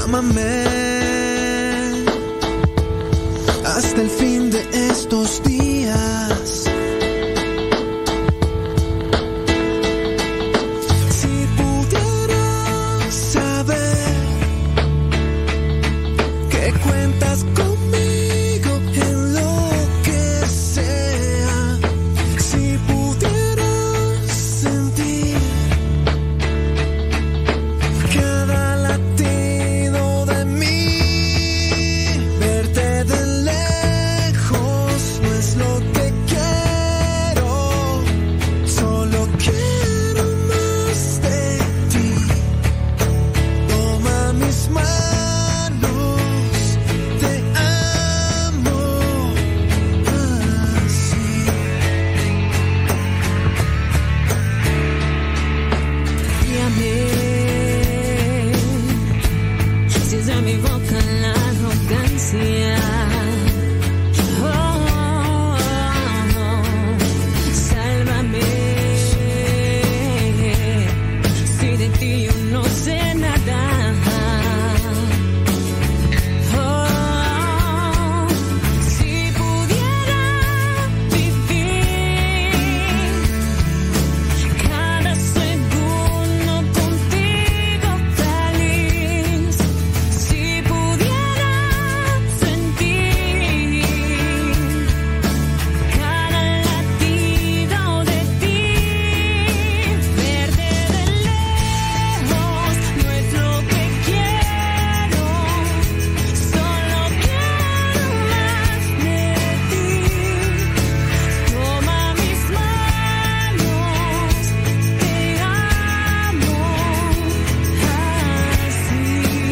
ámame hasta el fin de estos días. Si pudieras saber que cuentas conmigo en lo que sea, si pudieras sentir cada latido de mí, verte de lejos no es lo que quiero, solo quiero más de ti. Toma mis manos, te amo así. Guíame, si es de mi boca la arrogancia. Sálvame, si de ti yo no sé nada. Si pudiera vivir cada segundo contigo feliz, si pudiera sentir cada latido de ti, verte de lejos no es lo que quiero, solo quiero más de ti. Toma mis manos, te amo así.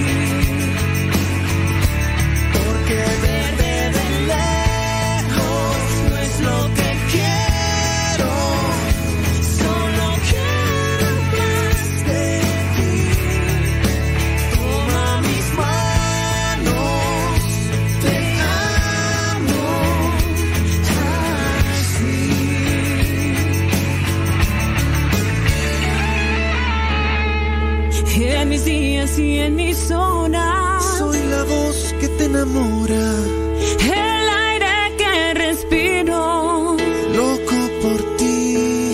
Porque verte de lejos no es lo que quiero, solo quiero más de ti. Toma mis manos, te amo así. En mis días y en mis horas, Soy la voz que te enamora, el aire que respiro, loco por ti.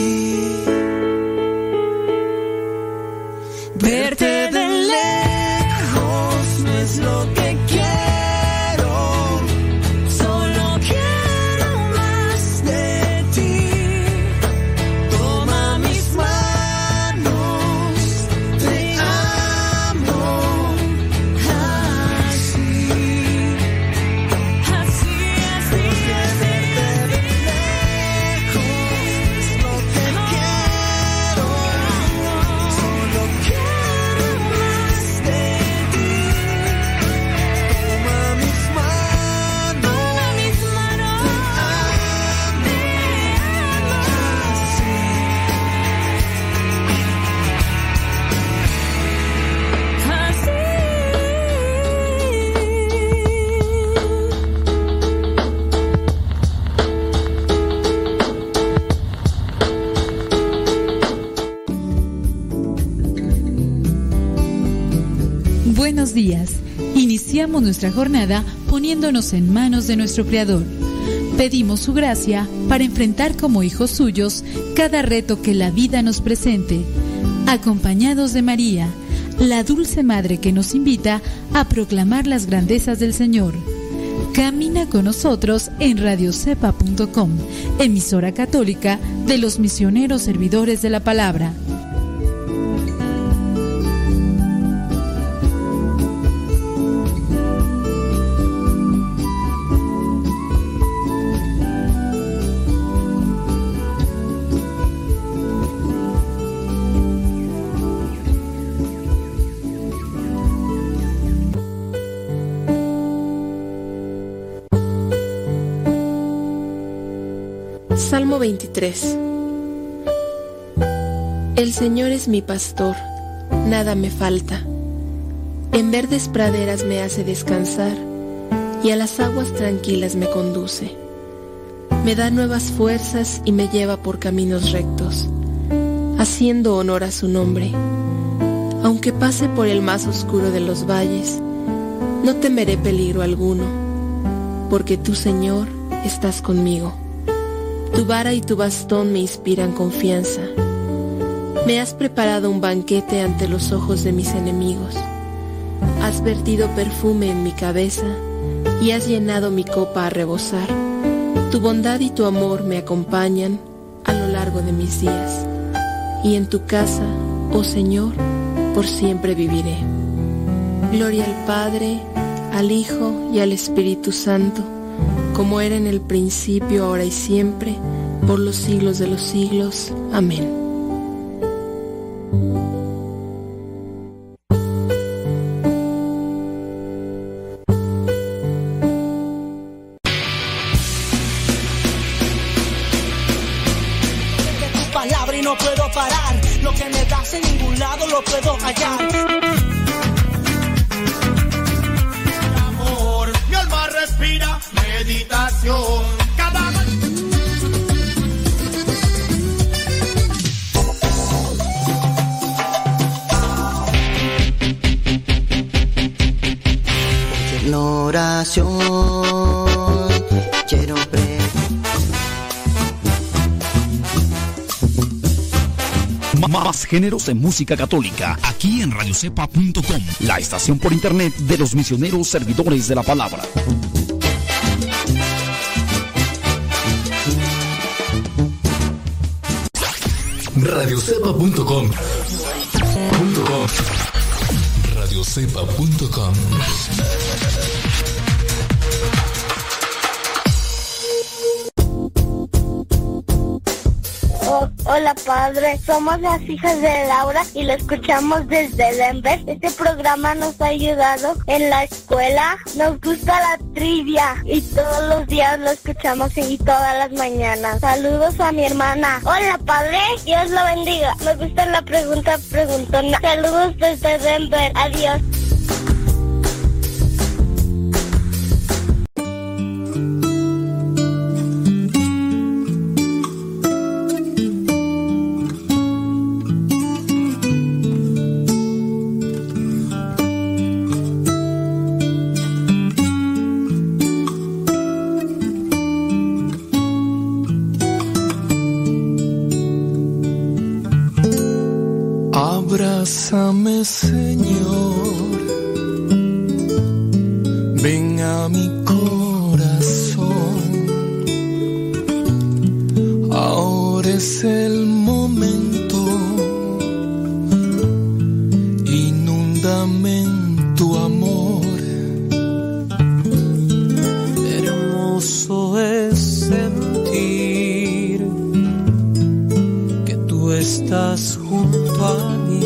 Verte de lejos no es lo que quiero, solo quiero más de ti. Toma mis manos, te amo así. así, así, Verte de lejos es lo que quiero, solo quiero más de ti. Toma mis manos, Buenos días. Iniciamos nuestra jornada poniéndonos en manos de nuestro Creador. Pedimos su gracia para enfrentar como hijos suyos cada reto que la vida nos presente, acompañados de María, la dulce madre que nos invita a proclamar las grandezas del Señor. Camina con nosotros en radiocepa.com, emisora católica de los misioneros servidores de la palabra. Salmo 23. El Señor es mi pastor, nada me falta. En verdes praderas me hace descansar y a las aguas tranquilas me conduce. Me da nuevas fuerzas y me lleva por caminos rectos, haciendo honor a su nombre. Aunque pase por el más oscuro de los valles, No temeré peligro alguno, porque tú, Señor, estás conmigo. Tu vara y tu bastón me inspiran confianza. Me has preparado un banquete ante los ojos de mis enemigos. Has vertido perfume en mi cabeza y has llenado mi copa a rebosar. Tu bondad y tu amor me acompañan a lo largo de mis días. Y en tu casa, oh Señor, por siempre viviré. Gloria al Padre, al Hijo y al Espíritu Santo, como era en el principio, ahora y siempre, por los siglos de los siglos. Amén. Tu palabra y no puedo parar, lo que me das en ningún lado lo puedo hallar. Mi alma respira meditación. Cada la oración quiero Más géneros de música católica, aquí en radiocepa.com, la estación por internet de los misioneros servidores de la palabra. radiocepa.com radiocepa.com. Hola padre, somos las hijas de Laura y lo escuchamos desde Denver. Este programa nos ha ayudado en la escuela, nos gusta la trivia y todos los días lo escuchamos y todas las mañanas. Saludos a mi hermana. Hola padre, Dios lo bendiga. Me gusta la pregunta preguntona. Saludos desde Denver, adiós. Abrázame, Señor, ven a mi corazón. Ahora es el momento, inúndame en tu amor. Hermoso es sentir que tú estás junto a mí.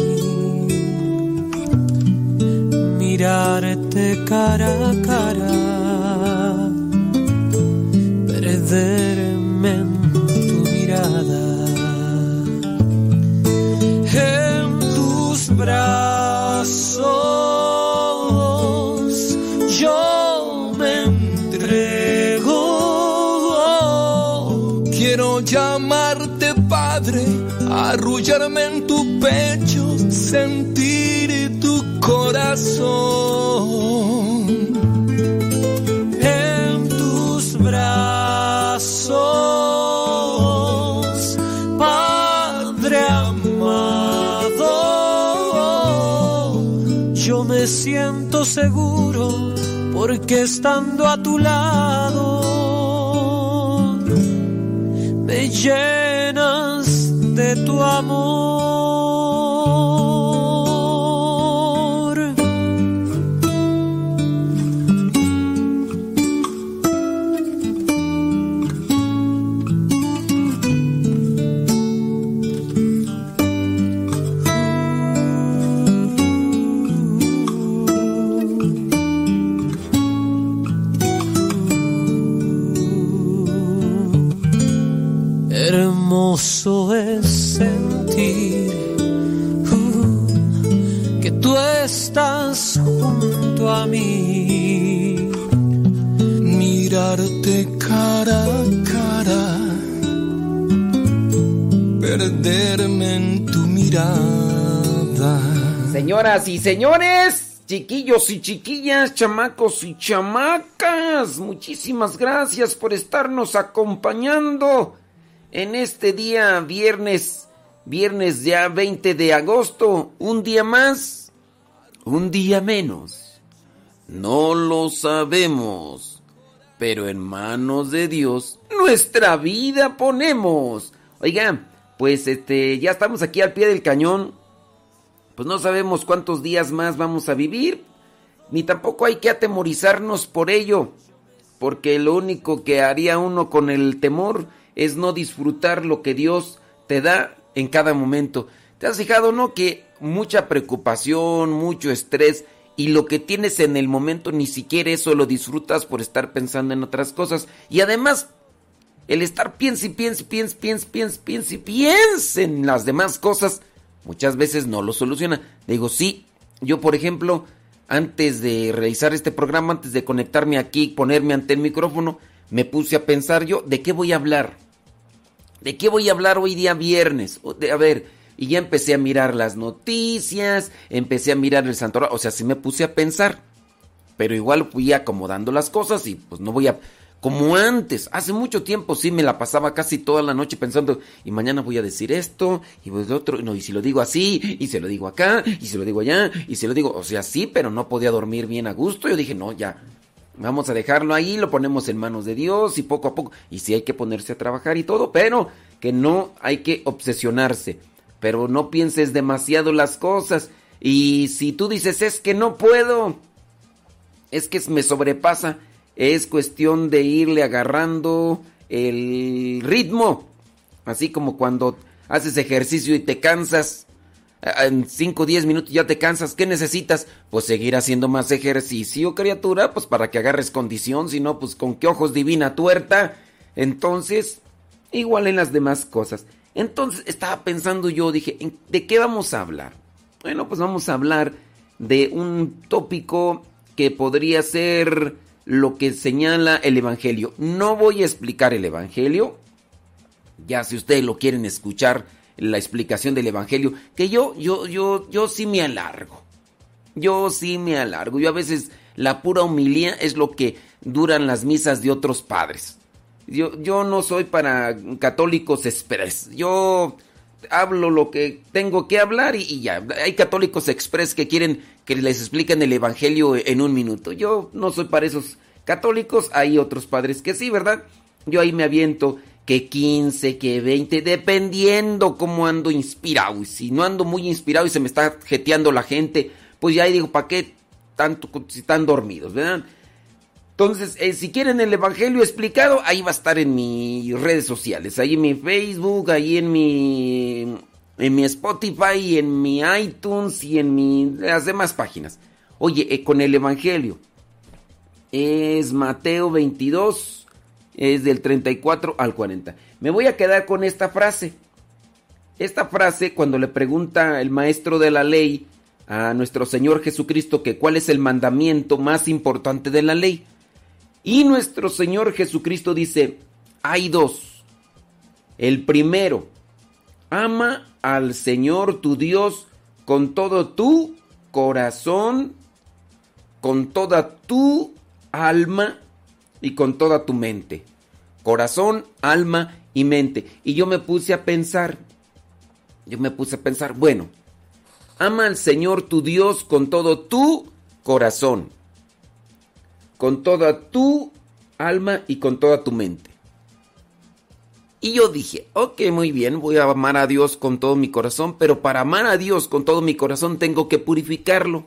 Mirarte cara a cara, perderme en tu mirada, en tus brazos yo me entrego. Quiero llamarte Padre, arrullarme en tu pecho, sentir tu corazón. En tus brazos, Padre amado, yo me siento seguro porque estando a tu lado me llenas de tu amor. Hermoso es sentir que tú estás junto a mí. Mirarte cara a cara, perderme en tu mirada. Señoras y señores, Chiquillos y chiquillas, chamacos y chamacas, muchísimas gracias por estarnos acompañando en este día viernes ya 20 de agosto, un día más, un día menos. No lo sabemos, pero en manos de Dios nuestra vida ponemos. Oigan, pues ya estamos aquí al pie del cañón. Pues no sabemos cuántos días más vamos a vivir, ni tampoco hay que atemorizarnos por ello, porque lo único que haría uno con el temor es no disfrutar lo que Dios te da en cada momento. ¿Te has fijado, no? Que mucha preocupación, mucho estrés, y lo que tienes en el momento ni siquiera eso lo disfrutas por estar pensando en otras cosas. Y además, el estar piensa en las demás cosas, muchas veces no lo soluciona. Digo, sí, yo por ejemplo, antes de realizar este programa, antes de conectarme aquí, ponerme ante el micrófono, me puse a pensar yo, ¿de qué voy a hablar? ¿De qué voy a hablar hoy día viernes? A ver, y ya empecé a mirar las noticias, empecé a mirar el santoral, o sea, sí me puse a pensar, pero igual fui acomodando las cosas y pues no voy a... Como antes, hace mucho tiempo sí me la pasaba casi toda la noche pensando, y mañana voy a decir esto, y pues otro, no, y si lo digo así, y se lo digo acá, y se lo digo allá, y se lo digo, o sea, sí, pero no podía dormir bien a gusto. Yo dije, no, ya, vamos a dejarlo ahí, lo ponemos en manos de Dios, y poco a poco, y sí hay que ponerse a trabajar y todo, pero que no hay que obsesionarse, pero no pienses demasiado las cosas, y si tú dices, es que no puedo, es que me sobrepasa, es cuestión de irle agarrando el ritmo. Así como cuando haces ejercicio y te cansas. En 5 o 10 minutos ya te cansas. ¿Qué necesitas? Pues seguir haciendo más ejercicio, criatura. Pues para que agarres condición. Si no, pues con qué ojos divina tuerta. Entonces, igual en las demás cosas. Entonces estaba pensando yo, dije, ¿de qué vamos a hablar? Bueno, pues vamos a hablar de un tópico que podría ser... lo que señala el Evangelio. No voy a explicar el Evangelio. Ya si ustedes lo quieren escuchar, la explicación del Evangelio, que yo sí me alargo. Yo a veces la pura homilía es lo que duran las misas de otros padres. Yo no soy para católicos express. Yo hablo lo que tengo que hablar y ya. Hay católicos express que quieren que les expliquen el Evangelio en un minuto. Yo no soy para esos católicos. Hay otros padres que sí, ¿verdad? Yo ahí me aviento que 15, que 20, dependiendo cómo ando inspirado. Y si no ando muy inspirado y se me está jeteando la gente, pues ya ahí digo, ¿para qué tanto si están dormidos, verdad? Entonces, si quieren el Evangelio explicado, ahí va a estar en mis redes sociales, ahí en mi Facebook, ahí en mi Spotify, en mi iTunes y en las demás páginas. Oye, con el Evangelio, es Mateo 22, es del 34 al 40. Me voy a quedar con esta frase. Esta frase, cuando le pregunta el maestro de la ley a nuestro Señor Jesucristo que cuál es el mandamiento más importante de la ley. Y nuestro Señor Jesucristo dice, hay 2. El primero, ama al Señor tu Dios con todo tu corazón, con toda tu alma y con toda tu mente. Corazón, alma y mente. Y yo me puse a pensar, bueno, ama al Señor tu Dios con todo tu corazón, con toda tu alma y con toda tu mente. Y yo dije, ok, muy bien, voy a amar a Dios con todo mi corazón, pero para amar a Dios con todo mi corazón tengo que purificarlo.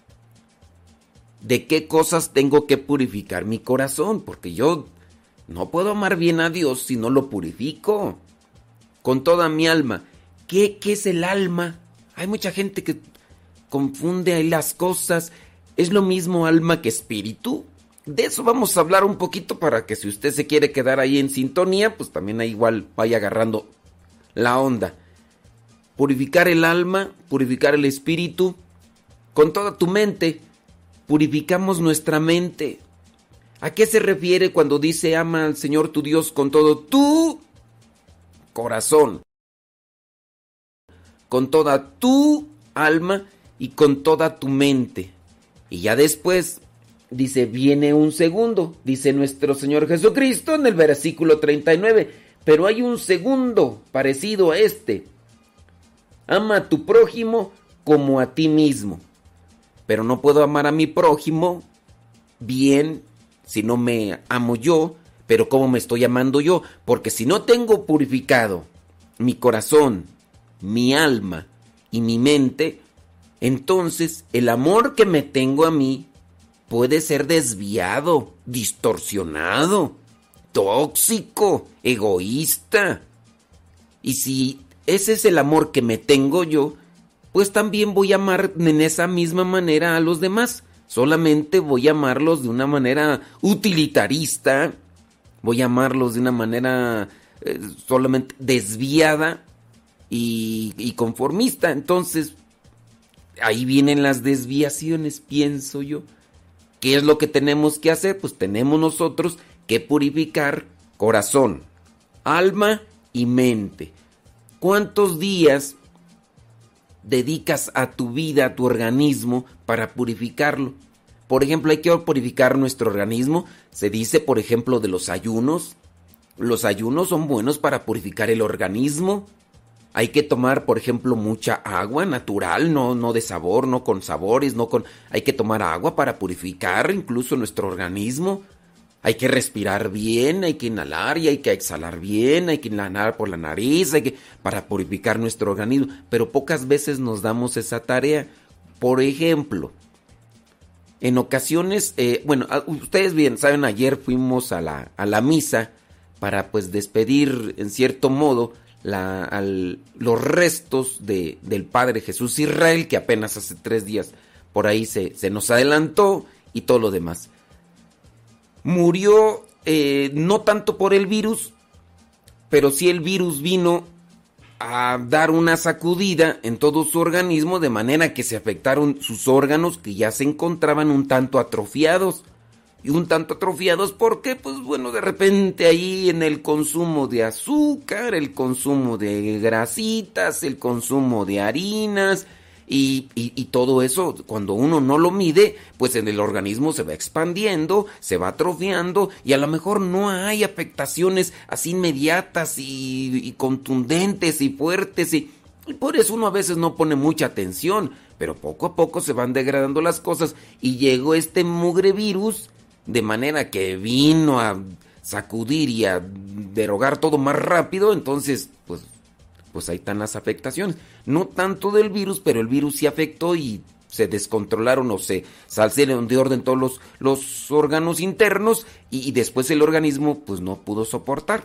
¿De qué cosas tengo que purificar mi corazón? Porque yo no puedo amar bien a Dios si no lo purifico. Con toda mi alma. ¿Qué es el alma? Hay mucha gente que confunde ahí las cosas. ¿Es lo mismo alma que espíritu? De eso vamos a hablar un poquito para que si usted se quiere quedar ahí en sintonía, pues también ahí igual vaya agarrando la onda. Purificar el alma, purificar el espíritu, con toda tu mente. Purificamos nuestra mente. ¿A qué se refiere cuando dice ama al Señor tu Dios con todo tu corazón, con toda tu alma y con toda tu mente? Y ya después, dice, viene un segundo, dice nuestro Señor Jesucristo en el versículo 39, pero hay un segundo parecido a este. Ama a tu prójimo como a ti mismo. Pero no puedo amar a mi prójimo bien si no me amo yo, pero ¿cómo me estoy amando yo? Porque si no tengo purificado mi corazón, mi alma y mi mente, entonces el amor que me tengo a mí puede ser desviado, distorsionado, tóxico, egoísta. Y si ese es el amor que me tengo yo, pues también voy a amar en esa misma manera a los demás. Solamente voy a amarlos de una manera utilitarista, voy a amarlos de una manera solamente desviada y conformista. Entonces, ahí vienen las desviaciones, pienso yo. ¿Qué es lo que tenemos que hacer? Pues tenemos nosotros que purificar corazón, alma y mente. ¿Cuántos días dedicas a tu vida, a tu organismo, para purificarlo? Por ejemplo, hay que purificar nuestro organismo. Se dice, por ejemplo, de los ayunos. Los ayunos son buenos para purificar el organismo. Hay que tomar, por ejemplo, mucha agua natural, no de sabor, no con sabores, hay que tomar agua para purificar incluso nuestro organismo. Hay que respirar bien, hay que inhalar y hay que exhalar bien, hay que inhalar por la nariz, para purificar nuestro organismo. Pero pocas veces nos damos esa tarea. Por ejemplo, en ocasiones, ustedes bien saben, ayer fuimos a la misa para pues despedir en cierto modo los restos del Padre Jesús Israel, que apenas hace 3 días por ahí se nos adelantó y todo lo demás. Murió no tanto por el virus, pero sí el virus vino a dar una sacudida en todo su organismo, de manera que se afectaron sus órganos que ya se encontraban un tanto atrofiados. Y un tanto atrofiados porque, pues bueno, de repente ahí en el consumo de azúcar, el consumo de grasitas, el consumo de harinas y todo eso, cuando uno no lo mide, pues en el organismo se va expandiendo, se va atrofiando y a lo mejor no hay afectaciones así inmediatas y contundentes y fuertes y por eso uno a veces no pone mucha atención, pero poco a poco se van degradando las cosas y llegó este mugre virus de manera que vino a sacudir y a derogar todo más rápido, entonces pues ahí están las afectaciones. No tanto del virus, pero el virus sí afectó y se descontrolaron o se salieron de orden todos los órganos internos y después el organismo pues no pudo soportar.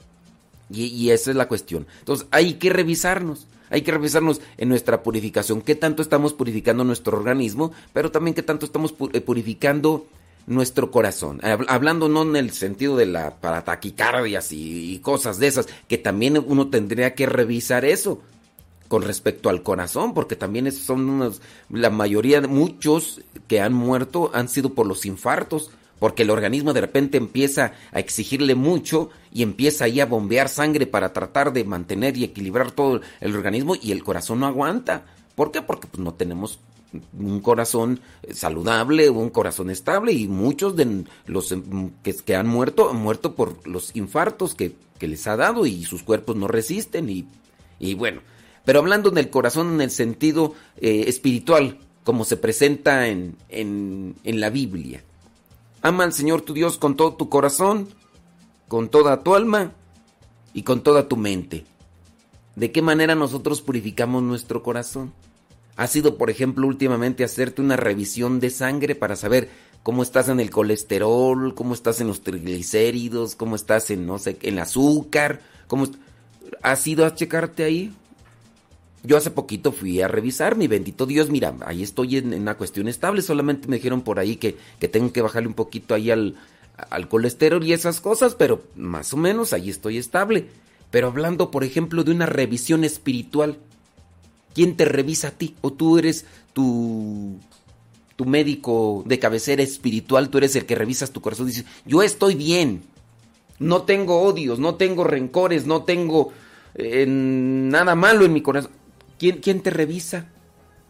Y esa es la cuestión. Entonces hay que revisarnos en nuestra purificación. ¿Qué tanto estamos purificando nuestro organismo? Pero también qué tanto estamos purificando nuestro corazón, hablando no en el sentido de para taquicardias y cosas de esas, que también uno tendría que revisar eso con respecto al corazón, porque también la mayoría de muchos que han muerto han sido por los infartos, porque el organismo de repente empieza a exigirle mucho y empieza ahí a bombear sangre para tratar de mantener y equilibrar todo el organismo y el corazón no aguanta. ¿Por qué? Porque pues no tenemos un corazón saludable, un corazón estable y muchos de los que han muerto por los infartos que les ha dado y sus cuerpos no resisten y bueno, pero hablando del corazón en el sentido espiritual, como se presenta en la Biblia. Ama al Señor tu Dios con todo tu corazón, con toda tu alma y con toda tu mente. ¿De qué manera nosotros purificamos nuestro corazón? Ha sido, por ejemplo, últimamente hacerte una revisión de sangre para saber cómo estás en el colesterol, cómo estás en los triglicéridos, cómo estás en, en el azúcar. ¿Has ido a checarte ahí? Yo hace poquito fui a revisar, mi bendito Dios, mira, ahí estoy en una cuestión estable, solamente me dijeron por ahí que tengo que bajarle un poquito ahí al colesterol y esas cosas, pero más o menos ahí estoy estable. Pero hablando, por ejemplo, de una revisión espiritual, ¿quién te revisa a ti? ¿O tú eres tu médico de cabecera espiritual? Tú eres el que revisas tu corazón y dices, yo estoy bien, no tengo odios, no tengo rencores, no tengo nada malo en mi corazón. ¿Quién te revisa?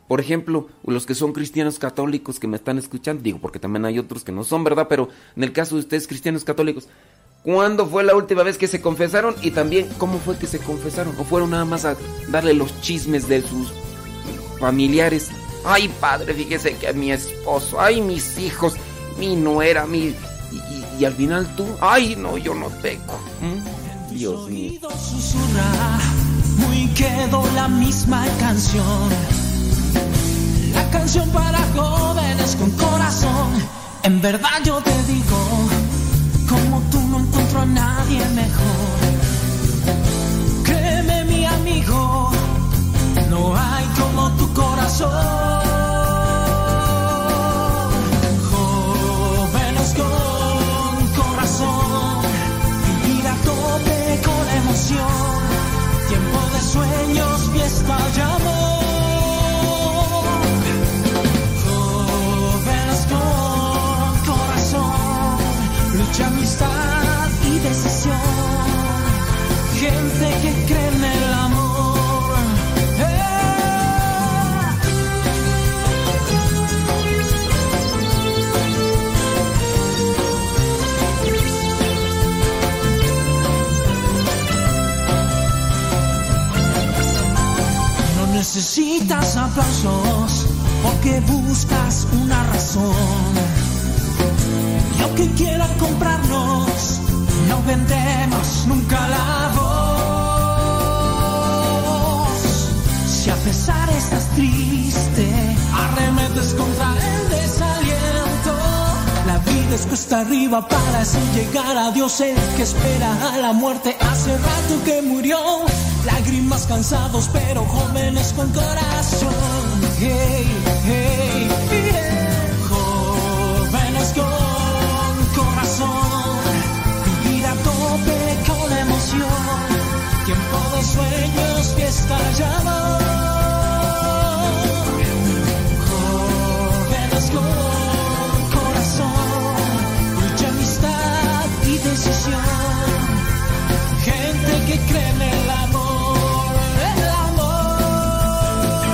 por ejemplo, los que son cristianos católicos que me están escuchando, digo, porque también hay otros que no son, ¿verdad? Pero en el caso de ustedes, cristianos católicos, ¿cuándo fue la última vez que se confesaron? Y también, ¿cómo fue que se confesaron? ¿O fueron nada más a darle los chismes de sus familiares? Ay, padre, fíjese que mi esposo, ay, mis hijos, mi nuera, y al final tú, ay, no, yo no peco. Dios mío. Susurra, muy quedó la misma canción. La canción para jóvenes con corazón. En verdad yo te digo, como tú no encuentro a nadie mejor. Créeme, mi amigo, no hay como tu corazón. Jóvenes con corazón, vivir a tope con emoción. Tiempo de sueños, fiesta y amor. Jóvenes con corazón, lucha, amistad y decisión. Gente que cree en el amor. No necesitas aplausos porque buscas una razón. Y aunque quieran comprarnos, no vendemos nunca la voz. Si a pesar estás triste, arremetes contra el desaliento. La vida es cuesta arriba para así llegar a Dios. El que espera a la muerte hace rato que murió. Lágrimas, cansados pero jóvenes con corazón. Hey, hey, hey. Jóvenes con corazón, vivir a tope con emoción. Tiempo de sueños, fiesta y amor. Jóvenes con corazón, lucha, amistad y decisión. Gente que cree en el amor, el amor.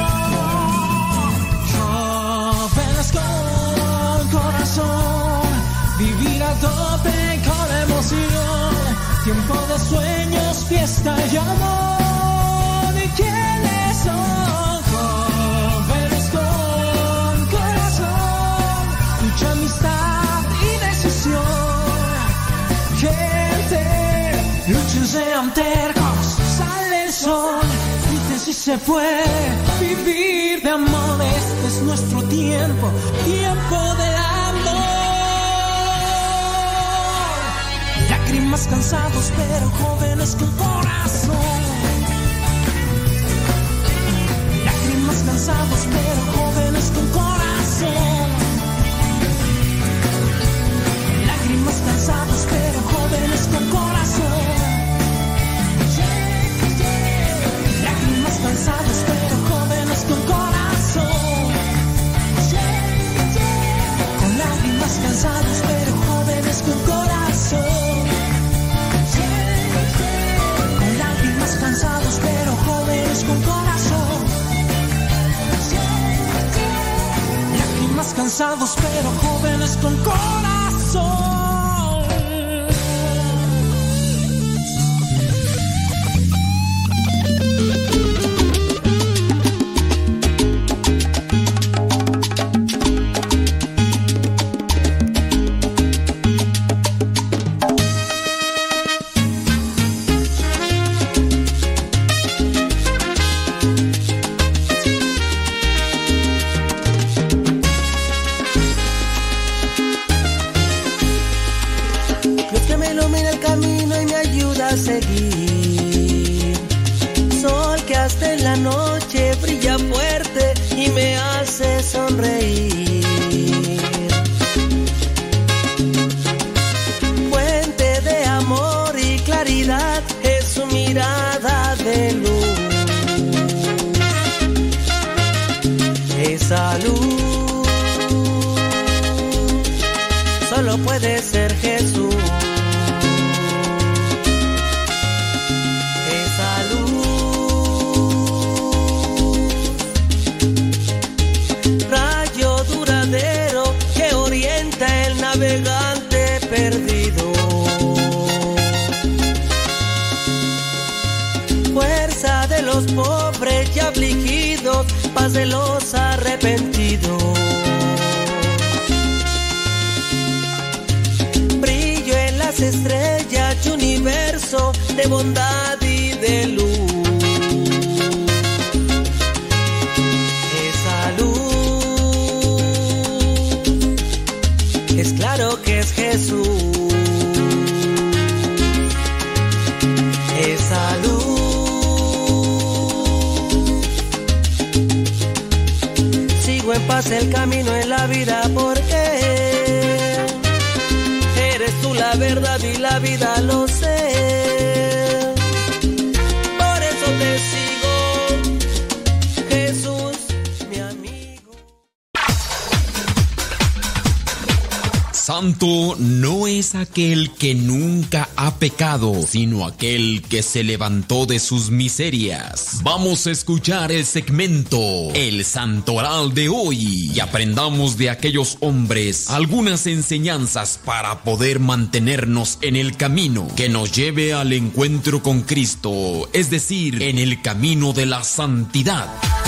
Jóvenes con corazón, vivir a tope con emoción. Tiempo de sueños, fiesta y amor. ¿Y quiénes son? Jóvenes con corazón, lucha, amistad y decisión. Gente, luchen, sean tercos, sale el sol. Griten si se puede vivir de amor. Este es nuestro tiempo, tiempo del amor. Lágrimas, cansados pero jóvenes con corazón. Lágrimas, cansados pero jóvenes con corazón. Lágrimas, cansados pero jóvenes con corazón. Lágrimas, cansados pero jóvenes con corazón. Con lágrimas, cansados pero jóvenes con corazón. Con lágrimas, cansados pero jóvenes con corazón. Lágrimas, cansados pero jóvenes con corazón. Seguir. Sol que hasta en la noche brilla fuerte y me hace sonreír. Fuente de amor y claridad es su mirada de luz. Esa luz solo puede ser Jesús. pobres y afligidos, paz de los arrepentidos. Brillo en las estrellas y universo de bondad y de luz. Esa luz es claro que es Jesús. Esa luz sigo en paz el camino en la vida porque eres tú la verdad y la vida lo sé. Por eso te sigo, Jesús, mi amigo. Santo no es aquel que nunca ha pecado, sino aquel que se levantó de sus miserias. Vamos a escuchar el segmento El Santoral de hoy y aprendamos de aquellos hombres algunas enseñanzas para poder mantenernos en el camino que nos lleve al encuentro con Cristo, es decir, en el camino de la santidad.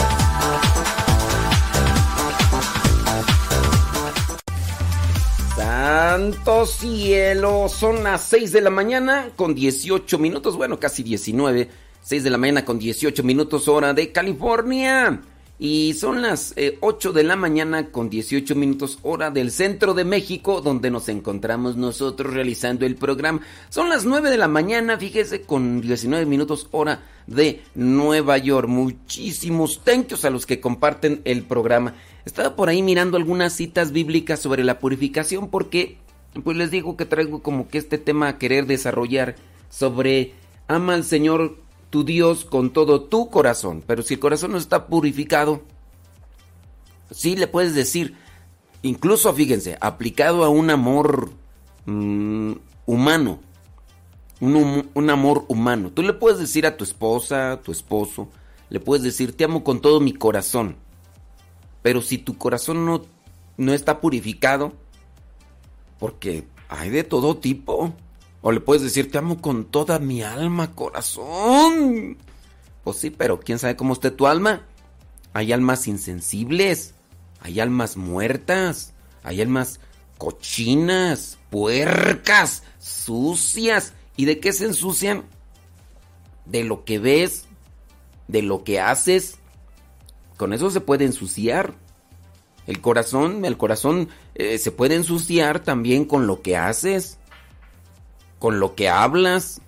Santo cielo, son las 6 de la mañana con 18 minutos, bueno, casi 19, 6 de la mañana con 18 minutos hora de California. Y son las 8 de la mañana con 18 minutos hora del centro de México, donde nos encontramos nosotros realizando el programa. Son las 9 de la mañana, fíjese, con 19 minutos hora de Nueva York. Muchísimos thanks a los que comparten el programa. Estaba por ahí mirando algunas citas bíblicas sobre la purificación porque, pues les digo que traigo como que este tema a querer desarrollar sobre ama al Señor tu Dios con todo tu corazón. Pero si el corazón no está purificado, sí le puedes decir, incluso fíjense, aplicado a un amor humano, un amor humano. Tú le puedes decir a tu esposa, a tu esposo, le puedes decir te amo con todo mi corazón. Pero si tu corazón no está purificado, porque hay de todo tipo. O le puedes decir, te amo con toda mi alma, corazón. Pues sí, pero quién sabe cómo esté tu alma. Hay almas insensibles, hay almas muertas, hay almas cochinas, puercas, sucias. ¿Y de qué se ensucian? De lo que ves, de lo que haces. Con eso se puede ensuciar. El corazón se puede ensuciar también con lo que haces, con lo que hablas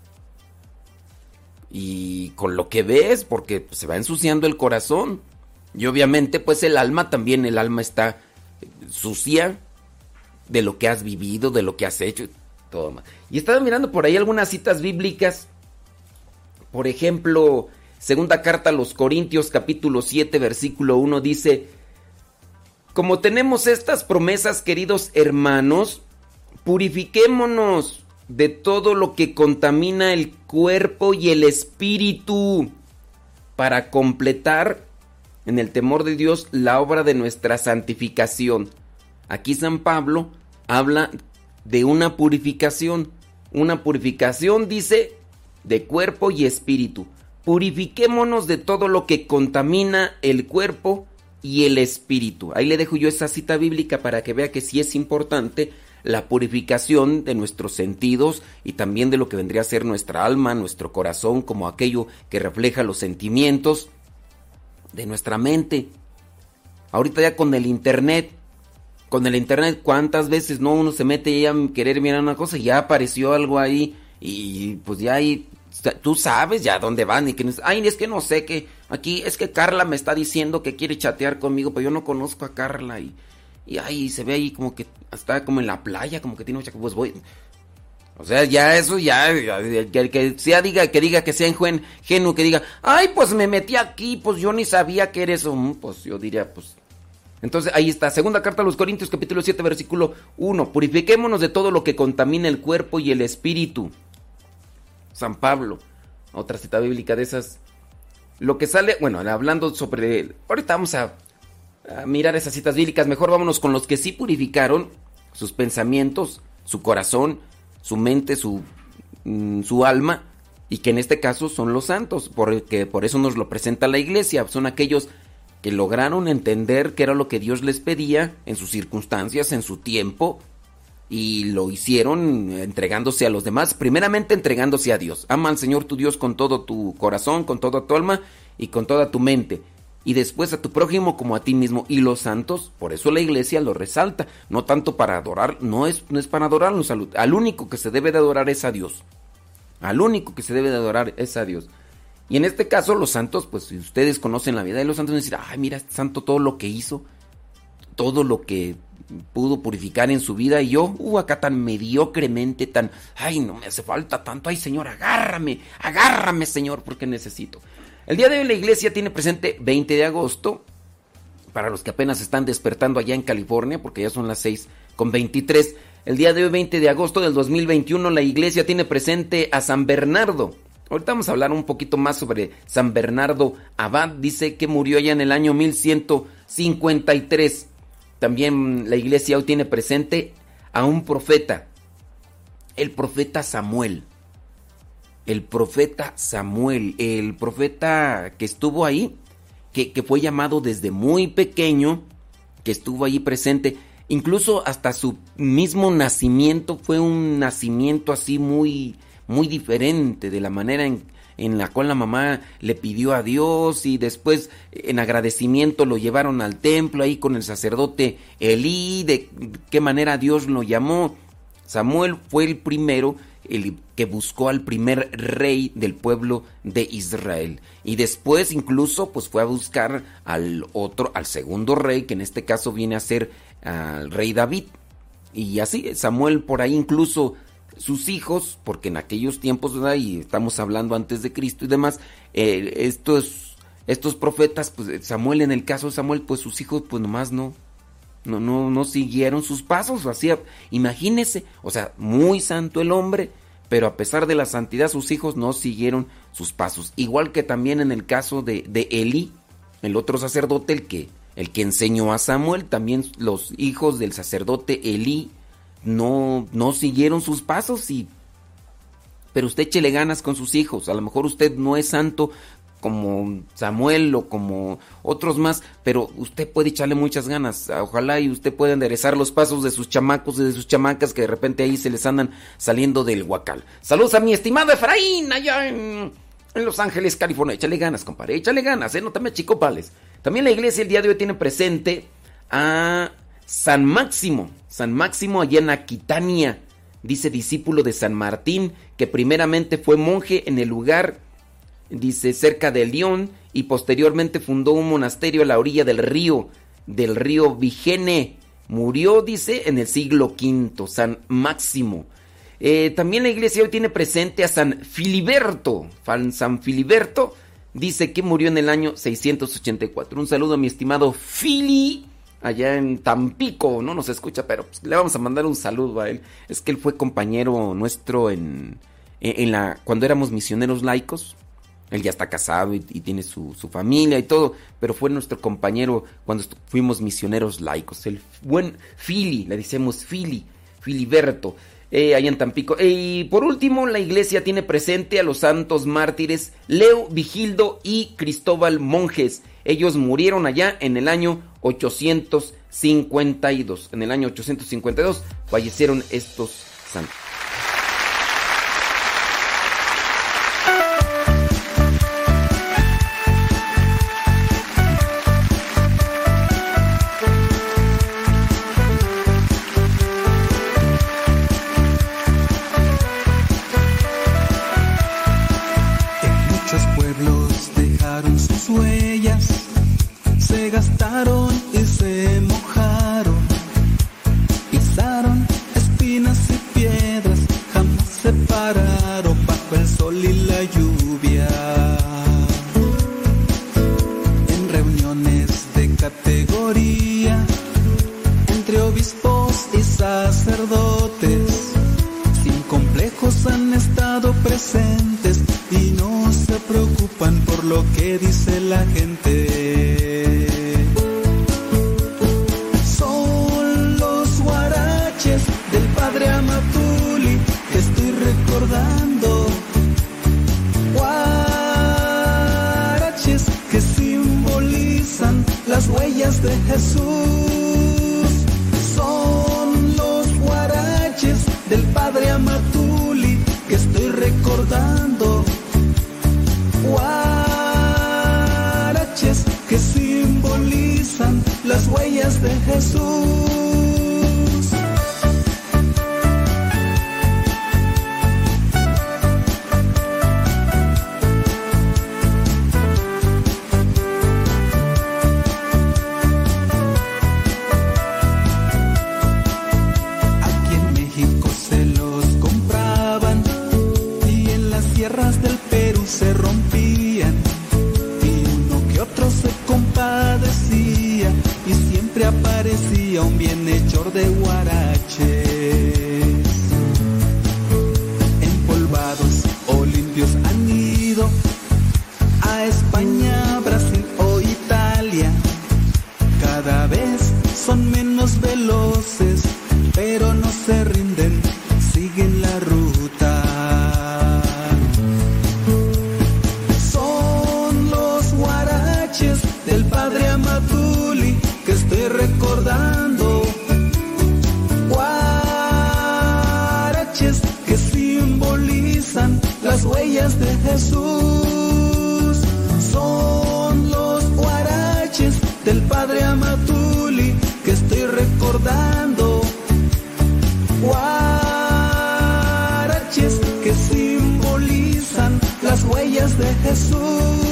y con lo que ves, porque se va ensuciando el corazón. Y obviamente pues el alma está sucia de lo que has vivido, de lo que has hecho, todo más. Y estaba mirando por ahí algunas citas bíblicas. Por ejemplo, segunda carta a los Corintios, capítulo 7, versículo 1 dice: como tenemos estas promesas, queridos hermanos, purifiquémonos de todo lo que contamina el cuerpo y el espíritu, para completar en el temor de Dios la obra de nuestra santificación. Aquí San Pablo habla de una purificación dice, de cuerpo y espíritu. Purifiquémonos de todo lo que contamina el cuerpo y el espíritu. Ahí le dejo yo esa cita bíblica para que vea que sí es importante la purificación de nuestros sentidos y también de lo que vendría a ser nuestra alma, nuestro corazón, como aquello que refleja los sentimientos de nuestra mente. Ahorita ya con el internet, ¿cuántas veces no uno se mete ya a querer mirar una cosa y ya apareció algo ahí y pues ya ahí tú sabes ya dónde van y que es que no sé que aquí es que Carla me está diciendo que quiere chatear conmigo, pero yo no conozco a Carla y ahí se ve ahí como que está como en la playa, como que tiene mucha, pues voy. O sea, ya eso que sea diga que sea ingenuo, que diga, ay, pues me metí aquí, pues yo ni sabía que eres eso. Pues yo diría, pues. Entonces ahí está, segunda carta a los Corintios, capítulo 7, versículo 1. Purifiquémonos de todo lo que contamina el cuerpo y el espíritu. San Pablo, otra cita bíblica de esas. Lo que sale, bueno, hablando sobre, ahorita vamos a mirar esas citas bíblicas, mejor vámonos con los que sí purificaron sus pensamientos, su corazón, su mente, su alma, y que en este caso son los santos, porque por eso nos lo presenta la iglesia, son aquellos que lograron entender qué era lo que Dios les pedía en sus circunstancias, en su tiempo, y lo hicieron entregándose a los demás, primeramente entregándose a Dios. Ama al Señor tu Dios con todo tu corazón, con toda tu alma y con toda tu mente, y después a tu prójimo como a ti mismo. Y los santos, por eso la iglesia lo resalta, no tanto para adorar, no es para adorarlos, al único que se debe de adorar es a Dios. Al único que se debe de adorar es a Dios. Y en este caso los santos, pues si ustedes conocen la vida de los santos, van a decir, ay, mira, este santo todo lo que hizo, todo lo que pudo purificar en su vida, y yo, acá tan mediocremente, ay, no me hace falta tanto, ay, Señor, agárrame, Señor, porque necesito. El día de hoy la iglesia tiene presente 20 de agosto, para los que apenas están despertando allá en California, porque ya son las 6:23. El día de hoy, 20 de agosto del 2021, la iglesia tiene presente a San Bernardo. Ahorita vamos a hablar un poquito más sobre San Bernardo Abad. Dice que murió allá en el año 1153. También la iglesia hoy tiene presente a un profeta, el profeta Samuel. El profeta Samuel, el profeta que estuvo ahí, que fue llamado desde muy pequeño, que estuvo ahí presente. Incluso hasta su mismo nacimiento fue un nacimiento así muy, muy diferente de la manera en la cual la mamá le pidió a Dios, y después en agradecimiento lo llevaron al templo ahí con el sacerdote Elí, de qué manera Dios lo llamó. Samuel fue el primero, el que buscó al primer rey del pueblo de Israel, y después incluso pues fue a buscar al segundo rey, que en este caso viene a ser al rey David. Y así Samuel, por ahí incluso sus hijos, porque en aquellos tiempos, ¿verdad? Y estamos hablando antes de Cristo y demás, estos profetas, pues Samuel, en el caso de Samuel, pues sus hijos pues nomás no siguieron sus pasos. Así, imagínese, o sea, muy santo el hombre, pero a pesar de la santidad sus hijos no siguieron sus pasos. Igual que también en el caso de Elí, el otro sacerdote, el que enseñó a Samuel, también los hijos del sacerdote Elí no siguieron sus pasos. Pero usted échele ganas con sus hijos. A lo mejor usted no es santo como Samuel o como otros más, pero usted puede echarle muchas ganas. Ojalá y usted pueda enderezar los pasos de sus chamacos y de sus chamacas que de repente ahí se les andan saliendo del huacal. Saludos a mi estimado Efraín allá en Los Ángeles, California. Échale ganas, compadre, échale ganas, no te me achicopales. También la iglesia el día de hoy tiene presente a San Máximo allá en Aquitania. Dice, discípulo de San Martín, que primeramente fue monje en el lugar, dice, cerca de León, y posteriormente fundó un monasterio a la orilla del río Vigene. Murió, dice, en el siglo V, San Máximo. También la iglesia hoy tiene presente a San Filiberto. San Filiberto dice que murió en el año 684. Un saludo a mi estimado Fili, allá en Tampico. No nos escucha, pero pues le vamos a mandar un saludo a él. Es que él fue compañero nuestro cuando éramos misioneros laicos. Él ya está casado y tiene su familia y todo, pero fue nuestro compañero cuando fuimos misioneros laicos. El buen Fili, le decimos Filiberto, allá en Tampico. Y por último, la iglesia tiene presente a los santos mártires Leo, Vigildo y Cristóbal Monjes. Ellos murieron allá en el año 852. En el año 852 fallecieron estos santos. Gastaron y se mojaron, pisaron espinas y piedras, jamás se pararon bajo el sol y la lluvia. En reuniones de categoría, entre obispos y sacerdotes, sin complejos han estado presentes y no se preocupan por lo que dice la gente. Del padre Amatuli que estoy recordando, las huellas de Jesús. Son los guaraches del Padre Amatuli que estoy recordando. Guaraches que simbolizan las huellas de Jesús. Del Perú se rompían y uno que otro se compadecía y siempre aparecía un bienhechor de guaraches, empolvados o limpios han ido a España, Brasil o Italia. Cada vez son menos veloces, pero no se rinden, siguen la ruta. Del Padre Amatuli que estoy recordando. Guaraches que simbolizan las huellas de Jesús. Son los guaraches del Padre Amatuli que estoy recordando. Guaraches que simbolizan las huellas de Jesús.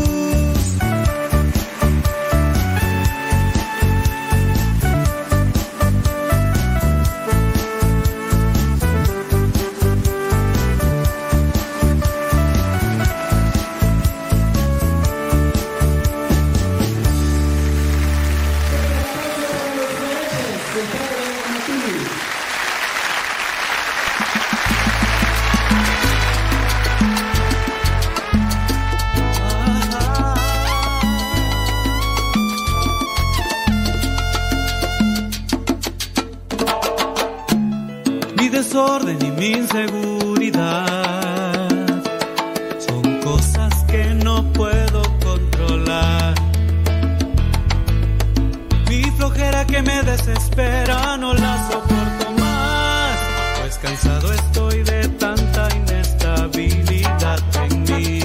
Desorden y mi inseguridad son cosas que no puedo controlar. Mi flojera que me desespera no la soporto más, pues cansado estoy de tanta inestabilidad en mí.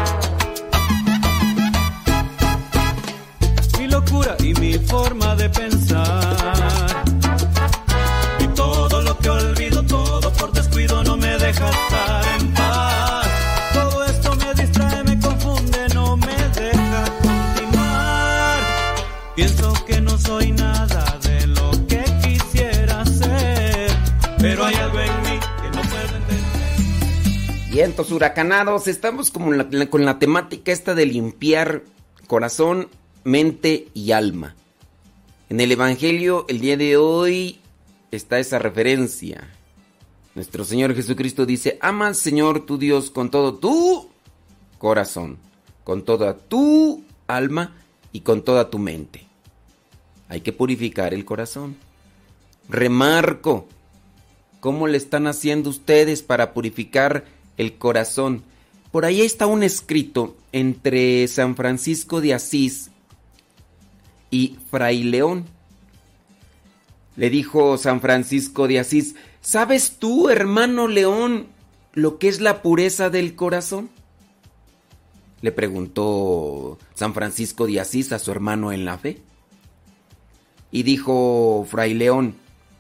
Mi locura y mi forma de pensar, y todo lo que olvido, todo por descuido no me deja estar en paz. Todo esto me distrae, me confunde, no me deja continuar. Pienso que no soy nada de lo que quisiera ser, pero hay algo en mí que no puedo entender. Vientos huracanados, estamos como con la temática esta de limpiar corazón, mente y alma. En el Evangelio el día de hoy está esa referencia. Nuestro Señor Jesucristo dice: ama al Señor tu Dios con todo tu corazón, con toda tu alma y con toda tu mente. Hay que purificar el corazón. Remarco, ¿cómo le están haciendo ustedes para purificar el corazón? Por ahí está un escrito entre San Francisco de Asís y Fray León. Le dijo San Francisco de Asís: ¿sabes tú, hermano León, lo que es la pureza del corazón? Le preguntó San Francisco de Asís a su hermano en la fe. Y dijo Fray León: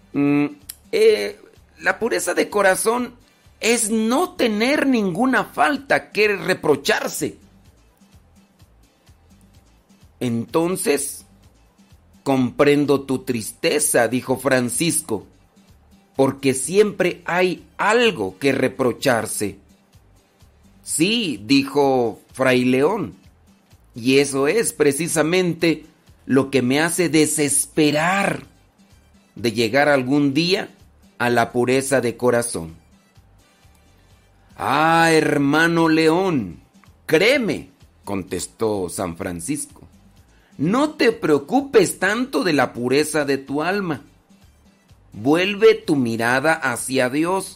la pureza de corazón es no tener ninguna falta que reprocharse. Entonces, comprendo tu tristeza, dijo Francisco, porque siempre hay algo que reprocharse. Sí, dijo Fray León, y eso es precisamente lo que me hace desesperar de llegar algún día a la pureza de corazón. Ah, hermano León, créeme, contestó San Francisco, no te preocupes tanto de la pureza de tu alma. Vuelve tu mirada hacia Dios.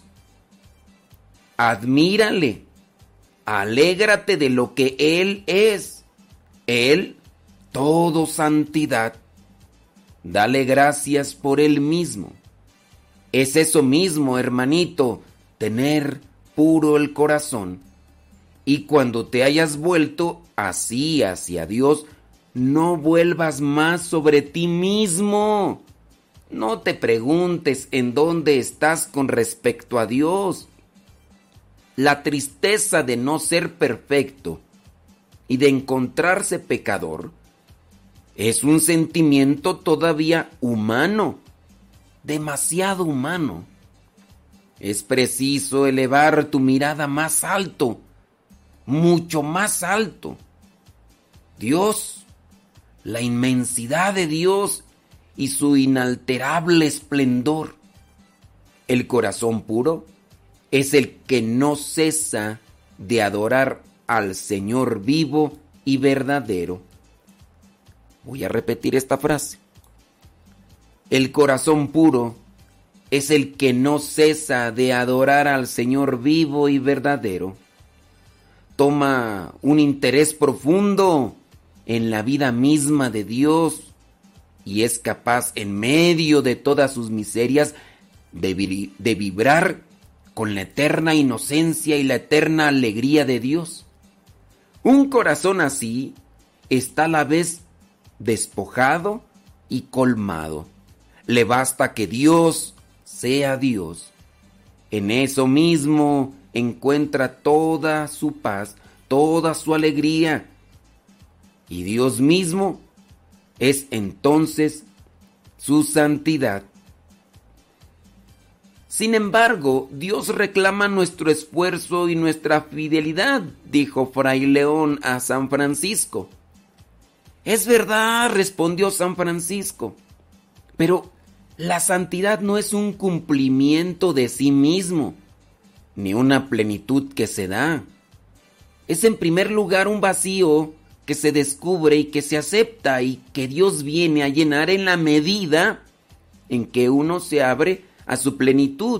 Admírale. Alégrate de lo que Él es. Él, todo santidad. Dale gracias por él mismo. Es eso mismo, hermanito, tener puro el corazón. Y cuando te hayas vuelto así hacia Dios, no vuelvas más sobre ti mismo. No te preguntes en dónde estás con respecto a Dios. La tristeza de no ser perfecto y de encontrarse pecador es un sentimiento todavía humano, demasiado humano. Es preciso elevar tu mirada más alto, mucho más alto. Dios, la inmensidad de Dios y su inalterable esplendor. El corazón puro es el que no cesa de adorar al Señor vivo y verdadero. Voy a repetir esta frase. El corazón puro es el que no cesa de adorar al Señor vivo y verdadero. Toma un interés profundo en la vida misma de Dios y es capaz, en medio de todas sus miserias, de vibrar con la eterna inocencia y la eterna alegría de Dios. Un corazón así está a la vez despojado y colmado. Le basta que Dios sea Dios. En eso mismo encuentra toda su paz, toda su alegría. Y Dios mismo es entonces su santidad. Sin embargo, Dios reclama nuestro esfuerzo y nuestra fidelidad, dijo Fray León a San Francisco. Es verdad, respondió San Francisco, pero la santidad no es un cumplimiento de sí mismo, ni una plenitud que se da. Es en primer lugar un vacío que se descubre y que se acepta y que Dios viene a llenar en la medida en que uno se abre a su plenitud.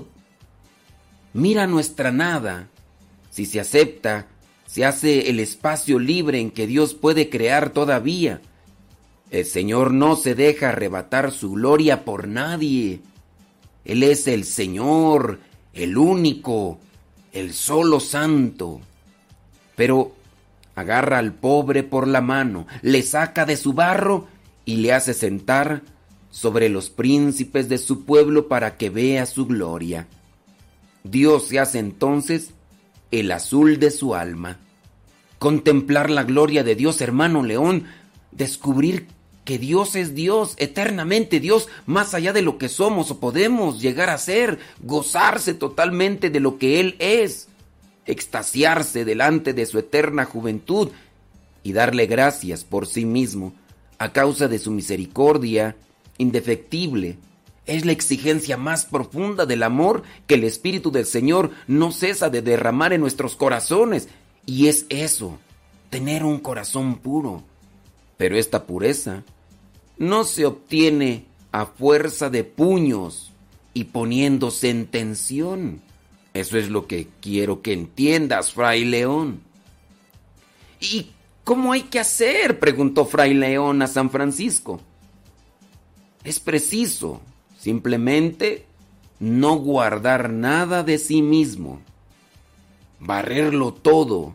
Mira nuestra nada. Si se acepta, se hace el espacio libre en que Dios puede crear todavía. El Señor no se deja arrebatar su gloria por nadie. Él es el Señor, el único, el solo santo. Pero agarra al pobre por la mano, le saca de su barro y le hace sentar sobre los príncipes de su pueblo para que vea su gloria. Dios se hace entonces el azul de su alma. Contemplar la gloria de Dios, hermano León, descubrir que Dios es Dios, eternamente Dios, más allá de lo que somos o podemos llegar a ser, gozarse totalmente de lo que Él es, extasiarse delante de su eterna juventud y darle gracias por sí mismo a causa de su misericordia indefectible. Es la exigencia más profunda del amor que el Espíritu del Señor no cesa de derramar en nuestros corazones. Y es eso, tener un corazón puro. Pero esta pureza no se obtiene a fuerza de puños y poniéndose en tensión. Eso es lo que quiero que entiendas, Fray León. ¿Y cómo hay que hacer?, preguntó Fray León a San Francisco. Es preciso, simplemente, no guardar nada de sí mismo. Barrerlo todo.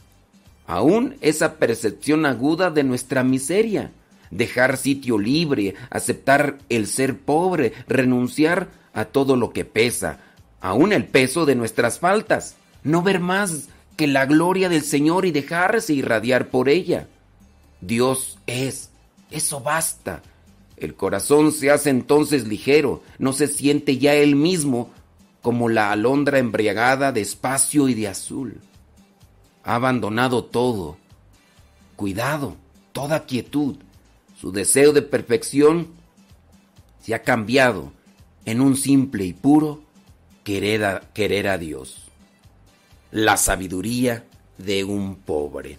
Aún esa percepción aguda de nuestra miseria. Dejar sitio libre, aceptar el ser pobre, renunciar a todo lo que pesa, aún el peso de nuestras faltas. No ver más que la gloria del Señor y dejarse irradiar por ella. Dios es, eso basta. El corazón se hace entonces ligero, no se siente ya él mismo como la alondra embriagada de espacio y de azul. Ha abandonado todo, cuidado, toda quietud. Su deseo de perfección se ha cambiado en un simple y puro querer a Dios. La sabiduría de un pobre.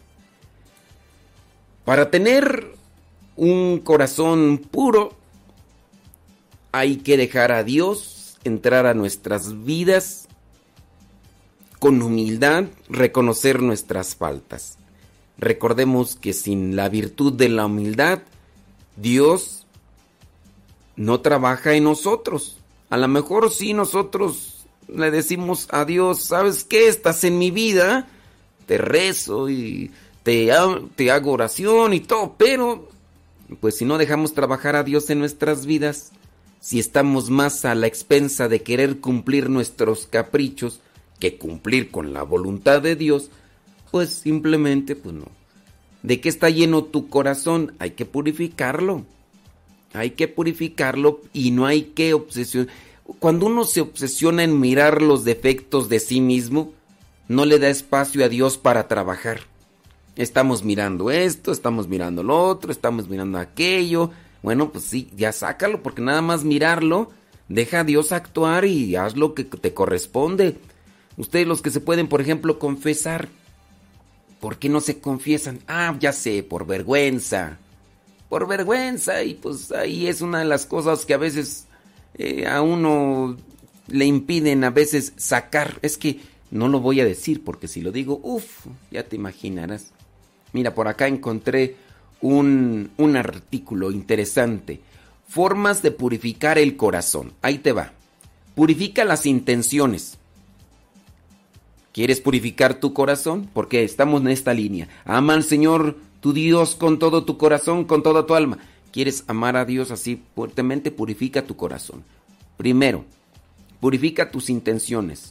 Para tener un corazón puro, hay que dejar a Dios entrar a nuestras vidas con humildad, reconocer nuestras faltas. recordemos que sin la virtud de la humildad, Dios no trabaja en nosotros. A lo mejor sí nosotros le decimos a Dios, ¿sabes qué? Estás en mi vida, te rezo y te hago oración y todo, pero pues si no dejamos trabajar a Dios en nuestras vidas, si estamos más a la expensa de querer cumplir nuestros caprichos que cumplir con la voluntad de Dios, pues simplemente pues no. ¿De qué está lleno tu corazón? Hay que purificarlo. Hay que purificarlo y no hay que obsesionar. Cuando uno se obsesiona en mirar los defectos de sí mismo, no le da espacio a Dios para trabajar. Estamos mirando esto, estamos mirando lo otro, estamos mirando aquello. Bueno, pues sí, ya sácalo, porque nada más mirarlo, deja a Dios actuar y haz lo que te corresponde. Ustedes los que se pueden, por ejemplo, confesar, ¿por qué no se confiesan? Ah, ya sé, por vergüenza. Por vergüenza, y pues ahí es una de las cosas que a veces a uno le impiden a veces sacar. Es que no lo voy a decir porque si lo digo, ya te imaginarás. Mira, por acá encontré un artículo interesante. Formas de purificar el corazón. Ahí te va. Purifica las intenciones. ¿Quieres purificar tu corazón? Porque estamos en esta línea. Ama al Señor tu Dios con todo tu corazón, con toda tu alma. ¿Quieres amar a Dios así fuertemente? Purifica tu corazón. Primero, purifica tus intenciones.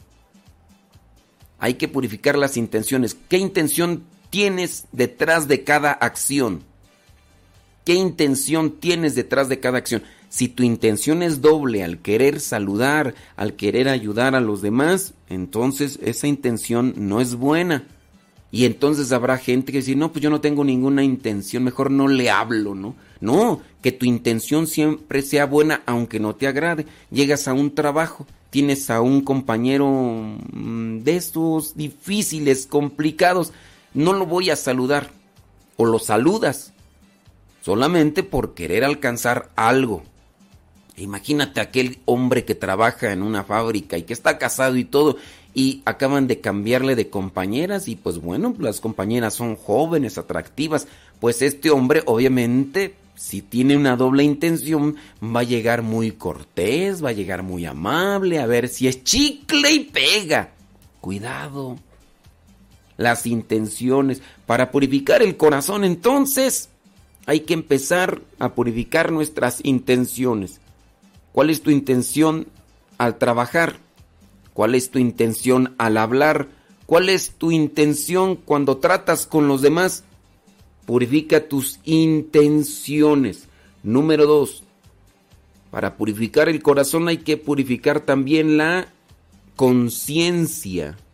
Hay que purificar las intenciones. ¿Qué intención tienes detrás de cada acción? ¿Qué intención tienes detrás de cada acción? Si tu intención es doble al querer saludar, al querer ayudar a los demás, entonces esa intención no es buena. Y entonces habrá gente que dice, no, pues yo no tengo ninguna intención, mejor no le hablo, ¿no? No, que tu intención siempre sea buena aunque no te agrade. Llegas a un trabajo, tienes a un compañero de estos difíciles, complicados, no lo voy a saludar. O lo saludas solamente por querer alcanzar algo. Imagínate aquel hombre que trabaja en una fábrica y que está casado y todo, y acaban de cambiarle de compañeras y pues bueno, las compañeras son jóvenes, atractivas, pues este hombre obviamente si tiene una doble intención va a llegar muy cortés, va a llegar muy amable, a ver si es chicle y pega. Cuidado. Las intenciones. Para purificar el corazón entonces hay que empezar a purificar nuestras intenciones. ¿Cuál es tu intención al trabajar? ¿Cuál es tu intención al hablar? ¿Cuál es tu intención cuando tratas con los demás? Purifica tus intenciones. Número 2. Para purificar el corazón hay que purificar también la conciencia.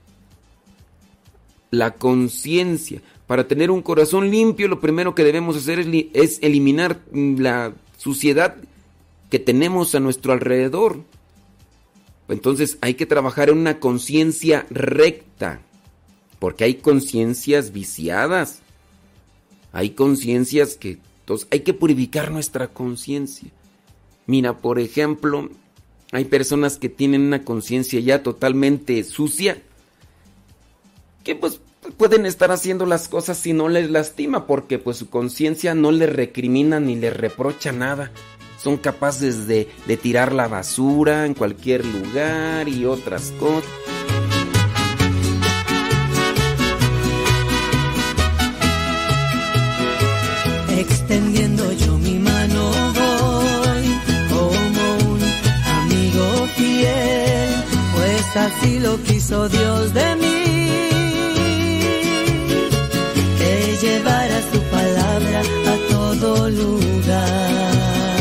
La conciencia. Para tener un corazón limpio, lo primero que debemos hacer es eliminar la suciedad que tenemos a nuestro alrededor. Entonces hay que trabajar en una conciencia recta, porque hay conciencias viciadas, hay conciencias que... Entonces hay que purificar nuestra conciencia. Mira, por ejemplo, hay personas que tienen una conciencia ya totalmente sucia, que pues pueden estar haciendo las cosas si no les lastima, porque pues su conciencia no les recrimina ni les reprocha nada. Son capaces de tirar la basura en cualquier lugar y otras cosas. Extendiendo yo mi mano voy como un amigo fiel, pues así lo quiso Dios de mí, que llevara su palabra a todo lugar.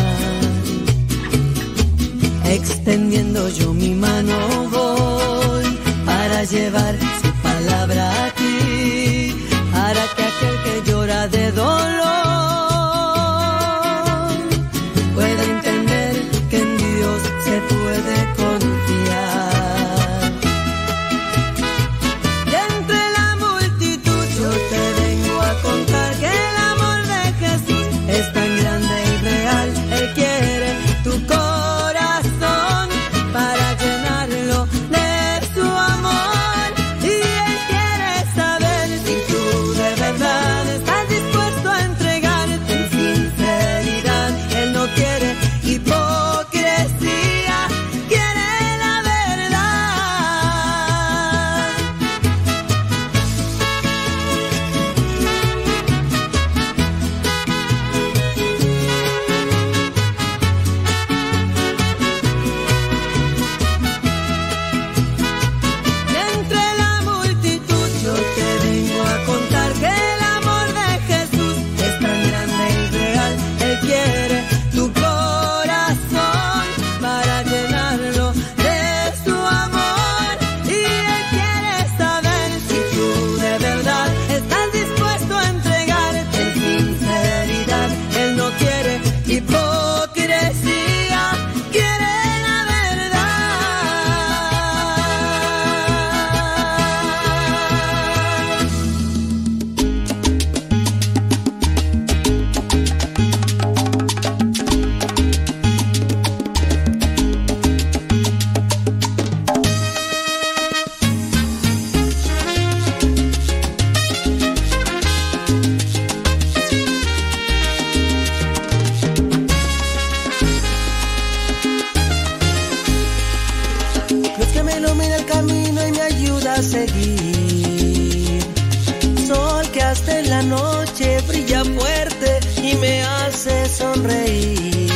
Extendiendo yo mi mano voy para llevar su palabra a ti, para que aquel que llora de dolor pueda entender que en Dios se puede confiar. De entre la multitud yo te vengo a contar que el amor de Jesús es tan grande y real. Él quiere tu corazón para llenarlo de su amor, y Él quiere saber si tú de verdad ayuda a seguir. Sol que hasta en la noche brilla fuerte y me hace sonreír.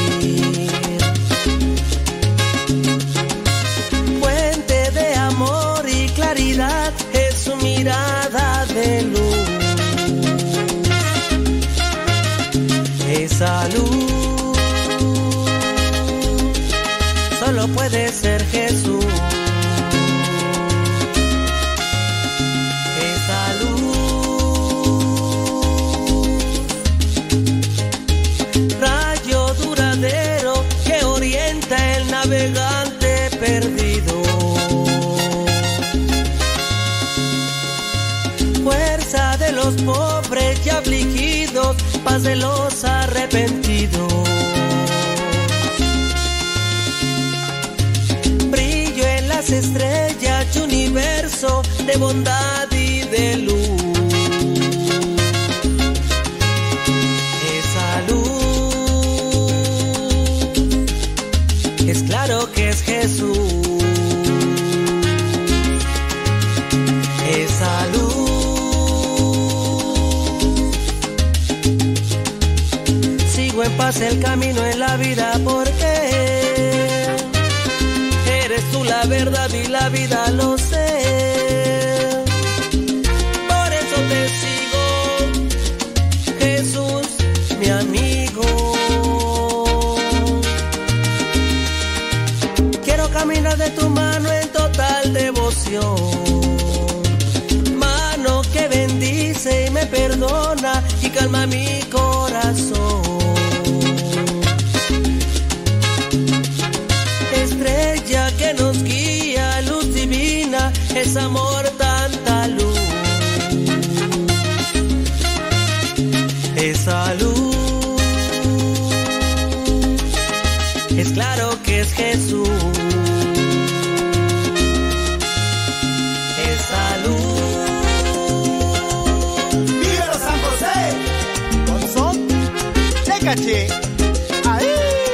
Fuente de amor y claridad es su mirada de luz. Esa luz solo puede ser Jesús. Esa luz, rayo duradero que orienta el navegante perdido. Fuerza de los pobres y afligidos, paz de los arrepentidos. Brillo en las estrellas y universo de bondad y de luz. Esa luz, es claro que es Jesús. Esa luz, sigo en paz el camino en la vida porque eres tú la verdad y la vida lo sé. Por eso te sigo, Jesús, mi amigo. Quiero caminar de tu mano en total devoción. Mano que bendice y me perdona y calma mi corazón. Estrella que nos guía, luz divina, es amor, tanta luz. Esa luz, es claro que es Jesús. Esa luz. ¡Viva San José! Con son de caché. ¡Ahí!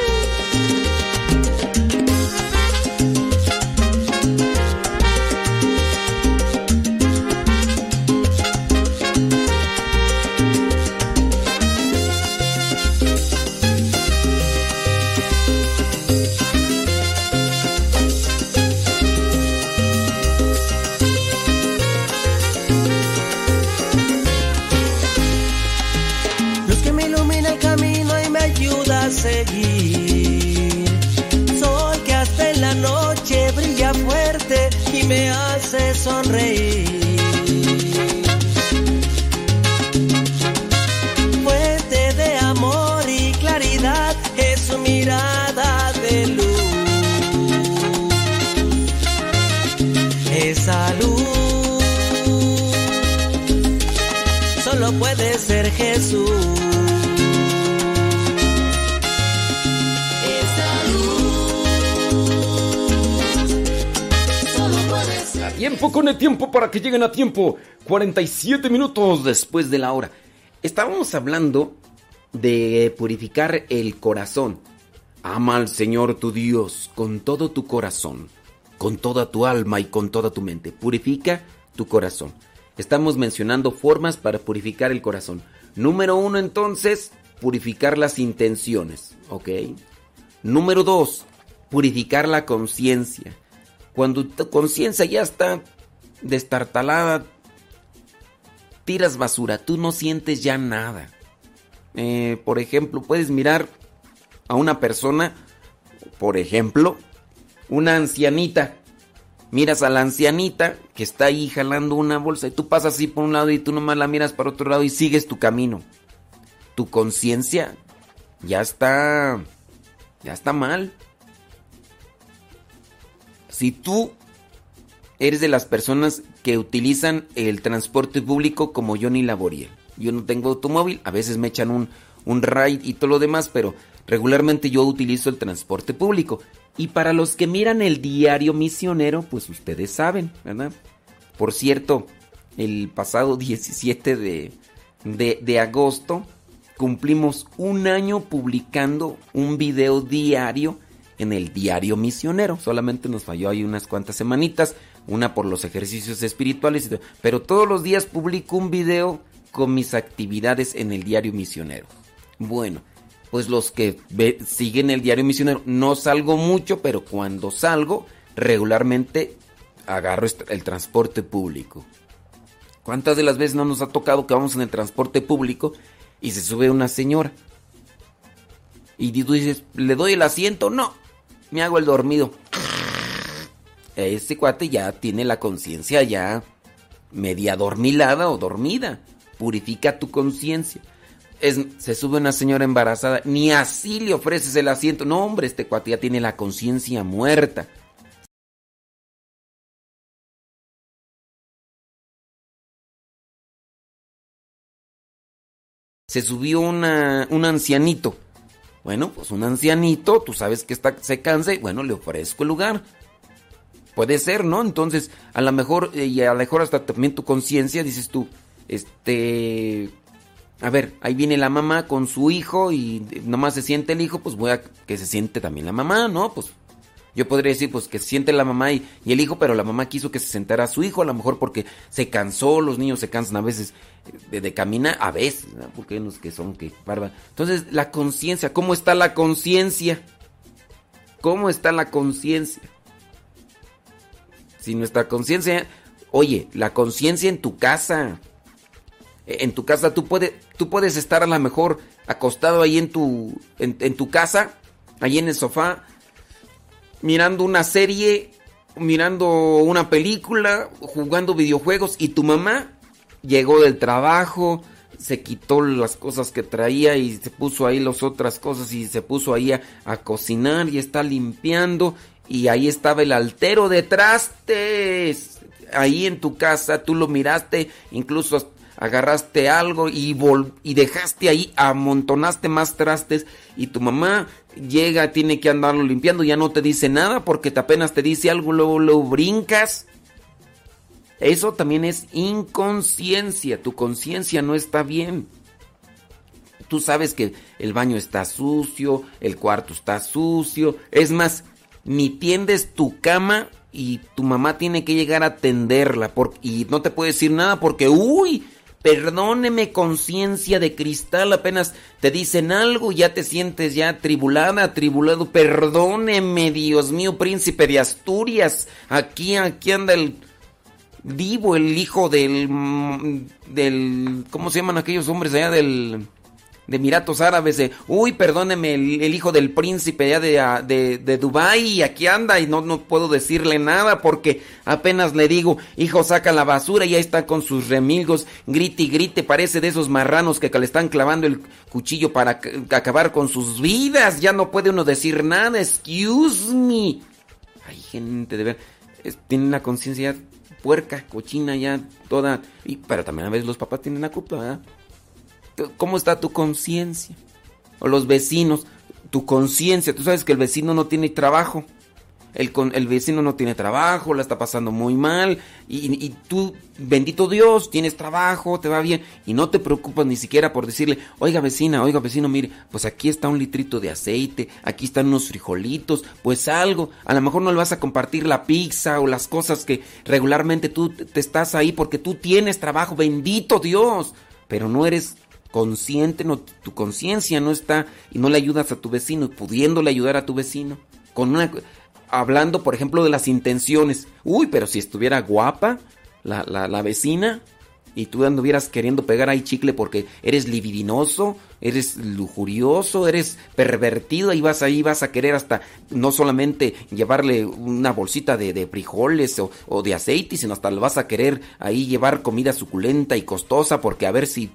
Seguir. Sol que hasta en la noche brilla fuerte y me hace sonreír. Fuente de amor y claridad es su mirada de luz. Esa luz solo puede ser Jesús. Tiempo con el tiempo para que lleguen a tiempo. 47 minutos después de la hora. Estábamos hablando de purificar el corazón. Ama al Señor tu Dios con todo tu corazón, con toda tu alma y con toda tu mente. Purifica tu corazón. Estamos mencionando formas para purificar el corazón. Número 1, entonces, purificar las intenciones. ¿Ok? Número 2, purificar la conciencia. Cuando tu conciencia ya está destartalada, tiras basura, tú no sientes ya nada. Por ejemplo, puedes mirar a una persona, por ejemplo, una ancianita. Miras a la ancianita que está ahí jalando una bolsa y tú pasas así por un lado y tú nomás la miras para otro lado y sigues tu camino. Tu conciencia ya está mal. Si tú eres de las personas que utilizan el transporte público como Johnny Laboriel, yo no tengo automóvil, a veces me echan un ride y todo lo demás, pero regularmente yo utilizo el transporte público. Y para los que miran el diario misionero, pues ustedes saben, ¿verdad? Por cierto, el pasado 17 de agosto cumplimos un año publicando un video diario en el diario misionero. Solamente nos falló ahí unas cuantas semanitas, una por los ejercicios espirituales, pero todos los días publico un video con mis actividades en el diario misionero. Bueno, pues los que siguen el diario misionero, no salgo mucho, pero cuando salgo, regularmente agarro el transporte público. ¿Cuántas de las veces no nos ha tocado que vamos en el transporte público y se sube una señora? Y tú dices, ¿le doy el asiento? No, me hago el dormido. Ese cuate ya tiene la conciencia ya media dormilada o dormida. Purifica tu conciencia. Se sube una señora embarazada, ni así le ofreces el asiento. No, hombre, este cuate ya tiene la conciencia muerta. Se subió un ancianito. Bueno, pues un ancianito, tú sabes que se cansa y bueno, le ofrezco el lugar. Puede ser, ¿no? Entonces, a lo mejor, y a lo mejor hasta también tu conciencia, dices tú, a ver, ahí viene la mamá con su hijo y nomás se siente el hijo, pues voy a que se siente también la mamá, ¿no? Pues yo podría decir, pues que se siente la mamá y el hijo, pero la mamá quiso que se sentara su hijo, a lo mejor porque se cansó, los niños se cansan a veces de caminar, a veces, ¿no? Porque hay unos que son que barba. Entonces, la conciencia, ¿cómo está la conciencia? ¿Cómo está la conciencia? Si nuestra conciencia, oye, la conciencia en tu casa. En tu casa tú puedes estar a lo mejor acostado ahí en tu casa, ahí en el sofá, mirando una serie, mirando una película, jugando videojuegos y tu mamá llegó del trabajo, se quitó las cosas que traía y se puso ahí las otras cosas y se puso ahí a cocinar y está limpiando y ahí estaba el altero de trastes. Ahí en tu casa tú lo miraste, incluso agarraste algo y dejaste ahí, amontonaste más trastes y tu mamá llega, tiene que andarlo limpiando, ya no te dice nada porque apenas te dice algo, luego brincas. Eso también es inconsciencia, tu conciencia no está bien. Tú sabes que el baño está sucio, el cuarto está sucio, es más, ni tiendes tu cama y tu mamá tiene que llegar a tenderla y no te puede decir nada porque, perdóneme, conciencia de cristal, apenas te dicen algo, ya te sientes ya atribulado, perdóneme, Dios mío, príncipe de Asturias, aquí anda el Divo, el hijo del, ¿cómo se llaman aquellos hombres allá de Emiratos Árabes? Perdóneme, el hijo del príncipe allá de Dubái, aquí anda y no puedo decirle nada porque apenas le digo, hijo, saca la basura y ahí está con sus remilgos, grite y grite, parece de esos marranos que le están clavando el cuchillo para acabar con sus vidas, ya no puede uno decir nada, excuse me. Hay gente de ver, tienen la conciencia puerca, cochina ya toda, pero también a veces los papás tienen la culpa, ¿verdad? ¿Cómo está tu conciencia? O los vecinos, tu conciencia. Tú sabes que el vecino no tiene trabajo. El vecino no tiene trabajo, la está pasando muy mal. Y tú, bendito Dios, tienes trabajo, te va bien. Y no te preocupas ni siquiera por decirle, oiga vecino, mire, pues aquí está un litrito de aceite, aquí están unos frijolitos, pues algo. A lo mejor no le vas a compartir la pizza o las cosas que regularmente tú te estás ahí porque tú tienes trabajo, bendito Dios. Pero no eres consciente, no, tu conciencia no está y no le ayudas a tu vecino, pudiéndole ayudar a tu vecino hablando por ejemplo de las intenciones. Pero si estuviera guapa la vecina y tú anduvieras queriendo pegar ahí chicle porque eres libidinoso, eres lujurioso, eres pervertido, y vas a querer hasta no solamente llevarle una bolsita de frijoles o de aceite, sino hasta le vas a querer ahí llevar comida suculenta y costosa porque a ver si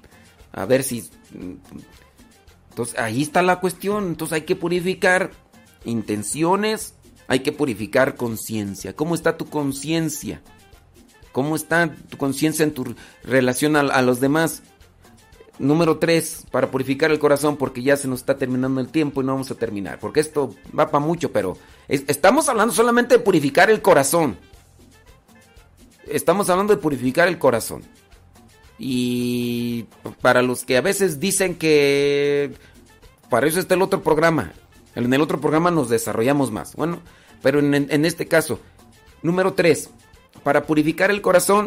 entonces ahí está la cuestión. Entonces hay que purificar intenciones, hay que purificar conciencia. ¿Cómo está tu conciencia? ¿Cómo está tu conciencia en tu relación a los demás? Número 3, para purificar el corazón, porque ya se nos está terminando el tiempo y no vamos a terminar, porque esto va para mucho, pero estamos hablando solamente de purificar el corazón. Estamos hablando de purificar el corazón. Y para los que a veces dicen que para eso está el otro programa, En el otro programa nos desarrollamos más. Bueno, pero en este caso, número 3, para purificar el corazón,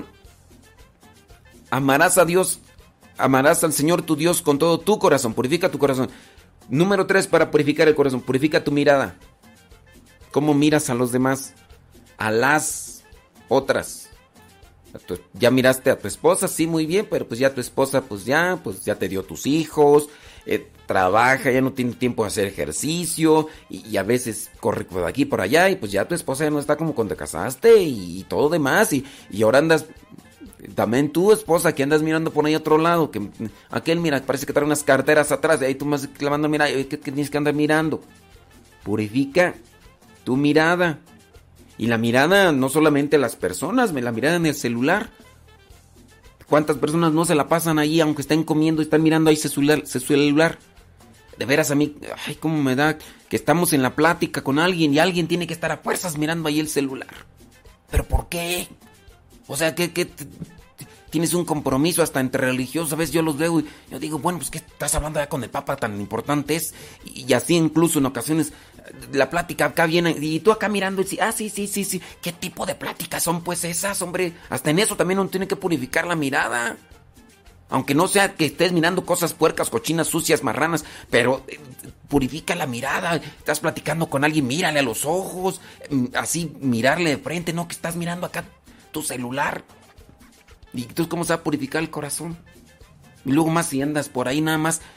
amarás a Dios, amarás al Señor tu Dios con todo tu corazón. Purifica tu corazón. Número 3, para purificar el corazón, purifica tu mirada. ¿Cómo miras a los demás? A las otras. Ya miraste a tu esposa, sí, muy bien, pero pues ya tu esposa pues ya te dio tus hijos, trabaja, ya no tiene tiempo de hacer ejercicio y a veces corre por aquí por allá y pues ya tu esposa ya no está como cuando te casaste y todo demás y ahora andas, también tu esposa que andas mirando por ahí a otro lado, que aquel mira, parece que trae unas carteras atrás, de ahí tú más clavando, mira, ¿qué tienes que andar mirando? Purifica tu mirada. Y la mirada no solamente las personas, la mirada en el celular. ¿Cuántas personas no se la pasan ahí aunque estén comiendo y están mirando ahí su celular? De veras a mí, ay, cómo me da que estamos en la plática con alguien y alguien tiene que estar a fuerzas mirando ahí el celular. ¿Pero por qué? O sea, que tienes un compromiso hasta entre religiosos. A veces yo los veo y yo digo, bueno, pues ¿qué estás hablando ya con el Papa tan importante es? Y así incluso en ocasiones la plática acá viene y tú acá mirando y sí. ¿Qué tipo de pláticas son pues esas, hombre? Hasta en eso también uno tiene que purificar la mirada. Aunque no sea que estés mirando cosas puercas, cochinas, sucias, marranas, pero purifica la mirada. Estás platicando con alguien, mírale a los ojos, así mirarle de frente, no que estás mirando acá tu celular. ¿Y tú cómo se va a purificar el corazón? Y luego más si andas por ahí nada más,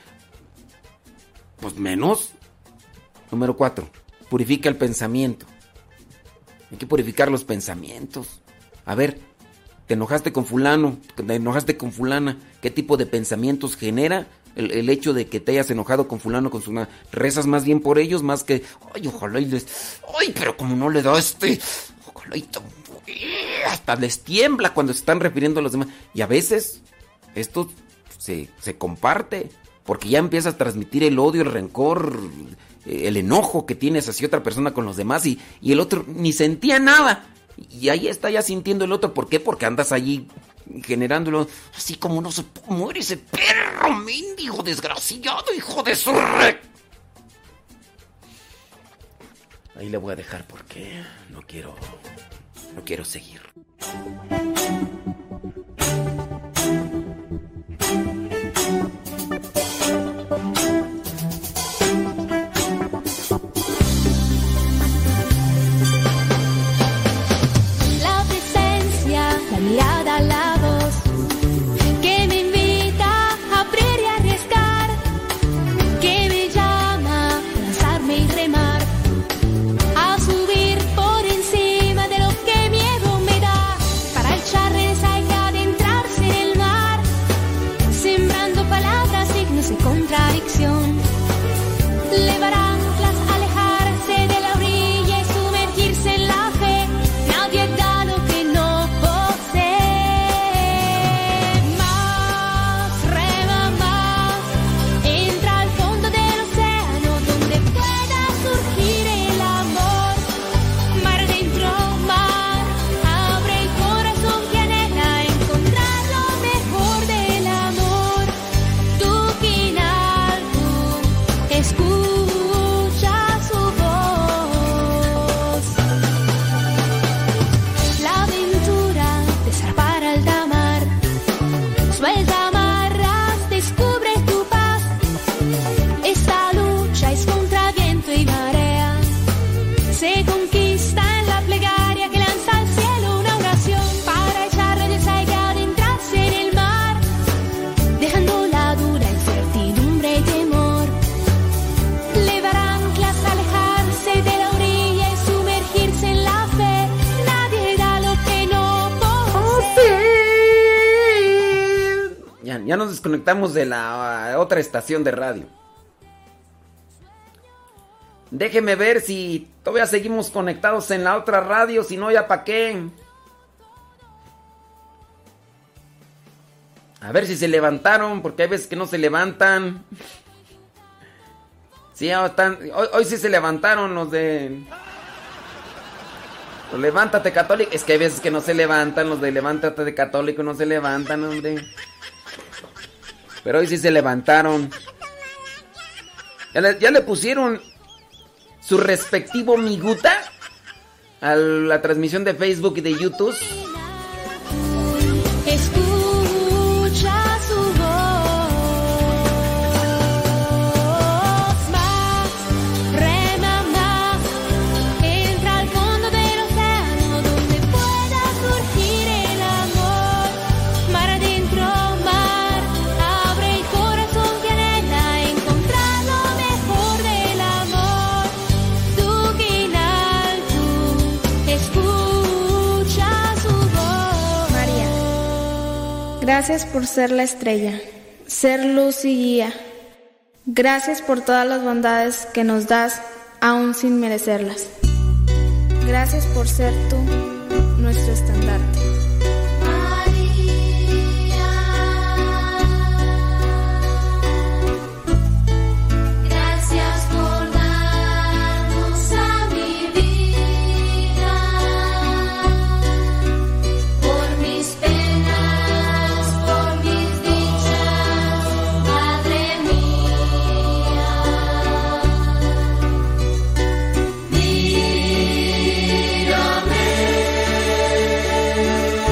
pues menos. Número 4, purifica el pensamiento. Hay que purificar los pensamientos. A ver, te enojaste con fulano, te enojaste con fulana. ¿Qué tipo de pensamientos genera el hecho de que te hayas enojado con fulano, con fulana? ¿Rezas más bien por ellos más que, ay, ojalá y les... Ay, pero como no le da ojalá y hasta les tiembla cuando se están refiriendo a los demás. Y a veces esto se comparte, porque ya empiezas a transmitir el odio, el rencor, el enojo que tienes hacia otra persona con los demás y el otro ni sentía nada. Y ahí está ya sintiendo el otro. ¿Por qué? Porque andas allí generándolo. Así como no se muere ese perro mendigo desgraciado, hijo de su Ahí le voy a dejar porque no quiero seguir. La presencia, la mirada, la voz que me invita a abrir y arriesgar, que me llama a lanzarme y remar, a subir por encima de lo que miedo me da, para echar reza y adentrarse en el mar, sembrando palabras signos de contradicción, levar anclas, alejarse de la orilla y sumergirse en la fe. Nadie da lo que no posee. Más, rema más, entra al fondo del océano donde pueda surgir el amor. Mar dentro, mar, abre el corazón que anhela encontrar lo mejor del amor. Tú que en alto escucha su voz. La aventura de zarpar alta mar, suelta amarras, descubre tu paz. Esta lucha es contra viento y marea, se conquista en la plegaria que lanza al cielo una oración para echar rayos y adentrarse en el mar, dejando la dura incertidumbre y temor. Levar anclas, alejarse de la orilla y sumergirse en la fe. Nadie da lo que no posee. Ya nos desconectamos de la otra estación de radio. Déjeme ver si todavía seguimos conectados en la otra radio, si no ya pa' qué. A ver si se levantaron, porque hay veces que no se levantan. Sí, hoy sí se levantaron los de... Los Levántate Católico. Es que hay veces que no se levantan, los de Levántate de Católico no se levantan, hombre. Pero hoy sí se levantaron. Ya le pusieron su respectivo miguta a la transmisión de Facebook y de YouTube. Escucha su voz, más, rema más, entra al fondo del océano donde pueda surgir el amor. Mar adentro, mar, abre el corazón que anhela encontrar lo mejor del amor. Tú que en alto escucha su voz. María, gracias por ser la estrella, ser luz y guía. Gracias por todas las bondades que nos das aún sin merecerlas. Gracias por ser tú nuestro estandarte. Gracias por darnos a vivir, por mis penas, por mis dichas, Madre mía. Mírame.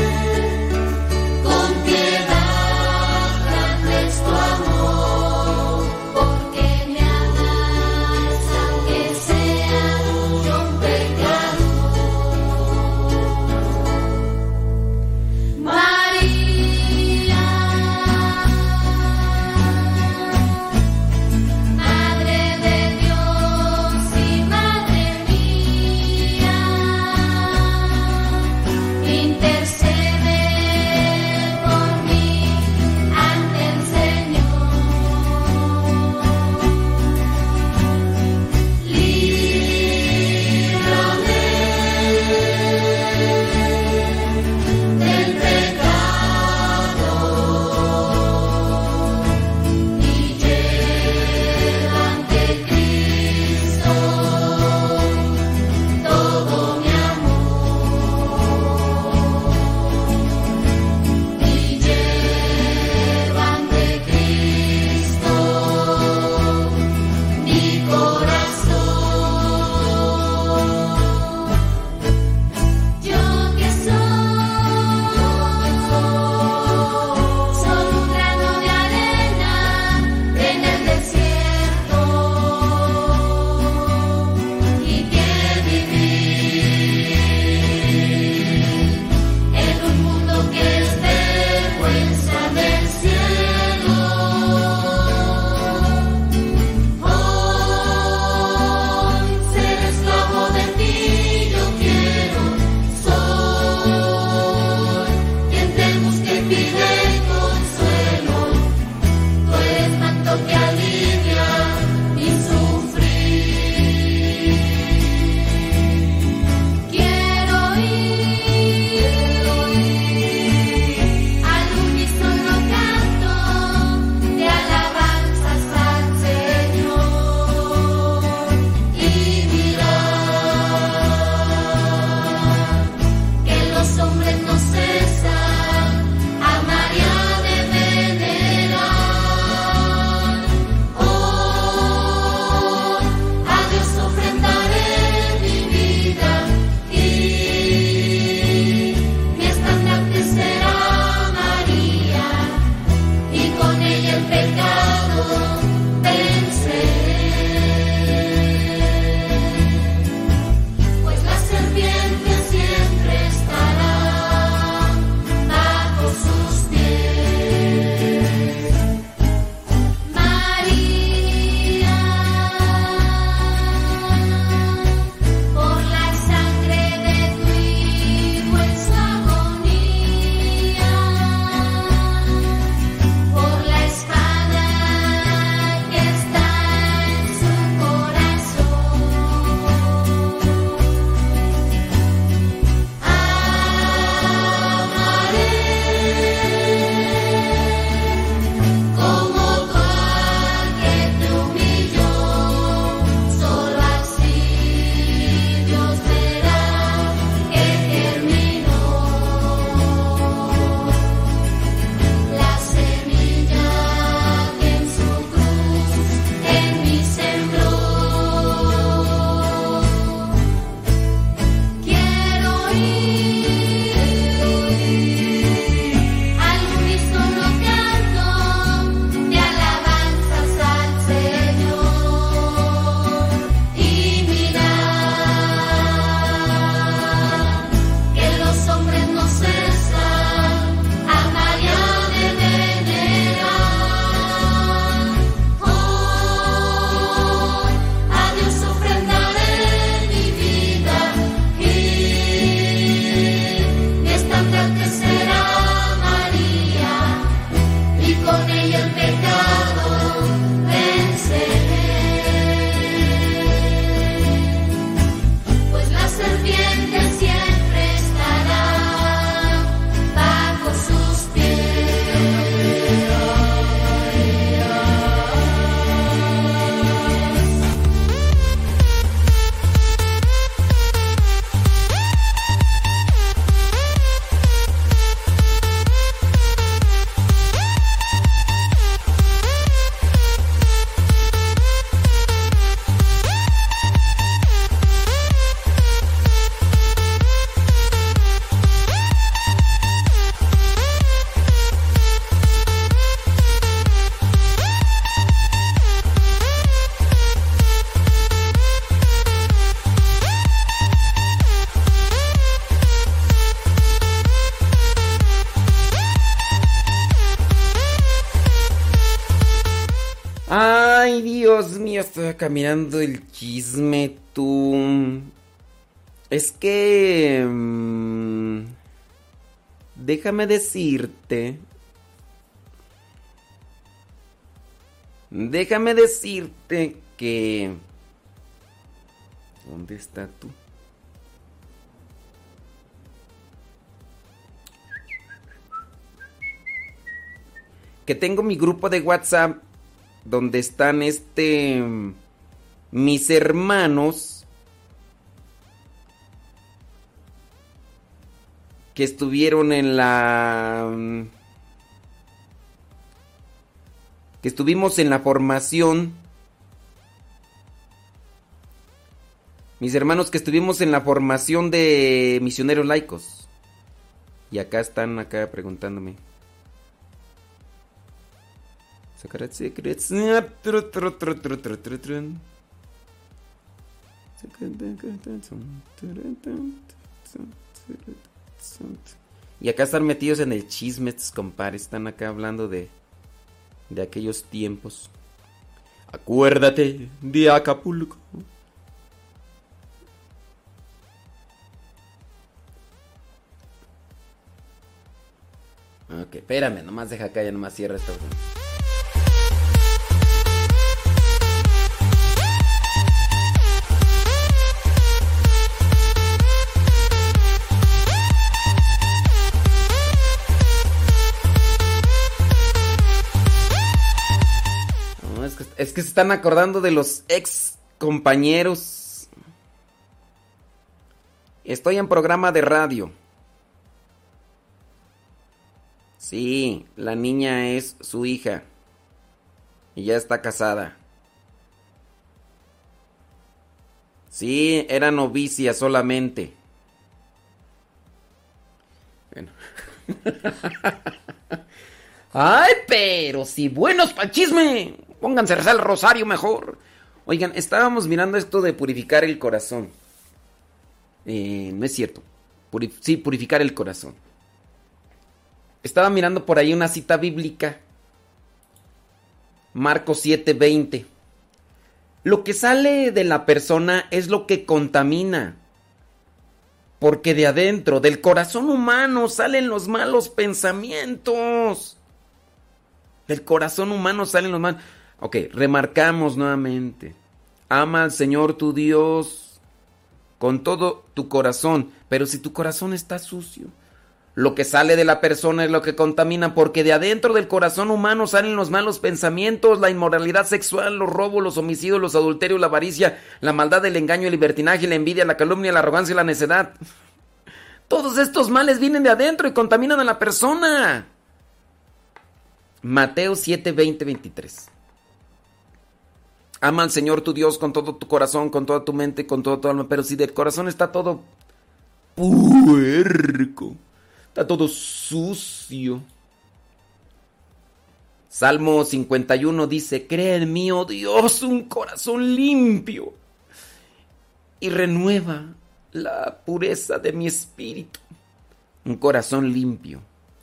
Dios mío, estoy caminando el chisme, tú. Es que... déjame decirte. Que... ¿dónde está tú? Que tengo mi grupo de WhatsApp donde están mis hermanos que estuvieron que estuvimos en la formación. Mis hermanos que estuvimos en la formación de misioneros laicos. Y acá están preguntándome. Secret Secrets. Y acá están metidos en el chisme estos compadres. Están acá hablando de aquellos tiempos. Acuérdate de Acapulco. Ok, espérame, nomás deja acá, ya nomás cierra esta. No, es que se están acordando de los ex compañeros. Estoy en programa de radio. Sí, la niña es su hija. Y ya está casada. Sí, era novicia solamente. Bueno. Ay, pero si buenos pa'l chisme. Pónganse a rezar el rosario mejor. Oigan, estábamos mirando esto de purificar el corazón. No es cierto. Sí, purificar el corazón. Estaba mirando por ahí una cita bíblica. Marcos 7:20. Lo que sale de la persona es lo que contamina. Porque de adentro, del corazón humano, salen los malos pensamientos. Del corazón humano salen los malos. Ok, remarcamos nuevamente. Ama al Señor tu Dios con todo tu corazón. Pero si tu corazón está sucio, lo que sale de la persona es lo que contamina, porque de adentro del corazón humano salen los malos pensamientos, la inmoralidad sexual, los robos, los homicidios, los adulterios, la avaricia, la maldad, el engaño, el libertinaje, la envidia, la calumnia, la arrogancia y la necedad. Todos estos males vienen de adentro y contaminan a la persona. Mateo 7:20-23. Ama al Señor tu Dios con todo tu corazón, con toda tu mente, con toda tu alma, pero si del corazón está todo puerco, está todo sucio. Salmo 51 dice: crea en mí, oh Dios, un corazón limpio y renueva la pureza de mi espíritu. Un corazón limpio.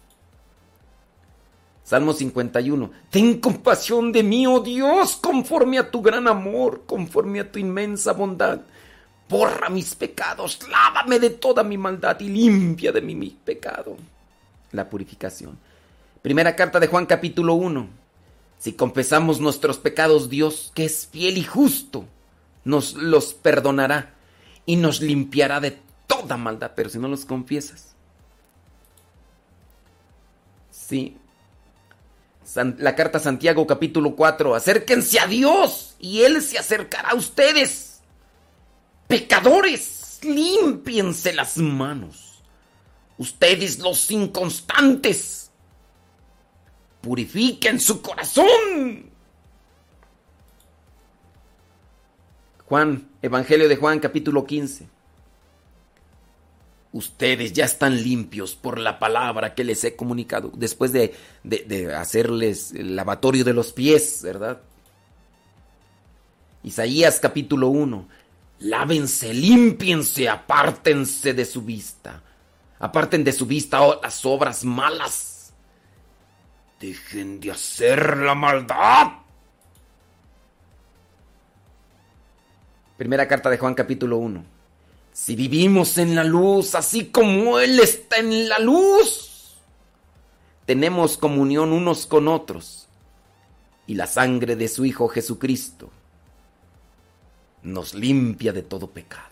Salmo 51. Ten compasión de mí, oh Dios, conforme a tu gran amor, conforme a tu inmensa bondad. Borra mis pecados, lávame de toda mi maldad y limpia de mí mi pecado. La purificación. Primera carta de Juan, capítulo 1. Si confesamos nuestros pecados, Dios, que es fiel y justo, nos los perdonará y nos limpiará de toda maldad. Pero si no los confiesas. Sí. La carta a Santiago, capítulo 4. Acérquense a Dios y Él se acercará a ustedes. Pecadores, límpiense las manos. Ustedes los inconstantes, purifiquen su corazón. Juan, Evangelio de Juan, capítulo 15. Ustedes ya están limpios por la palabra que les he comunicado. Después de hacerles el lavatorio de los pies, ¿verdad? Isaías, capítulo 1. Lávense, límpiense, apártense de su vista. Aparten de su vista las obras malas. Dejen de hacer la maldad. Primera carta de Juan, capítulo 1. Si vivimos en la luz, así como Él está en la luz, tenemos comunión unos con otros. Y la sangre de su Hijo Jesucristo nos limpia de todo pecado.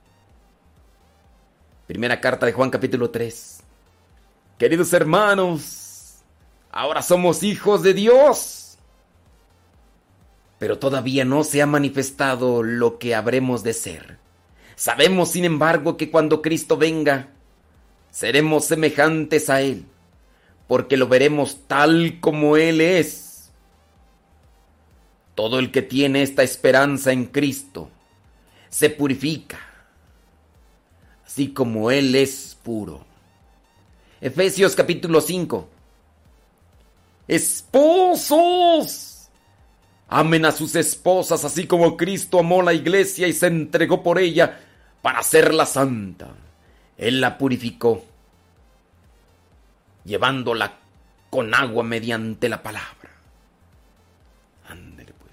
Primera carta de Juan, capítulo 3. Queridos hermanos, ahora somos hijos de Dios, pero todavía no se ha manifestado lo que habremos de ser. Sabemos, sin embargo, que cuando Cristo venga, seremos semejantes a Él, porque lo veremos tal como Él es. Todo el que tiene esta esperanza en Cristo se purifica, así como Él es puro. Efesios capítulo 5. Esposos, amen a sus esposas así como Cristo amó la iglesia y se entregó por ella para hacerla santa. Él la purificó, llevándola con agua mediante la palabra. Ándele pues.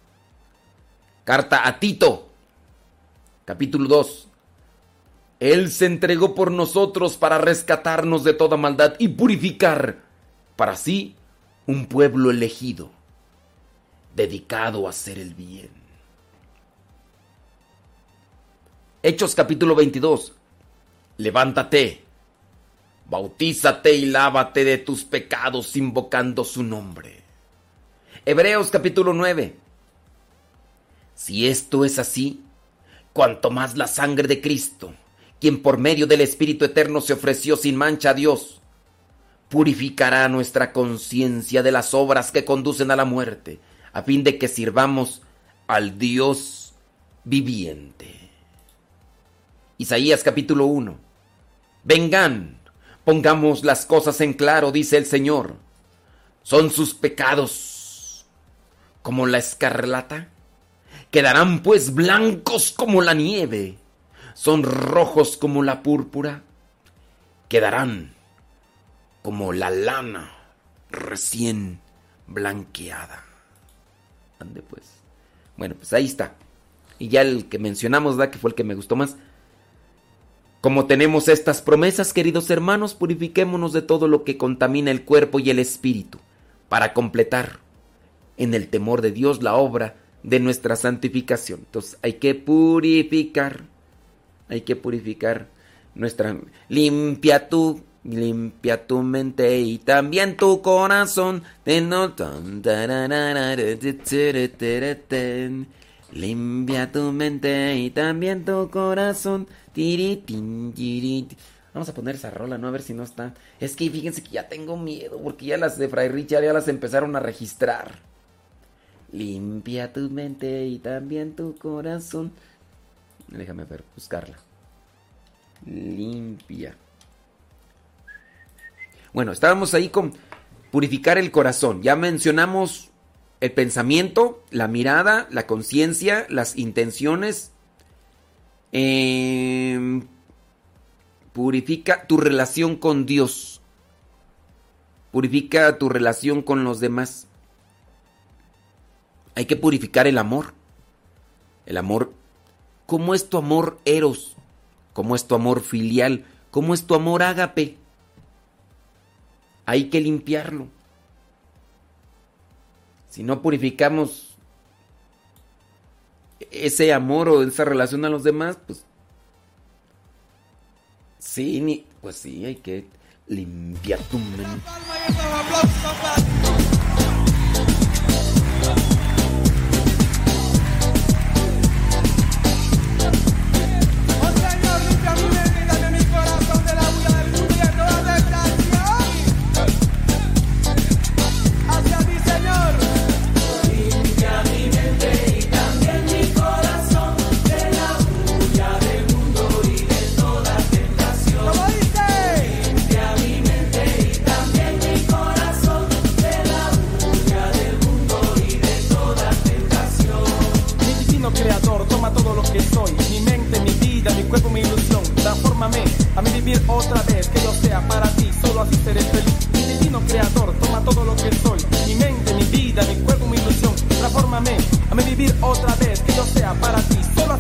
Carta a Tito, capítulo 2. Él se entregó por nosotros para rescatarnos de toda maldad y purificar para sí un pueblo elegido, dedicado a hacer el bien. Hechos capítulo 22. Levántate, bautízate y lávate de tus pecados invocando su nombre. Hebreos capítulo 9. Si esto es así, cuanto más la sangre de Cristo, quien por medio del Espíritu Eterno se ofreció sin mancha a Dios, purificará nuestra conciencia de las obras que conducen a la muerte, a fin de que sirvamos al Dios viviente. Isaías capítulo 1. Vengan, pongamos las cosas en claro, dice el Señor. ¿Son sus pecados como la escarlata? Quedarán pues blancos como la nieve. Son rojos como la púrpura. Quedarán como la lana recién blanqueada. Ande pues. Bueno, pues ahí está. Y ya el que mencionamos, ¿verdad?, que fue el que me gustó más. Como tenemos estas promesas, queridos hermanos, purifiquémonos de todo lo que contamina el cuerpo y el espíritu, para completar en el temor de Dios la obra de nuestra santificación. Entonces hay que purificar nuestra... Limpia tu mente y también tu corazón. Limpia tu mente y también tu corazón. Vamos a poner esa rola, ¿no? A ver si no está. Es que fíjense que ya tengo miedo, porque ya las de Fray Richard ya las empezaron a registrar. Limpia tu mente y también tu corazón. Déjame ver, buscarla. Limpia. Bueno, estábamos ahí con purificar el corazón. Ya mencionamos el pensamiento, la mirada, la conciencia, las intenciones. Purifica tu relación con Dios. Purifica tu relación con los demás. Hay que purificar el amor. El amor. ¿Cómo es tu amor eros? ¿Cómo es tu amor filial? ¿Cómo es tu amor ágape? Hay que limpiarlo. Si no purificamos ese amor o esa relación a los demás, pues sí, hay que limpiar tu mente. A mí vivir otra vez, que yo sea para ti, solo así seré feliz. Mi divino creador, toma todo lo que soy, mi mente, mi vida, mi cuerpo, mi ilusión. Transfórmame, a mí vivir otra vez, que yo sea para ti, solo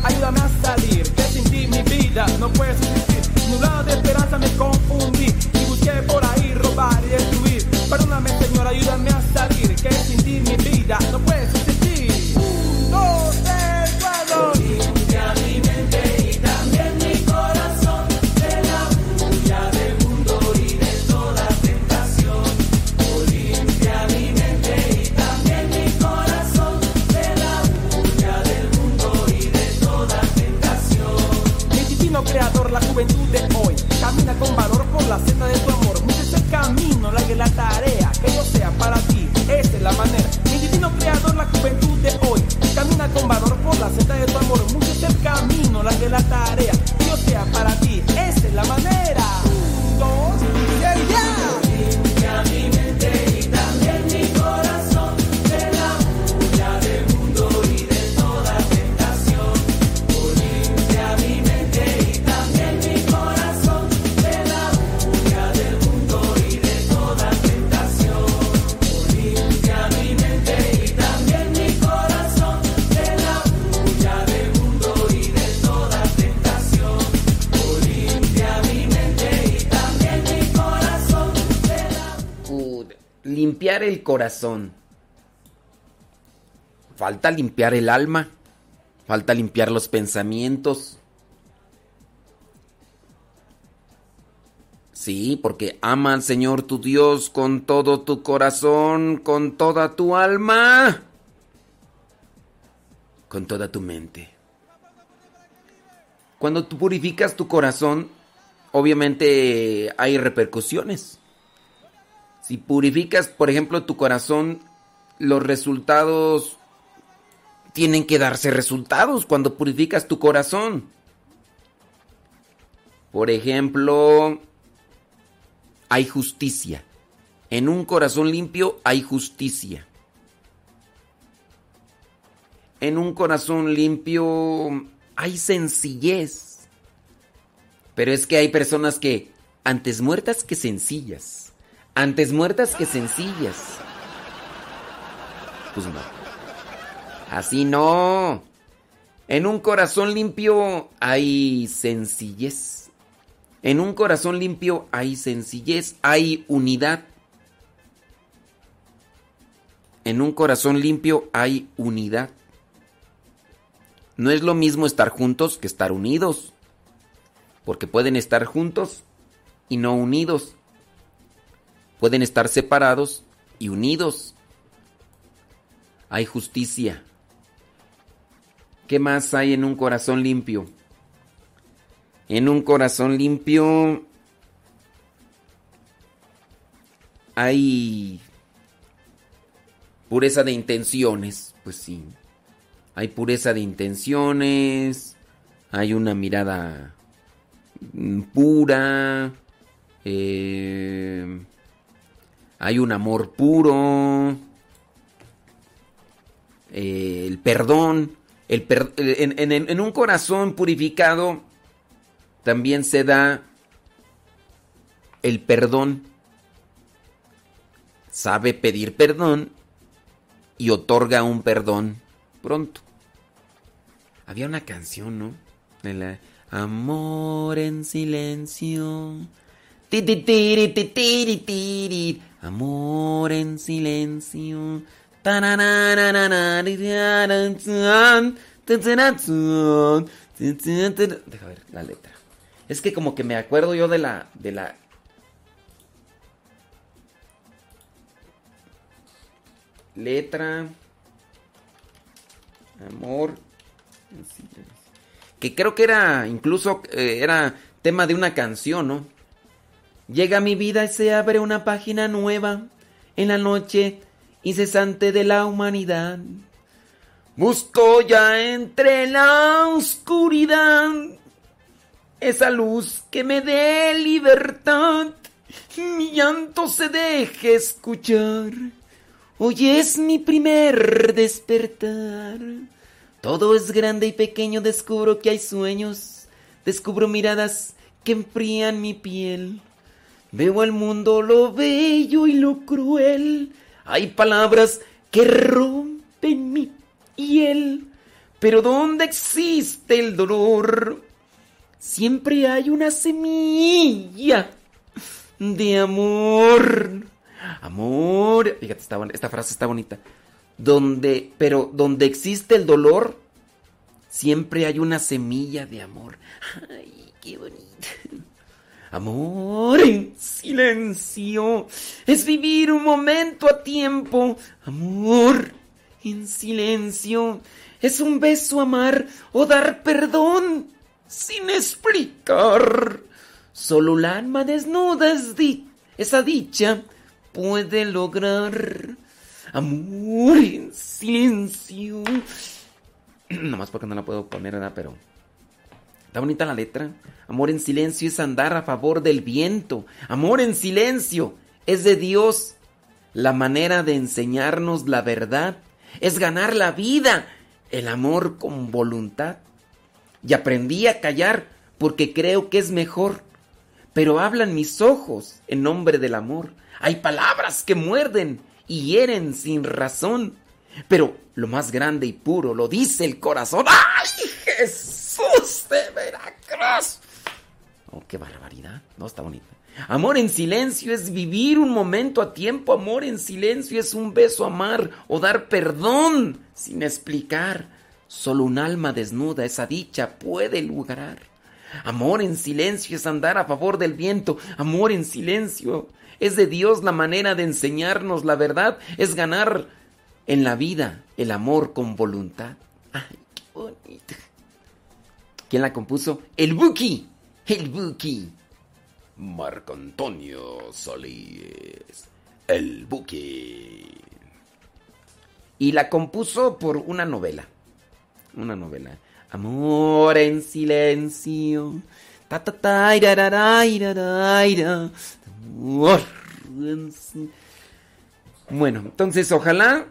ayúdame a salir, que sin ti mi vida no puede existir. Nublado de esperanza me confundí y busqué por ahí robar y destruir. Perdóname, Señor, ayúdame a salir, que sin ti mi vida no puede existir. 1, 2, 3, 4. Limpia mi mente y también mi corazón de la bulla del mundo y de toda tentación. Limpia mi mente y también mi corazón de la bulla del mundo y de toda tentación. Mi divino creador, la juventud de hoy camina con valor por la senda de tu amor. Mucho es el camino, la tarea, que yo sea para ti, esa es la manera. Mi divino creador, la juventud de hoy camina con valor por la senda de tu amor. Mucho es el camino, la tarea, que yo sea para ti, esa es la manera. 1, 2, 3, ya. Limpia mi mente y también mi corazón de la bulla del mundo y de toda tentación. Limpia mi mente y también mi corazón de la bulla del mundo y de toda tentación. Limpia mi mente y también mi corazón de la bulla del mundo y de toda tentación. Limpia mi mente y también mi corazón de la... Limpiar el corazón. Falta limpiar el alma. Falta limpiar los pensamientos. Sí, porque ama al Señor tu Dios con todo tu corazón, con toda tu alma, con toda tu mente. Cuando tú purificas tu corazón, obviamente hay repercusiones. Si purificas, por ejemplo, tu corazón, los resultados tienen que darse resultados cuando purificas tu corazón. Por ejemplo, hay justicia. En un corazón limpio hay justicia. En un corazón limpio hay sencillez. Pero es que hay personas que antes muertas que sencillas. Antes muertas que sencillas. Pues no. Así no. En un corazón limpio hay sencillez. En un corazón limpio hay sencillez, hay unidad. En un corazón limpio hay unidad. No es lo mismo estar juntos que estar unidos. Porque pueden estar juntos y no unidos. Pueden estar separados y unidos. Hay justicia. ¿Qué más hay en un corazón limpio? En un corazón limpio hay pureza de intenciones. Pues sí. Hay pureza de intenciones. Hay una mirada pura. Hay un amor puro. El perdón. En un corazón purificado también se da el perdón. Sabe pedir perdón y otorga un perdón pronto. Había una canción, ¿no? De la Amor en silencio. Amor en silencio. Deja ver la letra. Es que como que me acuerdo yo de la letra. Amor en silencio. Que creo que era incluso era tema de una canción, ¿no? Llega a mi vida y se abre una página nueva en la noche incesante de la humanidad. Busco ya entre la oscuridad esa luz que me dé libertad. Mi llanto se deje escuchar. Hoy es mi primer despertar. Todo es grande y pequeño, descubro que hay sueños. Descubro miradas que enfrían mi piel. Veo al mundo lo bello y lo cruel. Hay palabras que rompen mi piel. Pero donde existe el dolor, siempre hay una semilla de amor. Amor. Fíjate, esta frase está bonita. Pero donde existe el dolor, siempre hay una semilla de amor. Ay, qué bonito. Amor en silencio es vivir un momento a tiempo. Amor en silencio es un beso, amar o dar perdón sin explicar. Solo el alma desnuda esa dicha puede lograr. Amor en silencio. Nomás porque no la puedo poner, ¿verdad? Pero está bonita la letra. Amor en silencio es andar a favor del viento. Amor en silencio es de Dios. La manera de enseñarnos la verdad es ganar la vida. El amor con voluntad. Y aprendí a callar porque creo que es mejor. Pero hablan mis ojos en nombre del amor. Hay palabras que muerden y hieren sin razón. Pero lo más grande y puro lo dice el corazón. ¡Ay, Jesús de Veracruz! Oh, qué barbaridad. No, está bonita. Amor en silencio es vivir un momento a tiempo. Amor en silencio es un beso, amar o dar perdón sin explicar. Solo un alma desnuda esa dicha puede lograr. Amor en silencio es andar a favor del viento. Amor en silencio es de Dios la manera de enseñarnos la verdad. Es ganar en la vida el amor con voluntad. Ay, qué bonito. ¿Quién la compuso? El Buki. El Buki. Marco Antonio Solís. El Buki. Y la compuso por una novela. Una novela. Amor en silencio. Ta ta ta ira, ira, ira. Amor en silencio. Bueno, entonces ojalá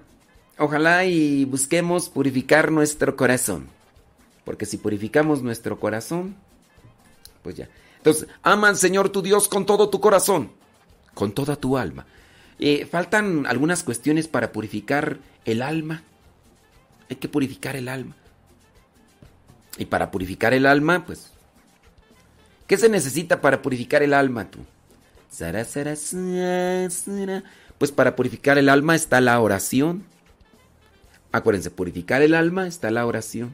y busquemos purificar nuestro corazón. Porque si purificamos nuestro corazón, pues ya. Entonces, ama al Señor tu Dios con todo tu corazón, con toda tu alma. Faltan algunas cuestiones para purificar el alma. Hay que purificar el alma. Y para purificar el alma, pues, ¿qué se necesita para purificar el alma tú? Pues para purificar el alma está la oración. Acuérdense, purificar el alma está la oración.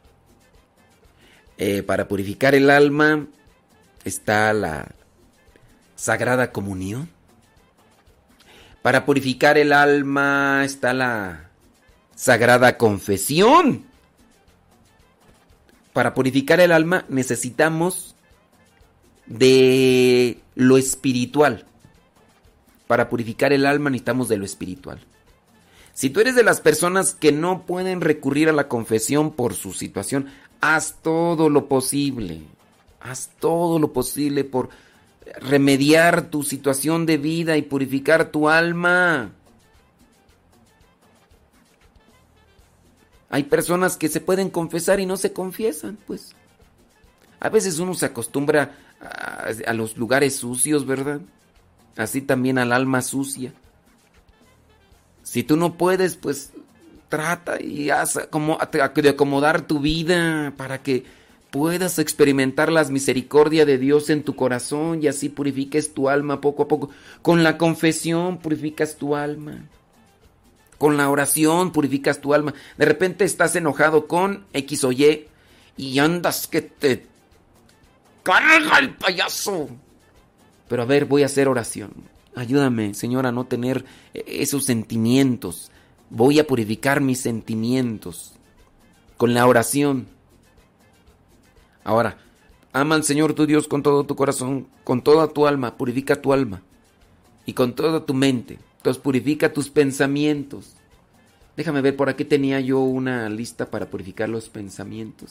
Para purificar el alma está la Sagrada Comunión. Para purificar el alma está la Sagrada Confesión. Para purificar el alma necesitamos de lo espiritual. Para purificar el alma necesitamos de lo espiritual. Si tú eres de las personas que no pueden recurrir a la confesión por su situación, haz todo lo posible. Haz todo lo posible por remediar tu situación de vida y purificar tu alma. Hay personas que se pueden confesar y no se confiesan, pues. A veces uno se acostumbra a los lugares sucios, ¿verdad? Así también al alma sucia. Si tú no puedes, pues trata y haz de acomodar tu vida para que puedas experimentar las misericordias de Dios en tu corazón y así purifiques tu alma poco a poco. Con la confesión purificas tu alma. Con la oración purificas tu alma. De repente estás enojado con X o Y andas que te carga el payaso. Pero a ver, voy a hacer oración. Ayúdame, Señor, a no tener esos sentimientos. Voy a purificar mis sentimientos con la oración. Ahora, ama al Señor tu Dios con todo tu corazón, con toda tu alma, purifica tu alma y con toda tu mente. Entonces purifica tus pensamientos. Déjame ver, por aquí tenía yo una lista para purificar los pensamientos.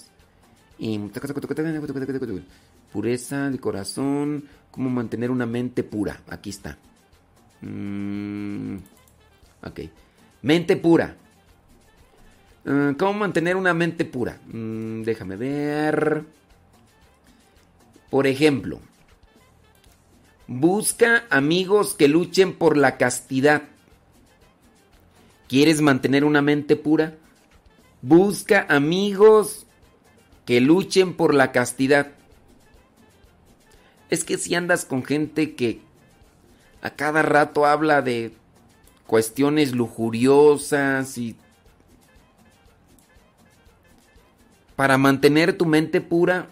Pureza de corazón, cómo mantener una mente pura. Aquí está. Ok. Mente pura. ¿Cómo mantener una mente pura? Déjame ver. Por ejemplo, busca amigos que luchen por la castidad. ¿Quieres mantener una mente pura? Busca amigos que luchen por la castidad. Es que si andas con gente que a cada rato habla de cuestiones lujuriosas y para mantener tu mente pura,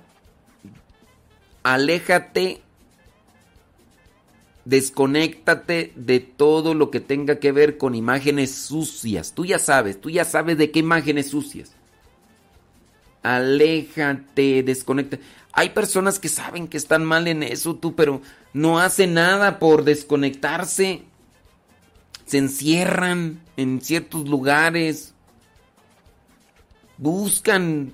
aléjate, desconéctate de todo lo que tenga que ver con imágenes sucias. Tú ya sabes de qué imágenes sucias. Aléjate, desconéctate. Hay personas que saben que están mal en eso, pero no hacen nada por desconectarse. Se encierran en ciertos lugares. Buscan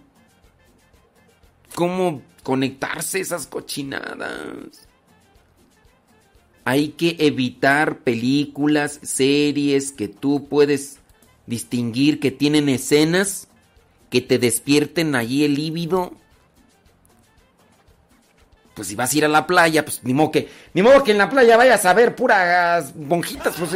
cómo conectarse a esas cochinadas. Hay que evitar películas, series que tú puedes distinguir que tienen escenas que te despierten allí el líbido. Pues si vas a ir a la playa, pues ni modo que en la playa vayas a ver puras monjitas, pues.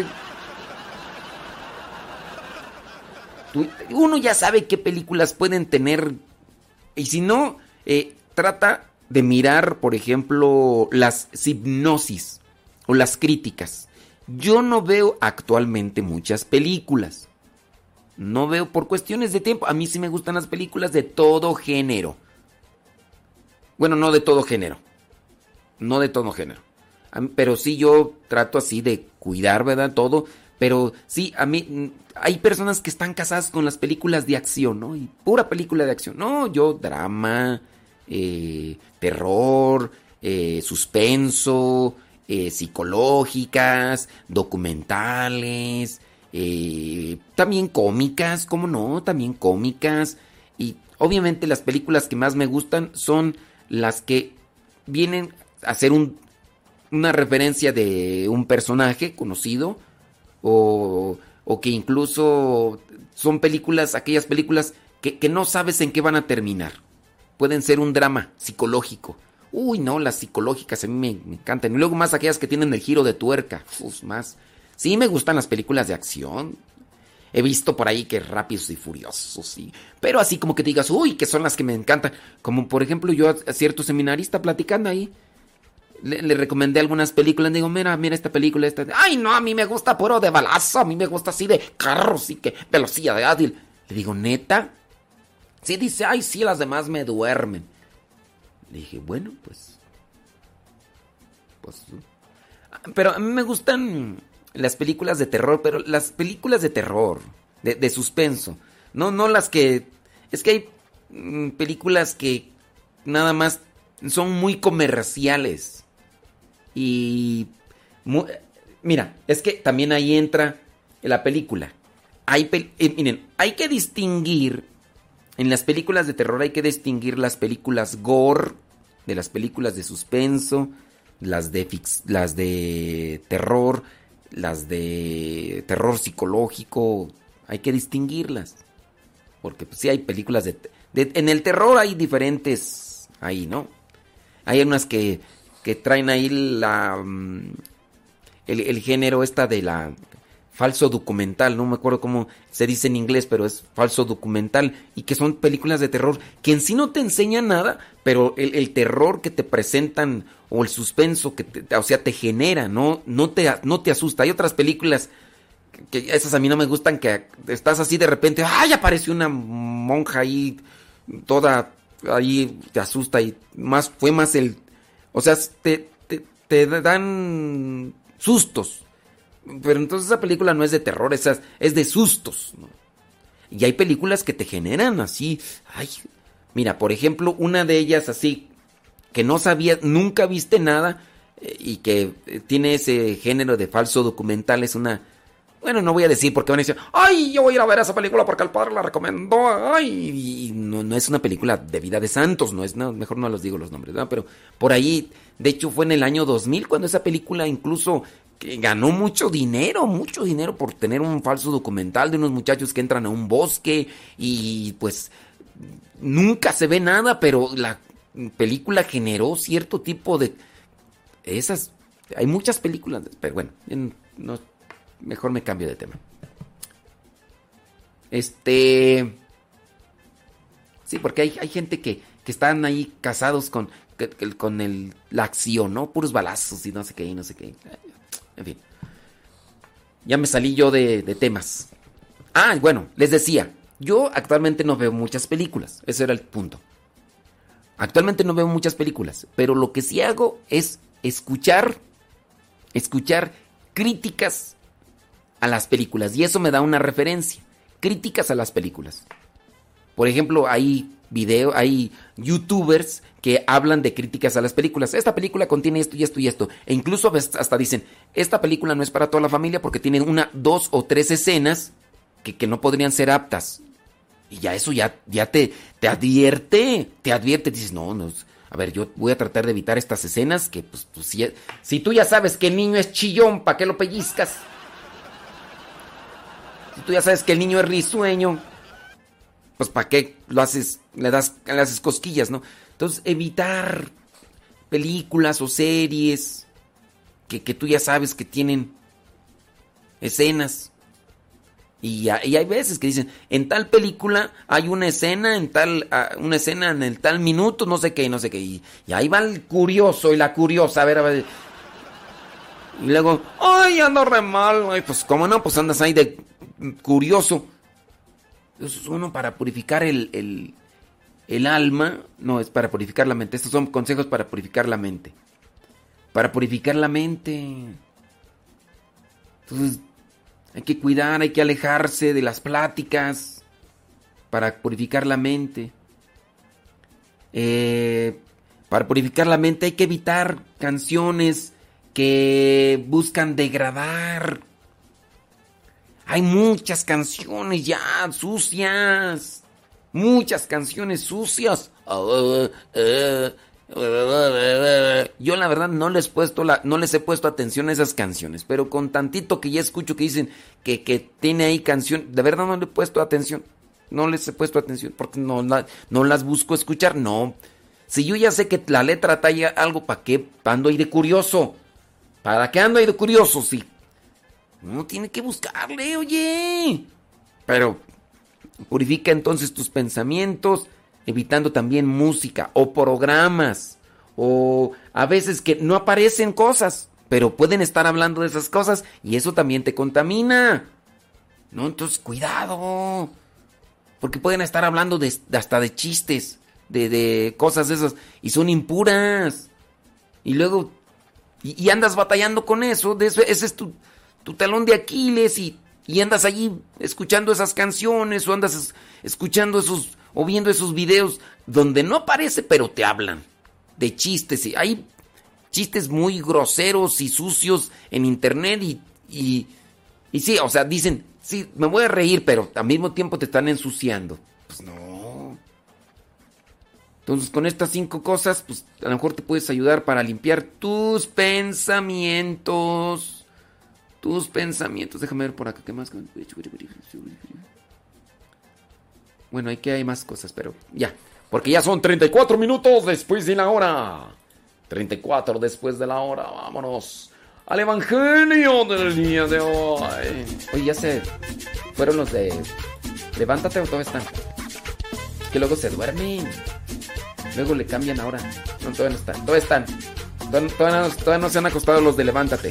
Uno ya sabe qué películas pueden tener. Y si no, trata de mirar, por ejemplo, las hipnosis o las críticas. Yo no veo actualmente muchas películas. No veo por cuestiones de tiempo. A mí sí me gustan las películas de todo género. Bueno, no de todo género. No de todo género. Pero sí yo trato así de cuidar, ¿verdad? Todo. Pero sí, a mí hay personas que están casadas con las películas de acción, ¿no? Y pura película de acción. No, yo drama, terror, suspenso, psicológicas, documentales, también cómicas, ¿cómo no? También cómicas. Y obviamente las películas que más me gustan son las que vienen a hacer una referencia de un personaje conocido o que incluso son películas, aquellas películas que no sabes en qué van a terminar. Pueden ser un drama psicológico. Uy, no, las psicológicas a mí me encantan. Y luego más aquellas que tienen el giro de tuerca. Más. Sí me gustan las películas de acción. He visto por ahí que Rápidos y Furiosos, sí. Pero así como que digas, uy, que son las que me encantan. Como por ejemplo yo a cierto seminarista platicando ahí, le recomendé algunas películas. Le digo, mira esta película, esta. Ay, no, a mí me gusta puro de balazo. A mí me gusta así de carros y que velocidad de ágil. Le digo, ¿neta? Sí, dice, ay, sí, las demás me duermen. Le dije, bueno, pues. Pero a mí me gustan las películas de terror, pero las películas de terror, de suspenso. No las que. Es que hay películas que nada más son muy comerciales. Y. Mira, es que también ahí entra la película. Miren, hay que distinguir. En las películas de terror hay que distinguir las películas gore de las películas de suspenso, las de terror, las de terror psicológico. Hay que distinguirlas. Porque pues, sí hay películas en el terror hay diferentes ahí, ¿no? Hay unas que traen ahí el género de la falso documental, no me acuerdo cómo se dice en inglés, pero es falso documental, y que son películas de terror que en sí no te enseñan nada, pero el terror que te presentan o el suspenso que te genera, no te asusta. Hay otras películas que esas a mí no me gustan, que estás así de repente, ¡ay! Apareció una monja ahí toda ahí, te asusta, y fue más te dan sustos. Pero entonces esa película no es de terror, es de sustos, ¿no? Y hay películas que te generan así. Ay, mira, por ejemplo, una de ellas así, que no sabías, nunca viste nada, y que tiene ese género de falso documental, es una. Bueno, no voy a decir porque van a decir, ay, yo voy a ir a ver esa película porque el padre la recomendó. Ay, y no es una película de vida de santos, mejor no los digo los nombres, ¿verdad? Pero por ahí, de hecho fue en el año 2000 cuando esa película incluso que ganó mucho dinero por tener un falso documental de unos muchachos que entran a un bosque y pues nunca se ve nada, pero la película generó cierto tipo de esas. Hay muchas películas, pero bueno, mejor me cambio de tema. Sí, porque hay gente que están ahí casados con la acción, ¿no? Puros balazos y no sé qué, y no sé qué. En fin. Ya me salí yo de temas. Bueno, les decía, yo actualmente no veo muchas películas. Ese era el punto. Actualmente no veo muchas películas, pero lo que sí hago es escuchar críticas a las películas. Y eso me da una referencia. Críticas a las películas. Por ejemplo, hay youtubers que hablan de críticas a las películas. Esta película contiene esto y esto y esto. E incluso hasta dicen, esta película no es para toda la familia porque tiene 1, 2 o 3 escenas que no podrían ser aptas. Y ya eso ya te advierte. Dices, no, a ver, yo voy a tratar de evitar estas escenas que, pues si tú ya sabes que el niño es chillón, ¿para qué lo pellizcas? Si tú ya sabes que el niño es risueño, pues ¿para qué lo haces? Le haces cosquillas, ¿no? Entonces, evitar películas o series que tú ya sabes que tienen escenas. Y hay veces que dicen, en tal película hay una escena en el tal minuto, no sé qué, no sé qué. Y ahí va el curioso y la curiosa, a ver. Y luego, ¡ay, ando re mal! Ay, pues, ¿cómo no? Pues andas ahí de curioso. Eso es uno para purificar el alma. No, es para purificar la mente. Estos son consejos para purificar la mente. Para purificar la mente. Entonces, hay que cuidar, hay que alejarse de las pláticas para purificar la mente. Para purificar la mente hay que evitar canciones que buscan degradar. Hay muchas canciones ya sucias. Muchas canciones sucias. Yo la verdad no les he puesto atención a esas canciones, pero con tantito que ya escucho que dicen que tiene ahí canción, de verdad no le he puesto atención. No les he puesto atención porque no las busco escuchar. No. Si yo ya sé que la letra trae algo, ¿para qué ando ahí de curioso? ¿Para qué ando ahí de curioso? Si no tiene que buscarle, oye. Pero purifica entonces tus pensamientos, evitando también música o programas, o a veces que no aparecen cosas, pero pueden estar hablando de esas cosas y eso también te contamina. No, entonces cuidado, porque pueden estar hablando hasta de chistes, de cosas de esas, y son impuras. Y luego, y andas batallando con eso, ese es tu talón de Aquiles, y andas allí escuchando esas canciones, o andas escuchando o viendo esos videos donde no aparece, pero te hablan de chistes. Y hay chistes muy groseros y sucios en internet y sí, o sea, dicen, sí, me voy a reír, pero al mismo tiempo te están ensuciando. Pues no. Entonces, con estas 5 cosas, pues a lo mejor te puedes ayudar para limpiar tus pensamientos. Déjame ver por acá, ¿qué más? Bueno, aquí hay más cosas, pero ya. Porque ya son 34 minutos después de la hora. 34 después de la hora. Vámonos al evangelio del día de hoy. Oye, ya se fueron los de Levántate, o todavía están. Que luego se duermen. Luego le cambian ahora. No, todavía no están. Todavía están. Todavía no se han acostado los de Levántate.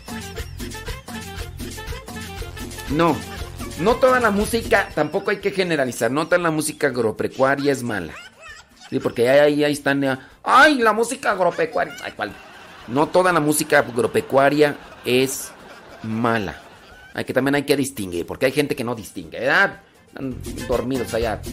No toda la música, tampoco hay que generalizar, no toda la música agropecuaria es mala. Sí, porque ahí están, ¡ay, la música agropecuaria! Ay, ¿cuál? No toda la música agropecuaria es mala. También hay que distinguir, porque hay gente que no distingue, ¿verdad? Están dormidos allá.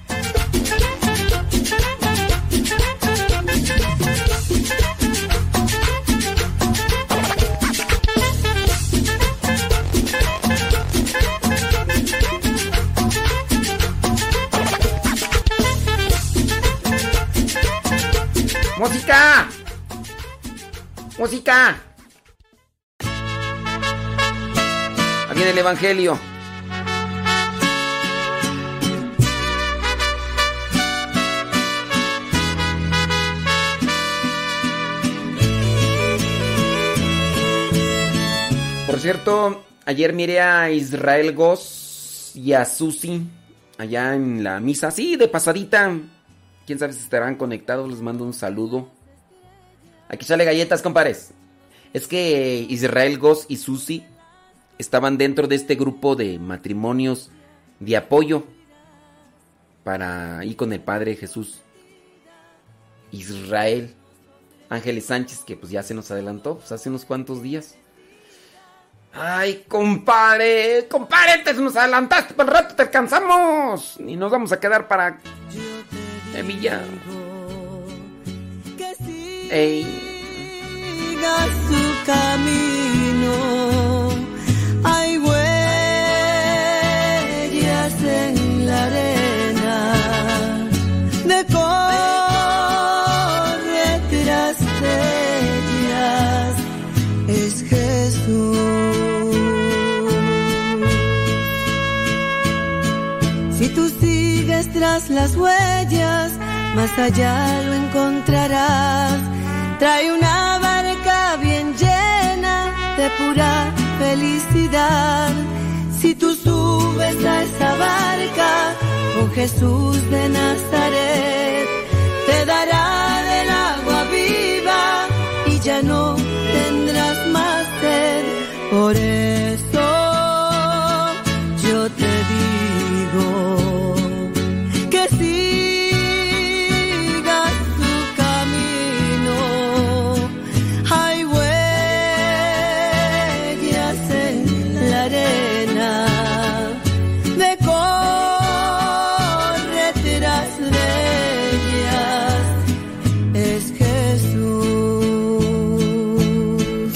¡Música! ¡Música! Ahí viene el evangelio. Por cierto, ayer miré a Israel Goss y a Susi allá en la misa. Sí, de pasadita. Quién sabe si estarán conectados. Les mando un saludo. Hay que echarle galletas, compadres. Es que Israel Goss y Susi estaban dentro de este grupo de matrimonios de apoyo para ir con el Padre Jesús. Israel Ángeles Sánchez, que pues ya se nos adelantó, pues hace unos cuantos días. Ay, compadre, te nos adelantaste, por el rato te alcanzamos y nos vamos a quedar para Villa. Ey. Siga su camino, hay huellas en la arena, corre tras ellas, es Jesús. Si tú sigues tras las huellas, más allá lo encontrarás. Trae una barca bien llena de pura felicidad. Si tú subes a esa barca con Jesús de Nazaret, te dará del agua viva y ya no tendrás más sed. Por eso yo te digo que sigas tu camino. Hay huellas en la arena, corre tras de ellas, es Jesús.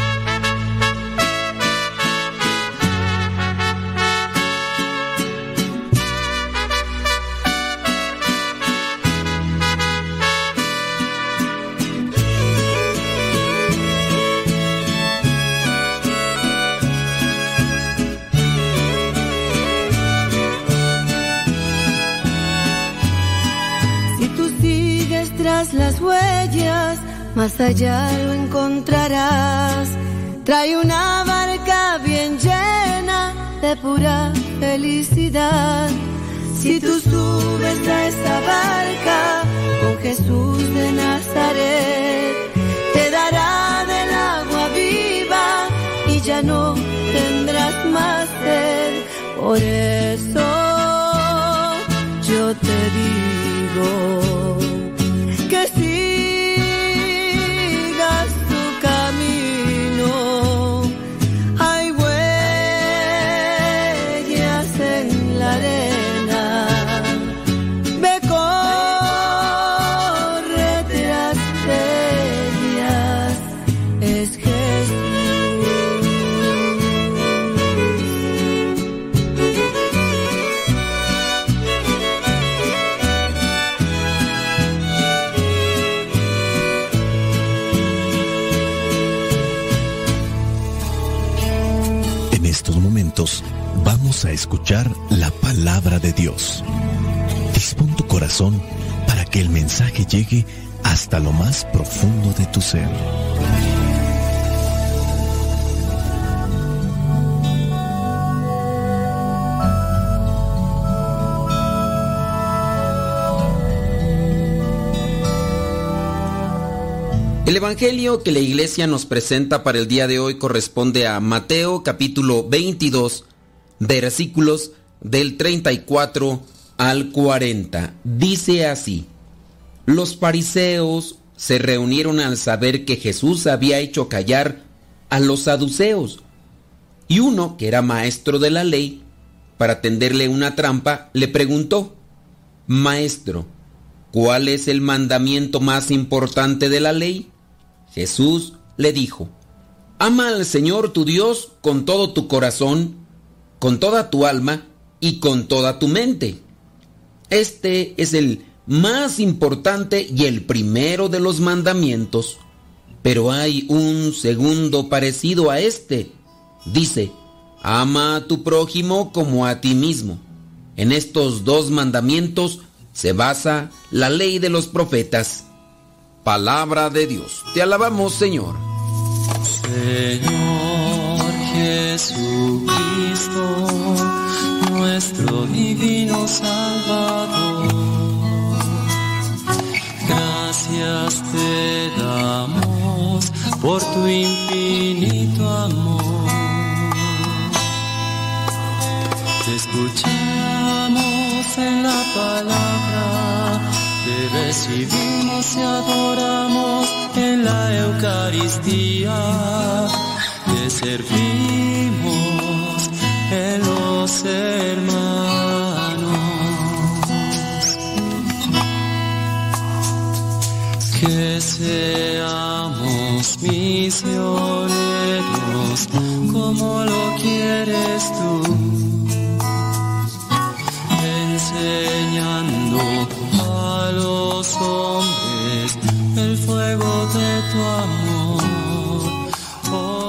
Tras las huellas, más allá lo encontrarás. Trae una barca bien llena de pura felicidad. Si tú subes a esa barca con Jesús de Nazaret, te dará del agua viva y ya no tendrás más sed. Por eso yo te digo que sigas tu camino. Hay huellas en la arena, ve, corre tras ellas, es Jesús. Vamos a escuchar la palabra de Dios. Dispón tu corazón para que el mensaje llegue hasta lo más profundo de tu ser. El evangelio que la iglesia nos presenta para el día de hoy corresponde a Mateo capítulo 22, versículos del 34 al 40. Dice así: los fariseos se reunieron al saber que Jesús había hecho callar a los saduceos, y uno que era maestro de la ley, para tenderle una trampa, le preguntó: Maestro, ¿cuál es el mandamiento más importante de la ley? Jesús le dijo: ama al Señor tu Dios con todo tu corazón, con toda tu alma y con toda tu mente. Este es el más importante y el primero de los mandamientos. Pero hay un segundo parecido a este. Dice: ama a tu prójimo como a ti mismo. En estos dos mandamientos se basa la ley de los profetas. Palabra de Dios. Te alabamos, Señor. Señor Jesucristo, nuestro divino Salvador. Gracias te damos por tu infinito amor. Te escuchamos en la palabra, te recibimos y adoramos en la Eucaristía, te servimos en los hermanos. Que seamos misioneros como lo quieres tú, enseñando a los hombres el fuego de tu amor. Oh,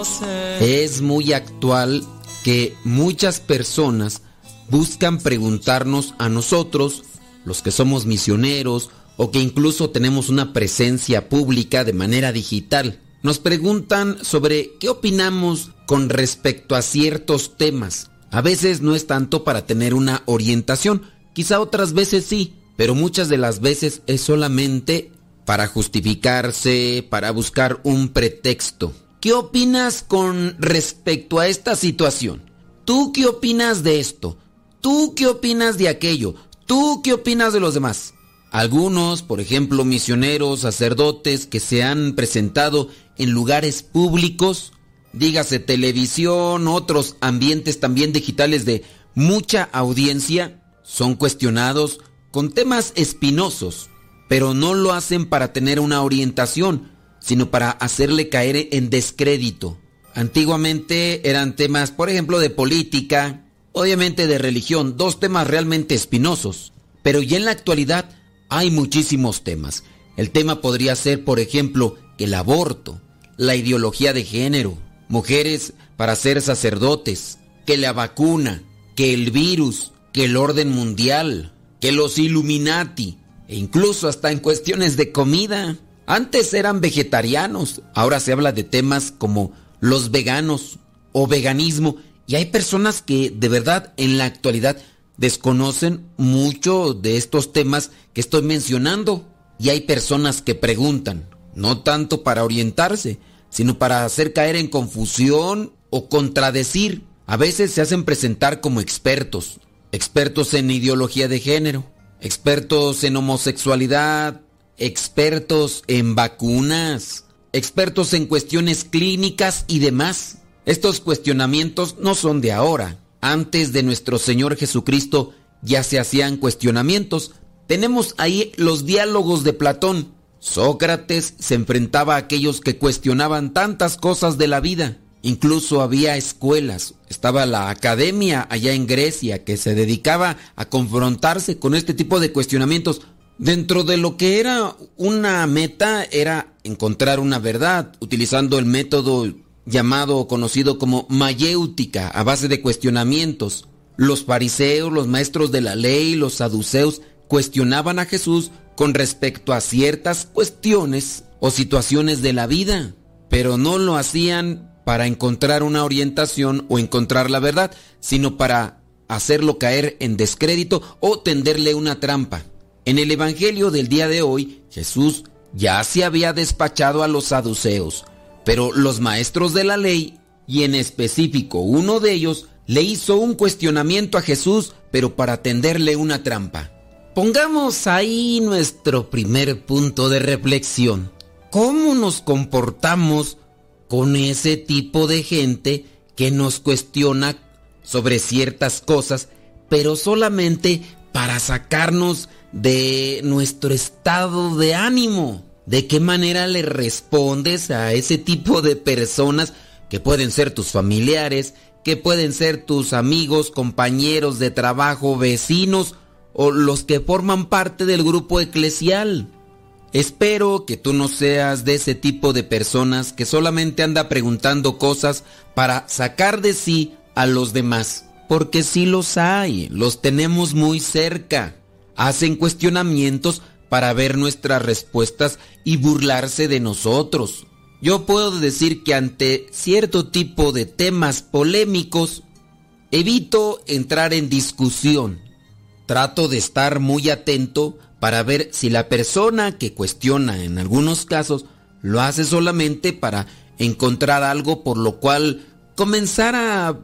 es muy actual que muchas personas buscan preguntarnos a nosotros, los que somos misioneros, o que incluso tenemos una presencia pública de manera digital. Nos preguntan sobre qué opinamos con respecto a ciertos temas. A veces no es tanto para tener una orientación, quizá otras veces sí, pero muchas de las veces es solamente para justificarse, para buscar un pretexto. ¿Qué opinas con respecto a esta situación? ¿Tú qué opinas de esto? ¿Tú qué opinas de aquello? ¿Tú qué opinas de los demás? Algunos, por ejemplo, misioneros, sacerdotes que se han presentado en lugares públicos, dígase televisión, otros ambientes también digitales de mucha audiencia, son cuestionados con temas espinosos, pero no lo hacen para tener una orientación, sino para hacerle caer en descrédito. Antiguamente eran temas, por ejemplo, de política, obviamente de religión, dos temas realmente espinosos, pero ya en la actualidad hay muchísimos temas. El tema podría ser, por ejemplo, el aborto, la ideología de género, mujeres para ser sacerdotes, que la vacuna, que el virus, que el orden mundial, que los Illuminati, e incluso hasta en cuestiones de comida. Antes eran vegetarianos, ahora se habla de temas como los veganos o veganismo, y hay personas que de verdad en la actualidad desconocen mucho de estos temas que estoy mencionando, y hay personas que preguntan, no tanto para orientarse, sino para hacer caer en confusión o contradecir. A veces se hacen presentar como expertos en ideología de género, expertos en homosexualidad, expertos en vacunas, expertos en cuestiones clínicas y demás. Estos cuestionamientos no son de ahora. Antes de nuestro Señor Jesucristo ya se hacían cuestionamientos. Tenemos ahí los diálogos de Platón. Sócrates se enfrentaba a aquellos que cuestionaban tantas cosas de la vida. Incluso había escuelas. Estaba la academia allá en Grecia que se dedicaba a confrontarse con este tipo de cuestionamientos. Dentro de lo que era una meta era encontrar una verdad, utilizando el método llamado o conocido como mayéutica, a base de cuestionamientos. Los fariseos, los maestros de la ley, los saduceos, cuestionaban a Jesús con respecto a ciertas cuestiones o situaciones de la vida, pero no lo hacían para encontrar una orientación o encontrar la verdad, sino para hacerlo caer en descrédito o tenderle una trampa. En el Evangelio del día de hoy, Jesús ya se había despachado a los saduceos, pero los maestros de la ley, y en específico uno de ellos, le hizo un cuestionamiento a Jesús, pero para tenderle una trampa. Pongamos ahí nuestro primer punto de reflexión. ¿Cómo nos comportamos con ese tipo de gente que nos cuestiona sobre ciertas cosas, pero solamente para sacarnos de nuestro estado de ánimo? ¿De qué manera le respondes a ese tipo de personas que pueden ser tus familiares, que pueden ser tus amigos, compañeros de trabajo, vecinos o los que forman parte del grupo eclesial? Espero que tú no seas de ese tipo de personas que solamente anda preguntando cosas para sacar de sí a los demás, porque sí los hay, los tenemos muy cerca. Hacen cuestionamientos para ver nuestras respuestas y burlarse de nosotros. Yo puedo decir que ante cierto tipo de temas polémicos, Evito entrar en discusión. Trato de estar muy atento para ver si la persona que cuestiona en algunos casos lo hace solamente para encontrar algo por lo cual comenzar a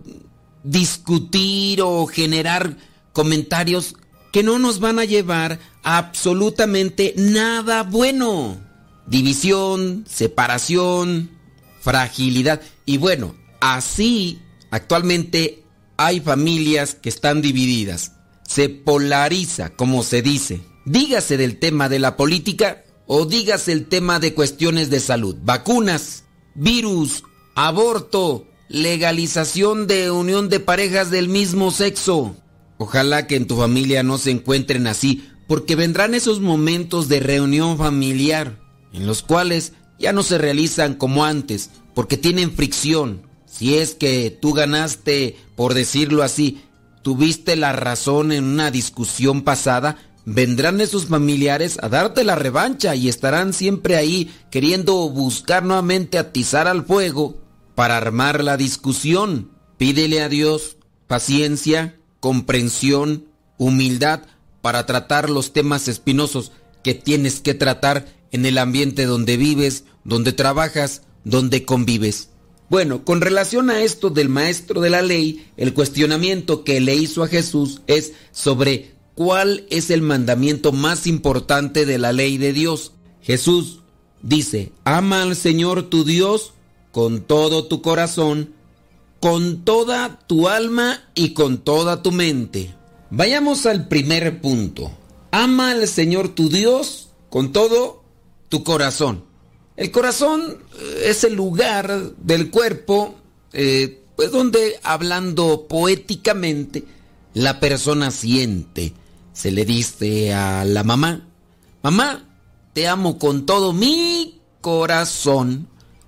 discutir o generar comentarios que no nos van a llevar a absolutamente nada bueno. División, separación, fragilidad. Y bueno, así actualmente hay familias que están divididas. Se polariza, como se dice. Dígase del tema de la política o dígase el tema de cuestiones de salud. Vacunas, virus, aborto, legalización de unión de parejas del mismo sexo. Ojalá que en tu familia no se encuentren así, porque vendrán esos momentos de reunión familiar, en los cuales ya no se realizan como antes, porque tienen fricción. Si es que tú ganaste, por decirlo así, tuviste la razón en una discusión pasada, vendrán esos familiares a darte la revancha y estarán siempre ahí queriendo buscar nuevamente atizar al fuego para armar la discusión. Pídele a Dios paciencia, comprensión, humildad para tratar los temas espinosos que tienes que tratar en el ambiente donde vives, donde trabajas, donde convives. Bueno, con relación a esto del maestro de la ley, el cuestionamiento que le hizo a Jesús es sobre cuál es el mandamiento más importante de la ley de Dios. Jesús dice, ama al Señor tu Dios con todo tu corazón, con toda tu alma y con toda tu mente. Vayamos al primer punto. Ama al Señor tu Dios con todo tu corazón. El corazón es el lugar del cuerpo, pues donde, hablando poéticamente, la persona siente. Se le dice a la mamá, mamá, te amo con todo mi corazón.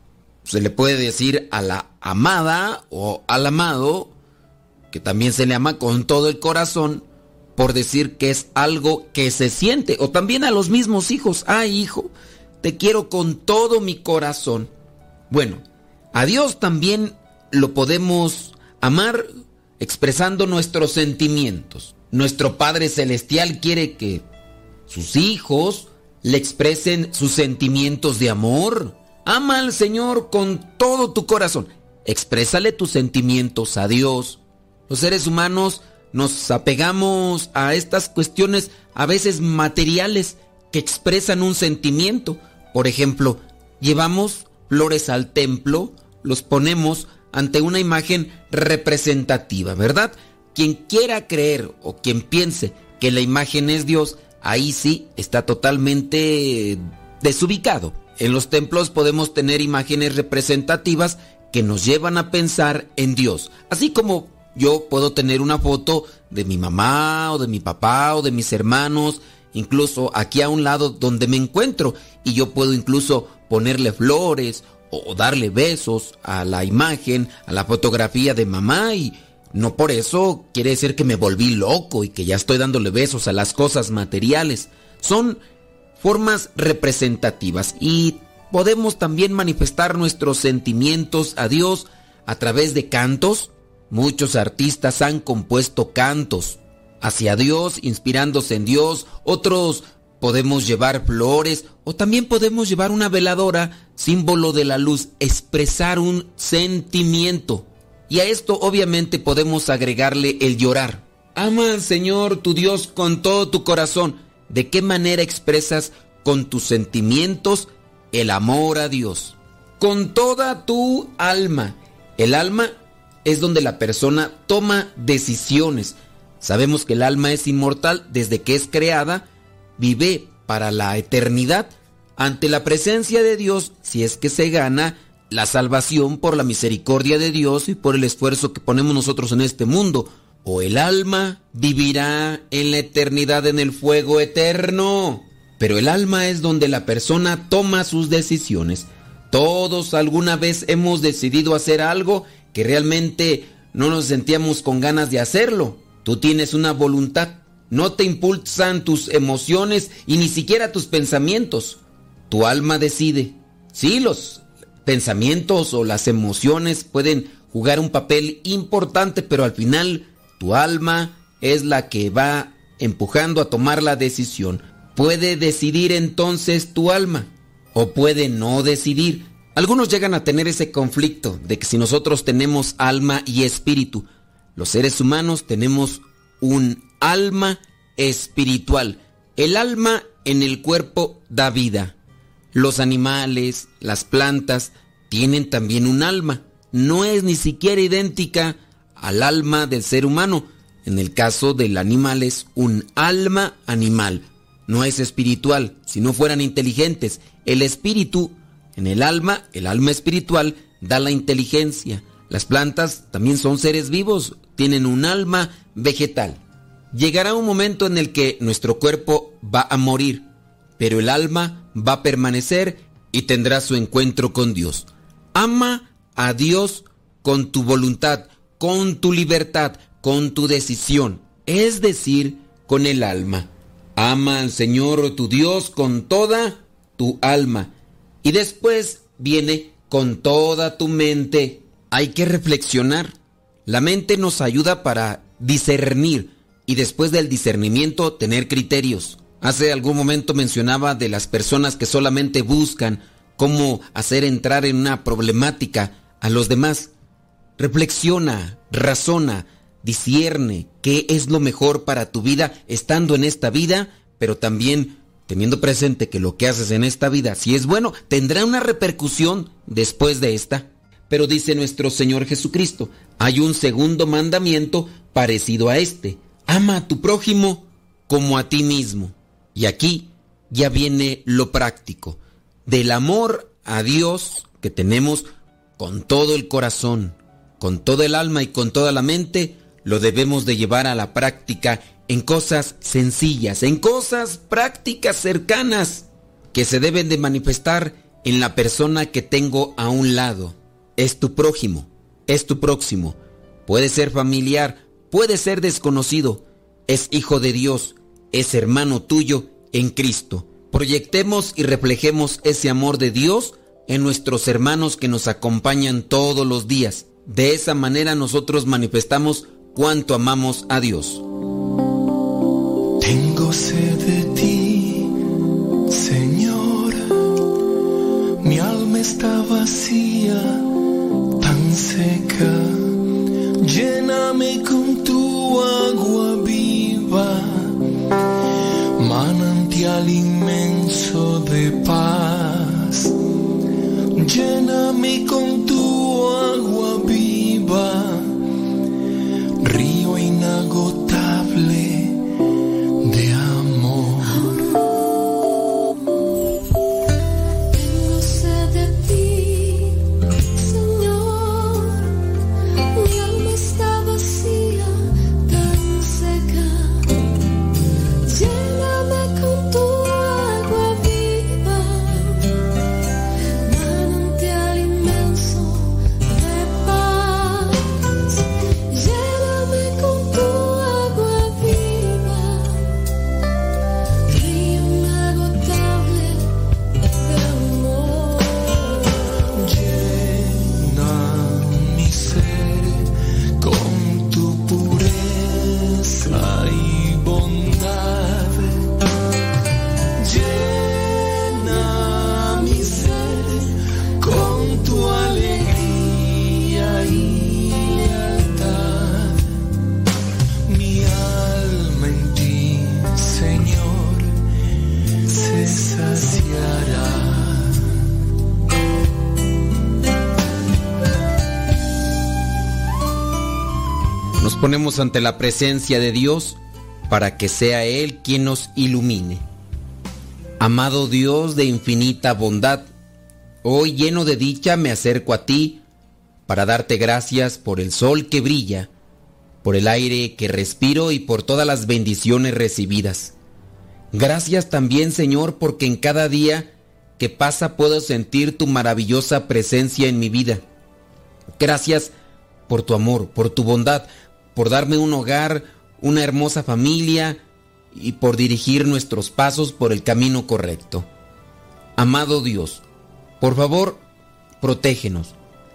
Se le puede decir a la amada o al amado, que también se le ama con todo el corazón, por decir que es algo que se siente. O también a los mismos hijos, ay hijo, te quiero con todo mi corazón. Bueno, a Dios también lo podemos amar expresando nuestros sentimientos. Nuestro Padre Celestial quiere que sus hijos le expresen sus sentimientos de amor. Ama al Señor con todo tu corazón. Exprésale tus sentimientos a Dios. Los seres humanos nos apegamos a estas cuestiones a veces materiales que expresan un sentimiento. Por ejemplo, llevamos flores al templo, los ponemos ante una imagen representativa, ¿verdad? Quien quiera creer o quien piense que la imagen es Dios, ahí sí está totalmente desubicado. En los templos podemos tener imágenes representativas que nos llevan a pensar en Dios. Así como yo puedo tener una foto de mi mamá o de mi papá o de mis hermanos, incluso aquí a un lado donde me encuentro, y yo puedo incluso ponerle flores o darle besos a la imagen, a la fotografía de mamá, y no por eso quiere decir que me volví loco y que ya estoy dándole besos a las cosas materiales. Son formas representativas y podemos también manifestar nuestros sentimientos a Dios a través de cantos. Muchos artistas han compuesto cantos hacia Dios, inspirándose en Dios. Otros podemos llevar flores o también podemos llevar una veladora, símbolo de la luz, expresar un sentimiento. Y a esto obviamente podemos agregarle el llorar. Ama al Señor tu Dios con todo tu corazón. ¿De qué manera expresas con tus sentimientos el amor a Dios? Con toda tu alma. El alma es donde la persona toma decisiones. Sabemos que el alma es inmortal desde que es creada, vive para la eternidad ante la presencia de Dios si es que se gana la salvación por la misericordia de Dios y por el esfuerzo que ponemos nosotros en este mundo. O el alma vivirá en la eternidad en el fuego eterno. Pero el alma es donde la persona toma sus decisiones. Todos alguna vez hemos decidido hacer algo que realmente no nos sentíamos con ganas de hacerlo. Tú tienes una voluntad, no te impulsan tus emociones y ni siquiera tus pensamientos. Tu alma decide. Sí, los pensamientos o las emociones pueden jugar un papel importante, pero al final tu alma es la que va empujando a tomar la decisión. Puede decidir entonces tu alma o puede no decidir. Algunos llegan a tener ese conflicto de que si nosotros tenemos alma y espíritu, los seres humanos tenemos un alma espiritual. El alma en el cuerpo da vida. Los animales, las plantas, tienen también un alma. No es ni siquiera idéntica al alma del ser humano. En el caso del animal es un alma animal. No es espiritual. Si no fueran inteligentes, el espíritu en el alma espiritual da la inteligencia. Las plantas también son seres vivos, tienen un alma vegetal. Llegará un momento en el que nuestro cuerpo va a morir, pero el alma va a permanecer y tendrá su encuentro con Dios. Ama a Dios con tu voluntad, con tu libertad, con tu decisión, es decir, con el alma. Ama al Señor tu Dios con toda tu alma y después viene con toda tu mente. Hay que reflexionar. La mente nos ayuda para discernir y después del discernimiento tener criterios. Hace algún momento mencionaba de las personas que solamente buscan cómo hacer entrar en una problemática a los demás. Reflexiona, razona, discierne qué es lo mejor para tu vida estando en esta vida, pero también teniendo presente que lo que haces en esta vida, si es bueno, tendrá una repercusión después de esta. Pero dice nuestro Señor Jesucristo, hay un segundo mandamiento parecido a este: ama a tu prójimo como a ti mismo. Y aquí ya viene lo práctico. Del amor a Dios que tenemos con todo el corazón, con todo el alma y con toda la mente, lo debemos de llevar a la práctica en cosas sencillas, en cosas prácticas cercanas que se deben de manifestar en la persona que tengo a un lado. Es tu prójimo, es tu próximo, puede ser familiar, puede ser desconocido, es hijo de Dios, es hermano tuyo en Cristo. Proyectemos y reflejemos ese amor de Dios en nuestros hermanos que nos acompañan todos los días. De esa manera nosotros manifestamos cuánto amamos a Dios. Tengo sed de ti, Señor. Mi alma está vacía, tan seca. Lléname con tu agua viva, manantial inmenso de paz. Lléname con tu agua viva, río inagotable de amor. Tengo sed de ti, Señor. Mi alma está vacía, tan seca. Lléname con tu agua viva, manantial inmenso de paz. Lléname con tu agua viva, río inagotable de amor. Llena mi ser con tu pureza y bondad. Llena mi ser con tu alegría y lealtad. Mi alma en ti, Señor, se saciará. Nos ponemos ante la presencia de Dios para que sea Él quien nos ilumine. Amado Dios de infinita bondad, hoy lleno de dicha me acerco a ti para darte gracias por el sol que brilla, por el aire que respiro y por todas las bendiciones recibidas. Gracias también, Señor, porque en cada día que pasa puedo sentir tu maravillosa presencia en mi vida. Gracias por tu amor, por tu bondad, por darme un hogar, una hermosa familia y por dirigir nuestros pasos por el camino correcto. Amado Dios, por favor, protégenos,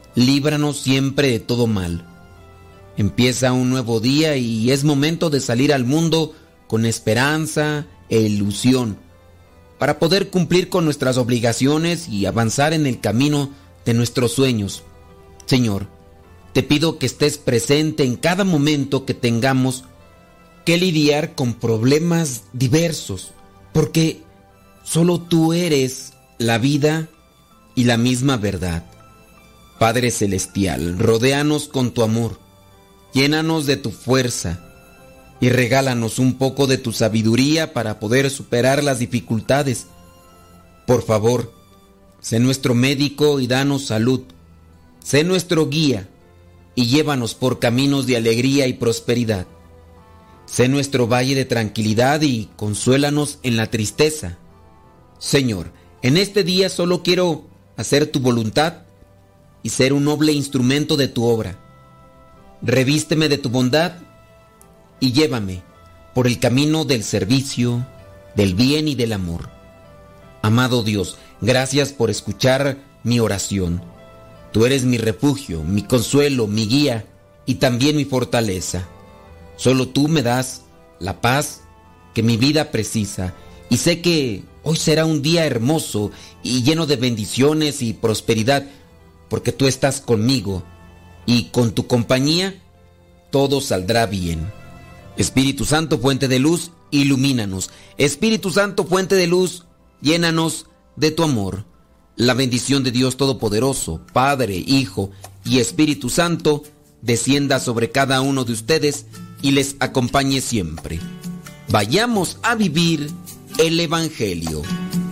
líbranos siempre de todo mal. Empieza un nuevo día y es momento de salir al mundo con esperanza e ilusión para poder cumplir con nuestras obligaciones y avanzar en el camino de nuestros sueños. Señor, te pido que estés presente en cada momento que tengamos que lidiar con problemas diversos, porque solo tú eres la vida y la misma verdad. Padre Celestial, rodéanos con tu amor, llénanos de tu fuerza y regálanos un poco de tu sabiduría para poder superar las dificultades. Por favor, sé nuestro médico y danos salud. Sé nuestro guía y llévanos por caminos de alegría y prosperidad. Sé nuestro valle de tranquilidad y consuélanos en la tristeza. Señor, en este día solo quiero hacer tu voluntad y ser un noble instrumento de tu obra. Revísteme de tu bondad y llévame por el camino del servicio, del bien y del amor. Amado Dios, gracias por escuchar mi oración. Tú eres mi refugio, mi consuelo, mi guía y también mi fortaleza. Solo tú me das la paz que mi vida precisa y sé que hoy será un día hermoso y lleno de bendiciones y prosperidad porque tú estás conmigo y con tu compañía todo saldrá bien. Espíritu Santo, fuente de luz, ilumínanos. Espíritu Santo, fuente de luz, llénanos de tu amor. La bendición de Dios Todopoderoso, Padre, Hijo y Espíritu Santo, descienda sobre cada uno de ustedes y les acompañe siempre. Vayamos a vivir el Evangelio.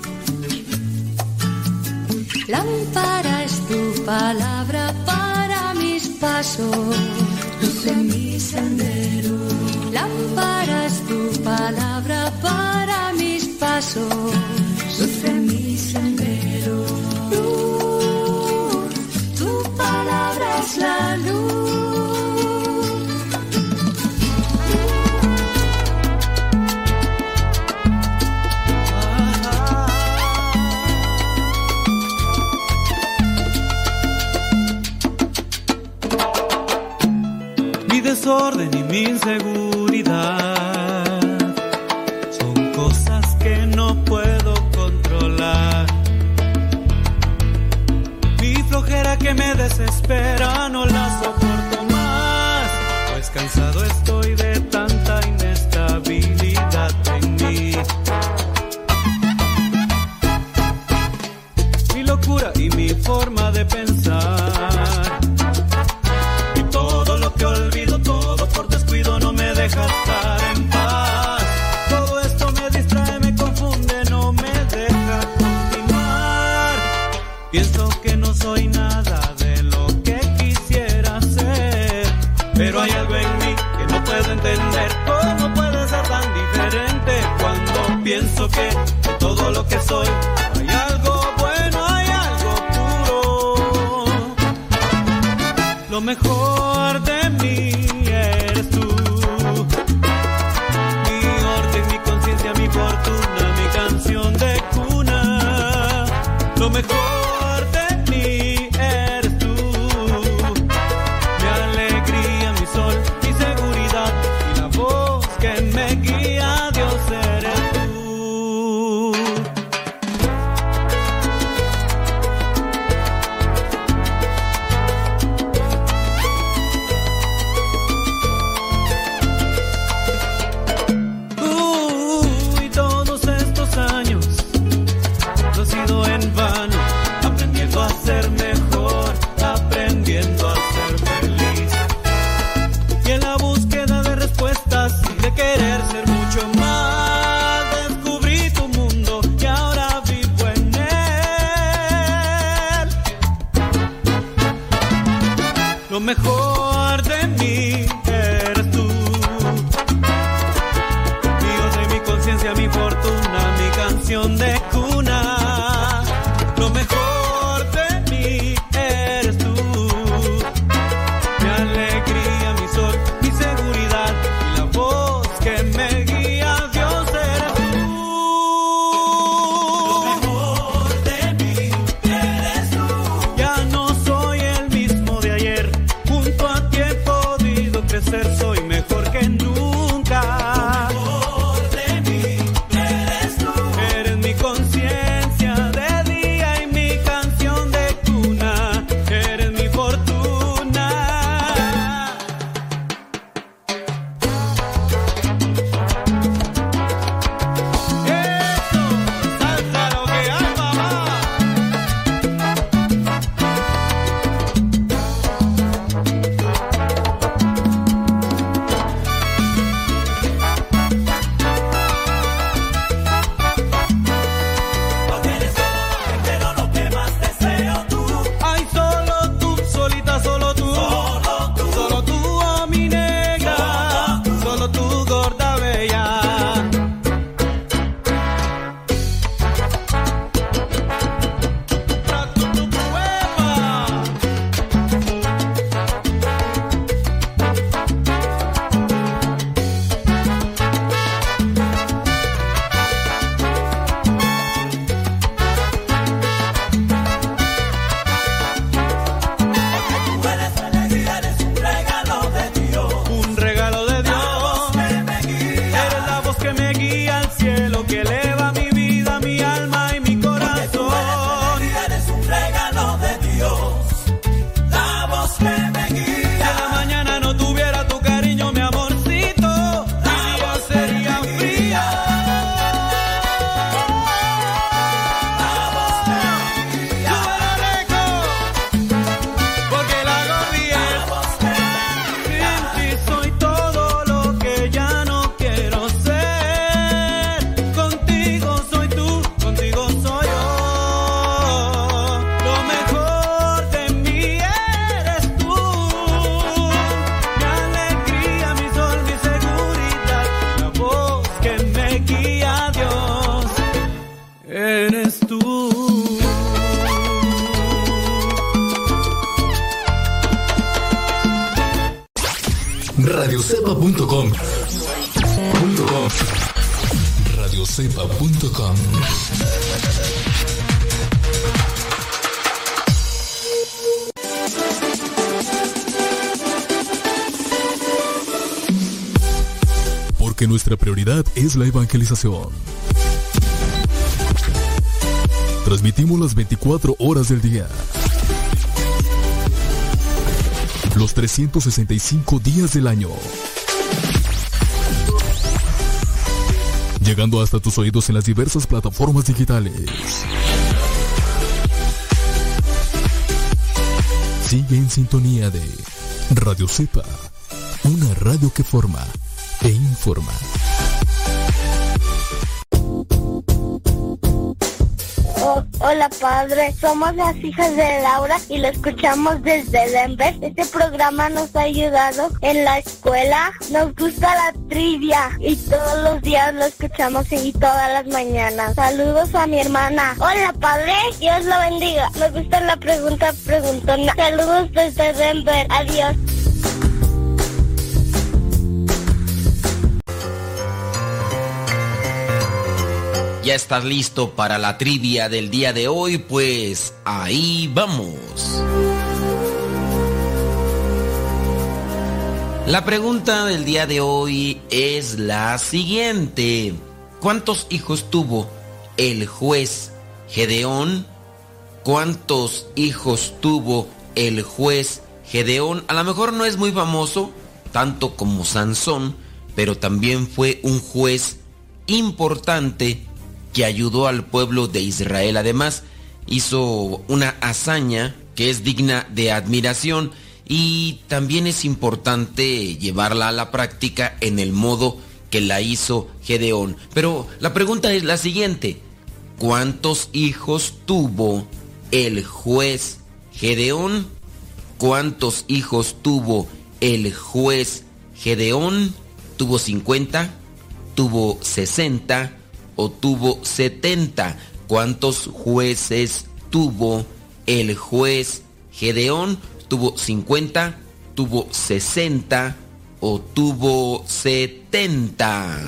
Lámpara es tu palabra para mis pasos, luz en mi sendero. Lámpara es tu palabra para mis pasos, luz en mi sendero. Luz, tu palabra es la luz. Mi desorden y mi inseguridad son cosas que no puedo controlar. Mi flojera que me desespera no la soporto más, pues cansado estoy de tanta inestabilidad en mí. Mi locura y mi forma de pensar, y todo lo que olvido, todo por descuido no me deja estar en paz. Todo esto me distrae, me confunde, no me deja continuar. Pienso que no soy nada de lo que quisiera ser, pero hay algo en mí que no puedo entender. ¿Cómo puede ser tan diferente cuando pienso que de todo lo que soy hay algo bueno, hay algo puro? Lo mejor de mí eres tú, mi orden, mi conciencia, mi fortuna, mi canción de cuna. Lo mejor de mí eres tú, mi alegría, mi sol, mi seguridad y la voz que me guía. Dios, eres tú. Y todos estos años no he sido en vano, aprendiendo a ser mejor, aprendiendo a ser feliz. Y en la búsqueda de respuestas y de querer ser mucho más, descubrí tu mundo y ahora vivo en él. Lo mejor de mí eres tú, mi orden, mi conciencia, mi fortuna, mi canción de cuna. Lo mejor de mí eres tú, mi alegría, mi sol, mi seguridad y la voz que me guía. Dios, eres tú. Lo mejor de mí eres tú. Ya no soy el mismo radiocepa.com. radiocepa.com. Porque nuestra prioridad es la evangelización. Transmitimos las 24 horas del día, los 365 días del año, llegando hasta tus oídos en las diversas plataformas digitales. Sigue en sintonía de Radio Cepa, una radio que forma e informa. Hola padre, somos las hijas de Laura y lo escuchamos desde Denver. Este programa nos ha ayudado en la escuela, nos gusta la trivia y todos los días lo escuchamos y todas las mañanas. Saludos a mi hermana. Hola padre, Dios lo bendiga. Me gusta la pregunta preguntona. Saludos desde Denver, adiós. ¿Ya estás listo para la trivia del día de hoy? Pues ahí vamos. La pregunta del día de hoy es la siguiente. ¿Cuántos hijos tuvo el juez Gedeón? ¿Cuántos hijos tuvo el juez Gedeón? A lo mejor no es muy famoso, tanto como Sansón, pero también fue un juez importante que ayudó al pueblo de Israel. Además, hizo una hazaña que es digna de admiración y también es importante llevarla a la práctica en el modo que la hizo Gedeón. Pero la pregunta es la siguiente: ¿cuántos hijos tuvo el juez Gedeón? ¿Cuántos hijos tuvo el juez Gedeón? ¿Tuvo 50? ¿Tuvo 60? ¿O tuvo 70? ¿Cuántos jueces tuvo el juez Gedeón? ¿Tuvo 50? ¿Tuvo 60? ¿O tuvo 70?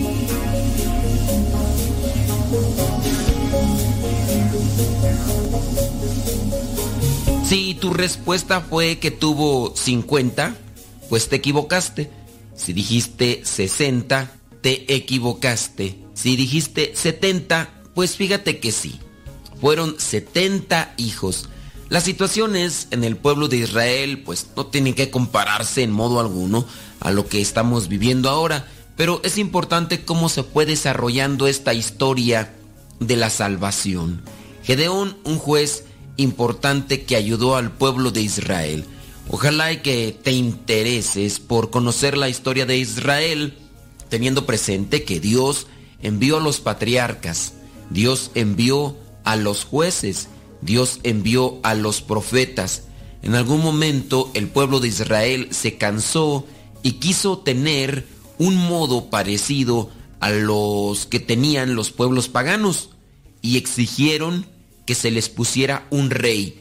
Si tu respuesta fue que tuvo 50, pues te equivocaste. Si dijiste 60, te equivocaste. Si dijiste 70, pues fíjate que sí. Fueron 70 hijos. Las situaciones en el pueblo de Israel pues no tienen que compararse en modo alguno a lo que estamos viviendo ahora, pero es importante cómo se fue desarrollando esta historia de la salvación. Gedeón, un juez importante que ayudó al pueblo de Israel. Ojalá y que te intereses por conocer la historia de Israel, teniendo presente que Dios envió a los patriarcas, Dios envió a los jueces, Dios envió a los profetas. En algún momento el pueblo de Israel se cansó y quiso tener un modo parecido a los que tenían los pueblos paganos y exigieron que se les pusiera un rey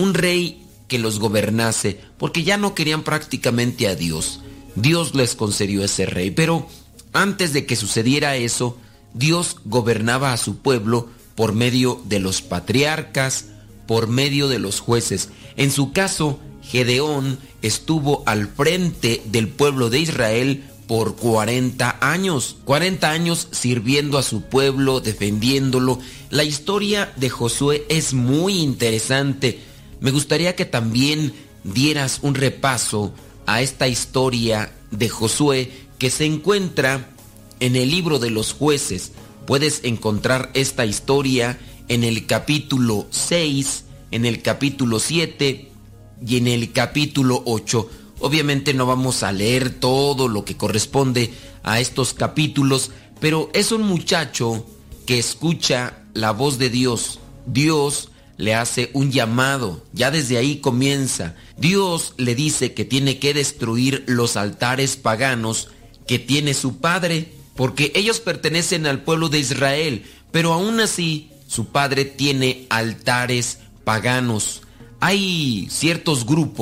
que los gobernase, porque ya no querían prácticamente a Dios. Dios les concedió ese rey, pero antes de que sucediera eso, Dios gobernaba a su pueblo por medio de los patriarcas, por medio de los jueces. En su caso, Gedeón estuvo al frente del pueblo de Israel por 40 años. 40 años sirviendo a su pueblo, defendiéndolo. La historia de Josué es muy interesante. Me gustaría que también dieras un repaso a esta historia de Josué que se encuentra en el libro de los jueces. Puedes encontrar esta historia en el capítulo 6, en el capítulo 7 y en el capítulo 8. Obviamente no vamos a leer todo lo que corresponde a estos capítulos, pero es un muchacho que escucha la voz de Dios. Dios le hace un llamado, ya desde ahí comienza. Dios le dice que tiene que destruir los altares paganos que tiene su padre, porque ellos pertenecen al pueblo de Israel, pero aún así su padre tiene altares paganos. Hay ciertos grupos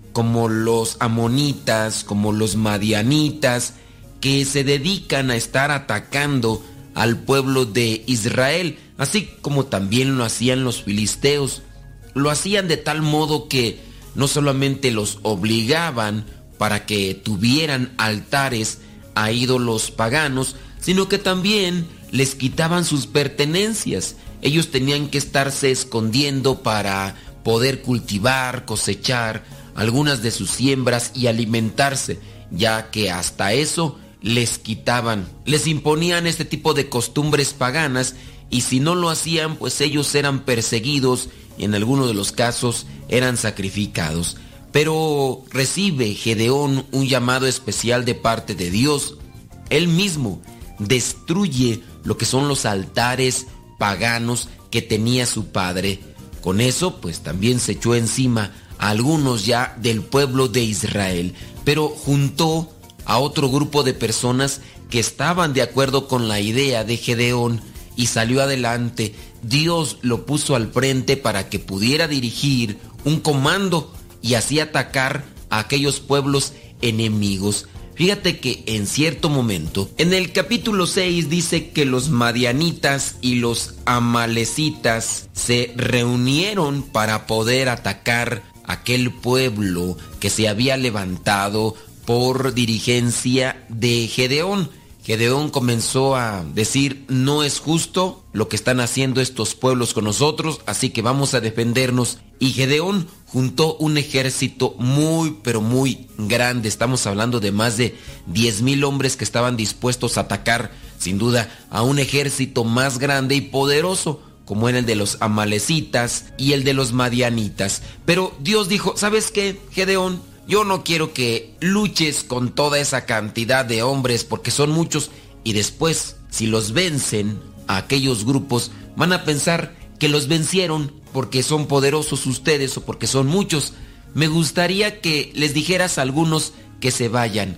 como los amonitas, como los madianitas, que se dedican a estar atacando al pueblo de Israel, así como también lo hacían los filisteos. Lo hacían de tal modo que no solamente los obligaban para que tuvieran altares a ídolos paganos, sino que también les quitaban sus pertenencias. Ellos tenían que estarse escondiendo para poder cultivar, cosechar algunas de sus siembras y alimentarse, ya que hasta eso les quitaban. Les imponían este tipo de costumbres paganas y si no lo hacían, pues ellos eran perseguidos y en algunos de los casos eran sacrificados. Pero recibe Gedeón un llamado especial de parte de Dios. Él mismo destruye lo que son los altares paganos que tenía su padre. Con eso, pues también se echó encima a algunos ya del pueblo de Israel, pero juntó a otro grupo de personas que estaban de acuerdo con la idea de Gedeón y salió adelante. Dios lo puso al frente para que pudiera dirigir un comando y así atacar a aquellos pueblos enemigos. Fíjate que en cierto momento, en el capítulo 6 dice que los madianitas y los amalecitas se reunieron para poder atacar aquel pueblo que se había levantado por dirigencia de Gedeón. Gedeón comenzó a decir: no es justo lo que están haciendo estos pueblos con nosotros, así que vamos a defendernos. Y Gedeón juntó un ejército muy, pero muy grande. Estamos hablando de más de 10,000 hombres que estaban dispuestos a atacar, sin duda, a un ejército más grande y poderoso, como era el de los amalecitas y el de los madianitas. Pero Dios dijo: ¿sabes qué, Gedeón? Yo no quiero que luches con toda esa cantidad de hombres porque son muchos y después, si los vencen a aquellos grupos, van a pensar que los vencieron porque son poderosos ustedes o porque son muchos. Me gustaría que les dijeras a algunos que se vayan.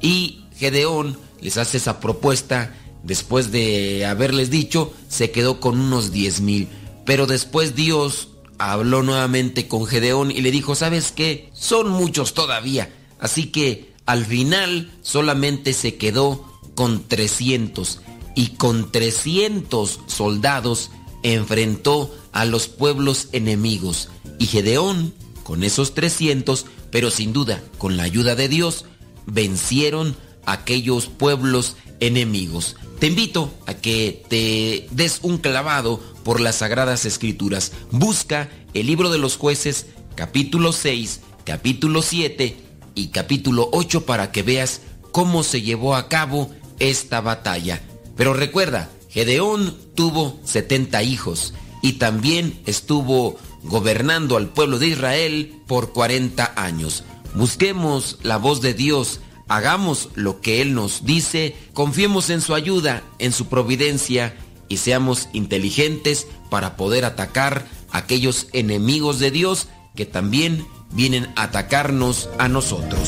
Y Gedeón les hace esa propuesta. Después de haberles dicho, se quedó con unos 10,000. Pero después Dios habló nuevamente con Gedeón y le dijo: ¿sabes qué? Son muchos todavía. Así que al final solamente se quedó con 300. Y con 300 soldados enfrentó a los pueblos enemigos. Y Gedeón, con esos 300, pero sin duda con la ayuda de Dios, vencieron a aquellos pueblos enemigos. Te invito a que te des un clavado por las Sagradas Escrituras. Busca el libro de los Jueces, capítulo 6, capítulo 7 y capítulo 8 para que veas cómo se llevó a cabo esta batalla. Pero recuerda, Gedeón tuvo 70 hijos y también estuvo gobernando al pueblo de Israel por 40 años. Busquemos la voz de Dios. Hagamos lo que Él nos dice, confiemos en su ayuda, en su providencia y seamos inteligentes para poder atacar a aquellos enemigos de Dios que también vienen a atacarnos a nosotros.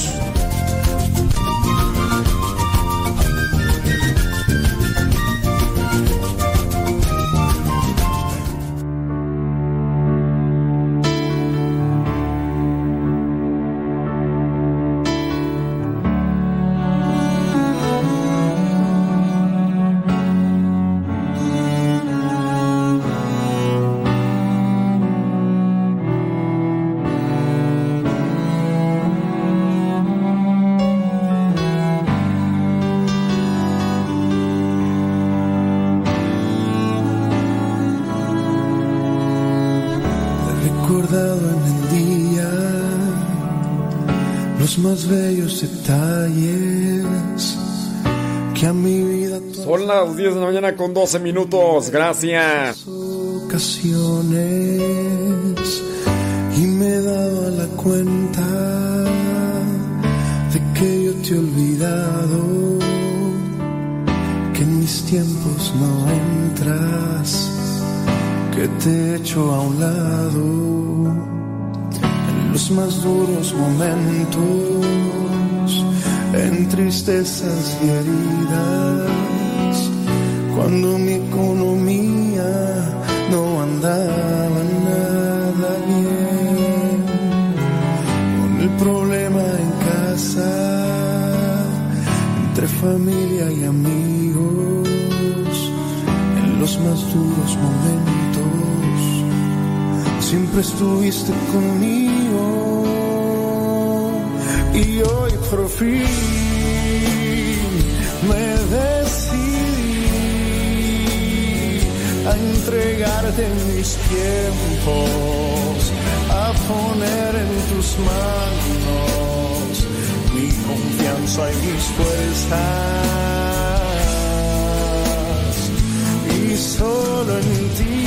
Más bellos detalles que a mi vida. Son las 10 de la mañana con 12 minutos. Gracias. Ocasiones y me he dado a la cuenta de que yo te he olvidado, que en mis tiempos no entras, que te he hecho a un lado. Los más duros momentos, en tristezas y heridas, cuando mi economía no andaba nada bien, con el problema familia y amigos, en los más duros momentos, siempre estuviste conmigo. Y hoy por fin me decidí a entregarte mis tiempos, a poner en tus manos mi confianza y mis fuerzas. Y solo en ti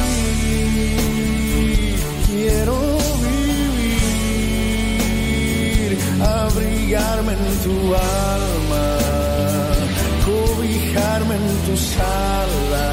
quiero vivir, abrigarme en tu alma, cobijarme en tus alas.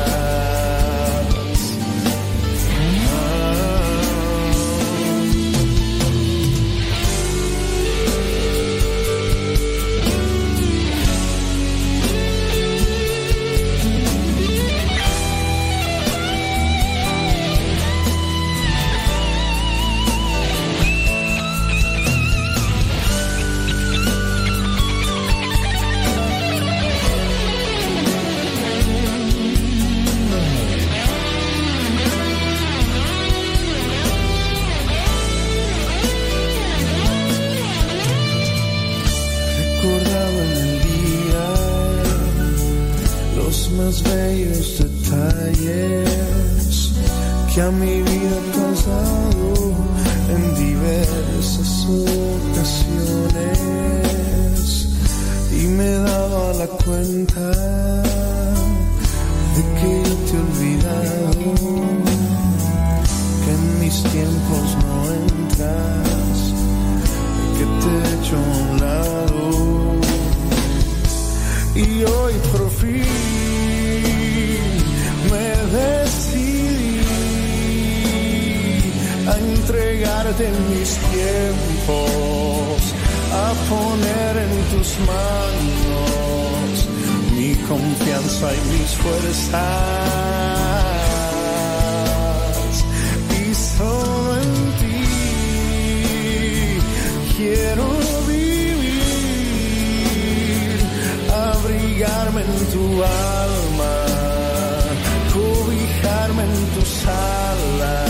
Más bellos detalles que a mi vida tú has dado en diversas ocasiones, y me daba la cuenta de que yo te he olvidado, que en mis tiempos no entras, que te he hecho a un lado. Y hoy por fin me decidí a entregarte mis tiempos, a poner en tus manos mi confianza y mis fuerzas. Y solo en ti quiero vivir, abrigarme en tu alma, cobijarme en tus alas.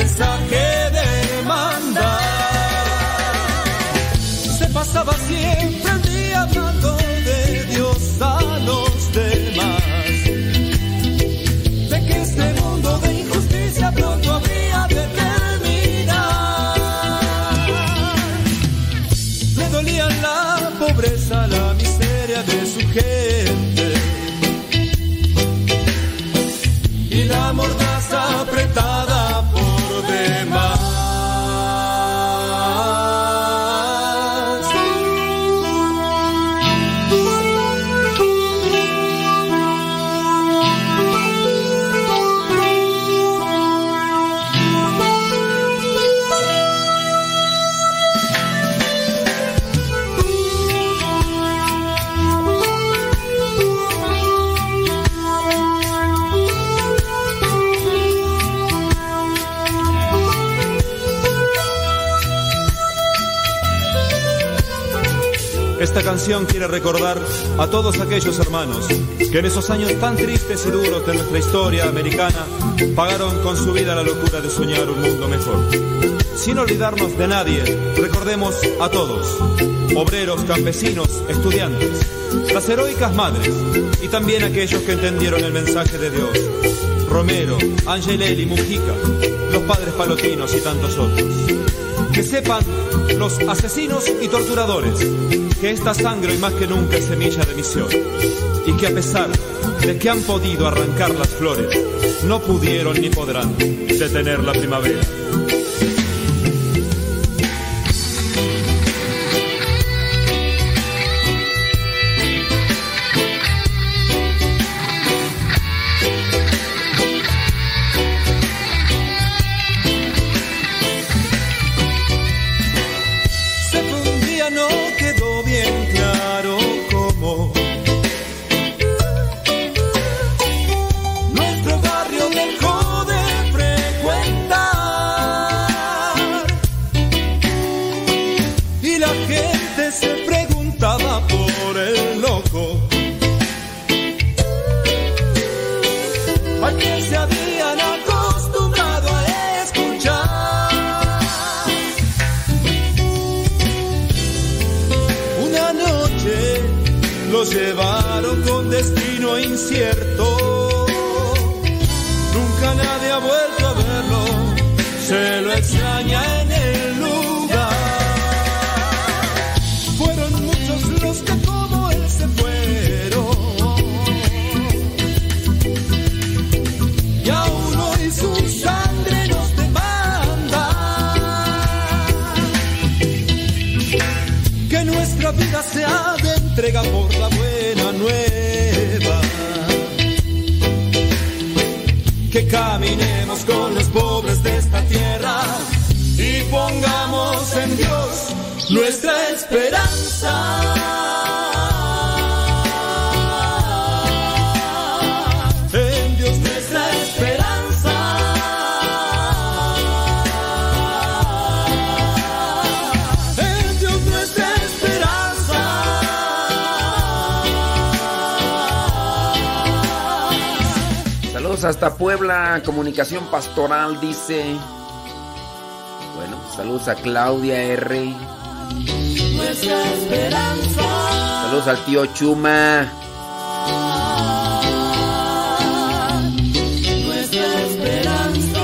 mensaje de mandar. Se pasaba siempre el día hablando de Dios a los demás, de que este mundo de injusticia pronto habría de terminar. Le dolían la pobreza, la miseria de su gente y la mordaza apretada por demás. Esta canción quiere recordar a todos aquellos hermanos que en esos años tan tristes y duros de nuestra historia americana pagaron con su vida la locura de soñar un mundo mejor. Sin olvidarnos de nadie, recordemos a todos, obreros, campesinos, estudiantes, las heroicas madres y también aquellos que entendieron el mensaje de Dios: Romero, Angelelli, Mujica, los padres palotinos y tantos otros. Que sepan los asesinos y torturadores que esta sangre hoy más que nunca es semilla de misión, y que a pesar de que han podido arrancar las flores, no pudieron ni podrán detener la primavera. Llevaron con destino incierto, nunca nadie ha vuelto a verlo, se lo extraña en el lugar. Fueron muchos los que como él se fueron, y aún hoy su sangre nos demanda que nuestra vida sea de entrega por la buena nueva, que caminemos con los pobres de esta tierra y pongamos en Dios nuestra esperanza. En Dios nuestra esperanza. En Dios nuestra esperanza. Saludos hasta Puebla, Comunicación Pastoral, dice. Bueno, saludos a Claudia R. Nuestra esperanza. Saludos al tío Chuma. Nuestra esperanza.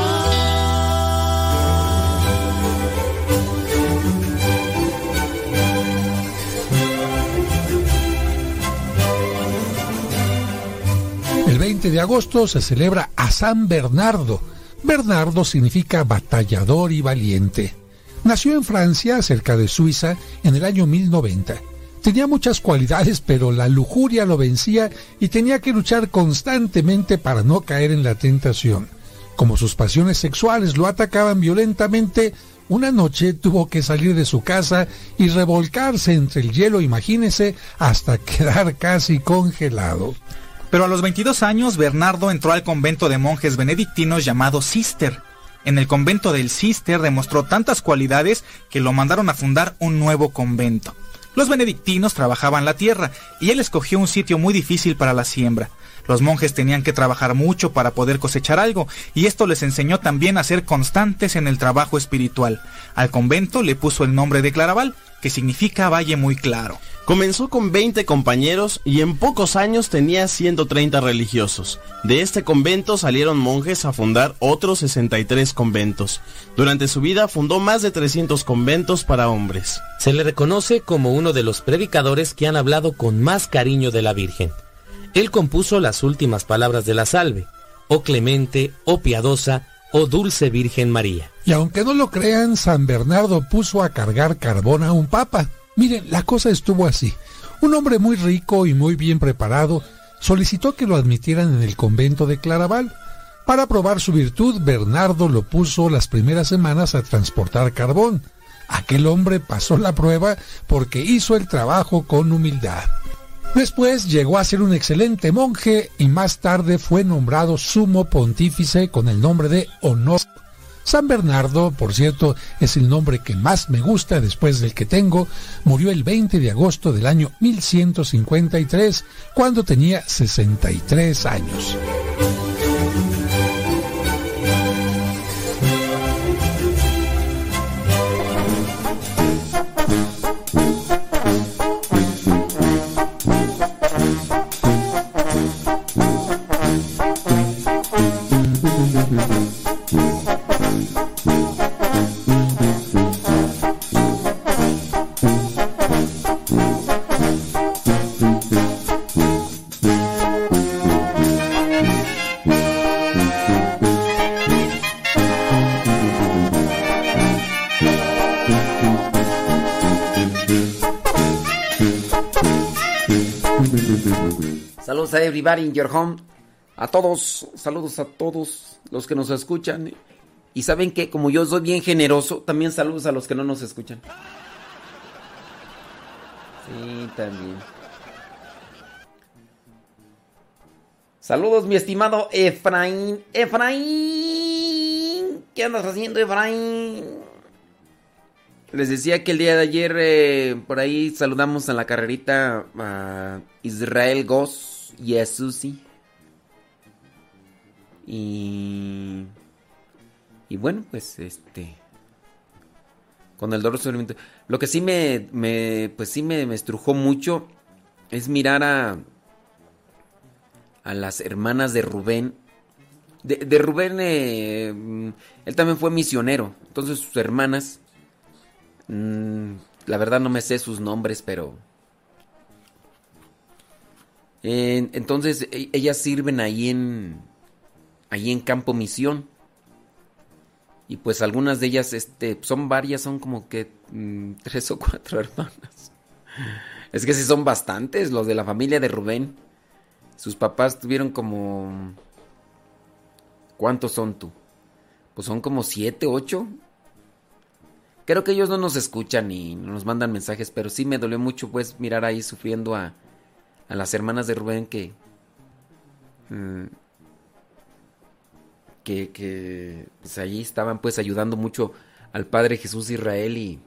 El 20 de agosto se celebra a San Bernardo. Bernardo significa batallador y valiente. Nació en Francia, cerca de Suiza, en el año 1090. Tenía muchas cualidades, pero la lujuria lo vencía y tenía que luchar constantemente para no caer en la tentación. Como sus pasiones sexuales lo atacaban violentamente, una noche tuvo que salir de su casa y revolcarse entre el hielo, imagínese, hasta quedar casi congelado. Pero a los 22 años, Bernardo entró al convento de monjes benedictinos llamado Cister. En el convento del Cister demostró tantas cualidades que lo mandaron a fundar un nuevo convento. Los benedictinos trabajaban la tierra y él escogió un sitio muy difícil para la siembra. Los monjes tenían que trabajar mucho para poder cosechar algo, y esto les enseñó también a ser constantes en el trabajo espiritual. Al convento le puso el nombre de Claraval, que significa valle muy claro. Comenzó con 20 compañeros y en pocos años tenía 130 religiosos. De este convento salieron monjes a fundar otros 63 conventos. Durante su vida fundó más de 300 conventos para hombres. Se le reconoce como uno de los predicadores que han hablado con más cariño de la Virgen. Él compuso las últimas palabras de la salve: oh clemente, oh piadosa, oh dulce Virgen María. Y aunque no lo crean, San Bernardo puso a cargar carbón a un papa. Miren, la cosa estuvo así. Un hombre muy rico y muy bien preparado solicitó que lo admitieran en el convento de Claraval. Para probar su virtud, Bernardo lo puso las primeras semanas a transportar carbón. Aquel hombre pasó la prueba porque hizo el trabajo con humildad. Después llegó a ser un excelente monje y más tarde fue nombrado sumo pontífice con el nombre de Honor. San Bernardo, por cierto, es el nombre que más me gusta después del que tengo. Murió el 20 de agosto del año 1153, cuando tenía 63 años. Saludos a everybody in your home. A todos, saludos a todos los que nos escuchan. Y saben que como yo soy bien generoso, también saludos a los que no nos escuchan. Sí, también. Saludos, mi estimado Efraín. Efraín, ¿qué andas haciendo, Efraín? Les decía que el día de ayer por ahí saludamos en la carrerita a Israel Goss y a Susi. Y bueno, pues con el dolor sobre lo que sí me estrujó mucho es mirar a las hermanas de Rubén. De Rubén, él también fue misionero. Entonces sus hermanas, la verdad no me sé sus nombres, pero entonces ellas sirven ahí en Campo Misión. Y pues algunas de ellas son varias, son como que 3 o 4 hermanas. Es que sí son bastantes los de la familia de Rubén. Sus papás tuvieron como... ¿Cuántos son tú? Pues son como 7, 8. Creo que ellos no nos escuchan ni nos mandan mensajes, pero sí me dolió mucho pues mirar ahí sufriendo a las hermanas de Rubén que pues allí estaban pues ayudando mucho al Padre Jesús Israel y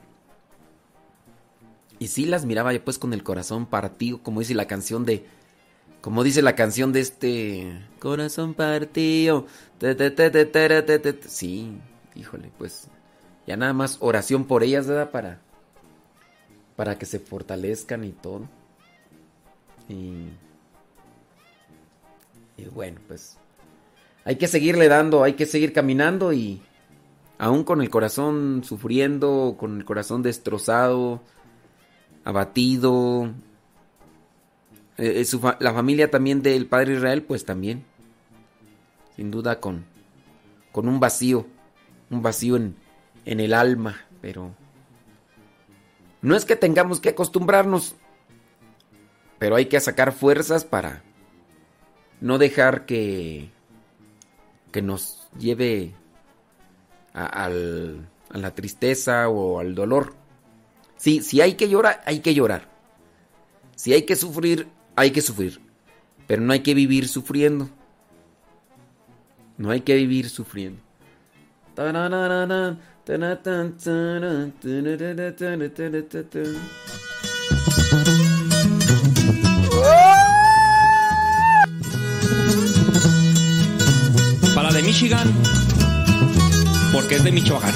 sí las miraba yo pues con el corazón partido, como dice la canción de corazón partido. Sí, híjole, pues ya nada más oración por ellas, ¿verdad? Para que se fortalezcan y todo. Y bueno, pues hay que seguirle dando, hay que seguir caminando y aún con el corazón sufriendo, con el corazón destrozado, abatido. La familia también del Padre Israel, pues también, sin duda con un vacío en el alma, pero no es que tengamos que acostumbrarnos, pero hay que sacar fuerzas para no dejar que nos lleve a la tristeza o al dolor. Sí, si hay que llorar, hay que llorar. Si hay que sufrir, hay que sufrir. Pero no hay que vivir sufriendo. No hay que vivir sufriendo. Michigan, porque es de Michoacán.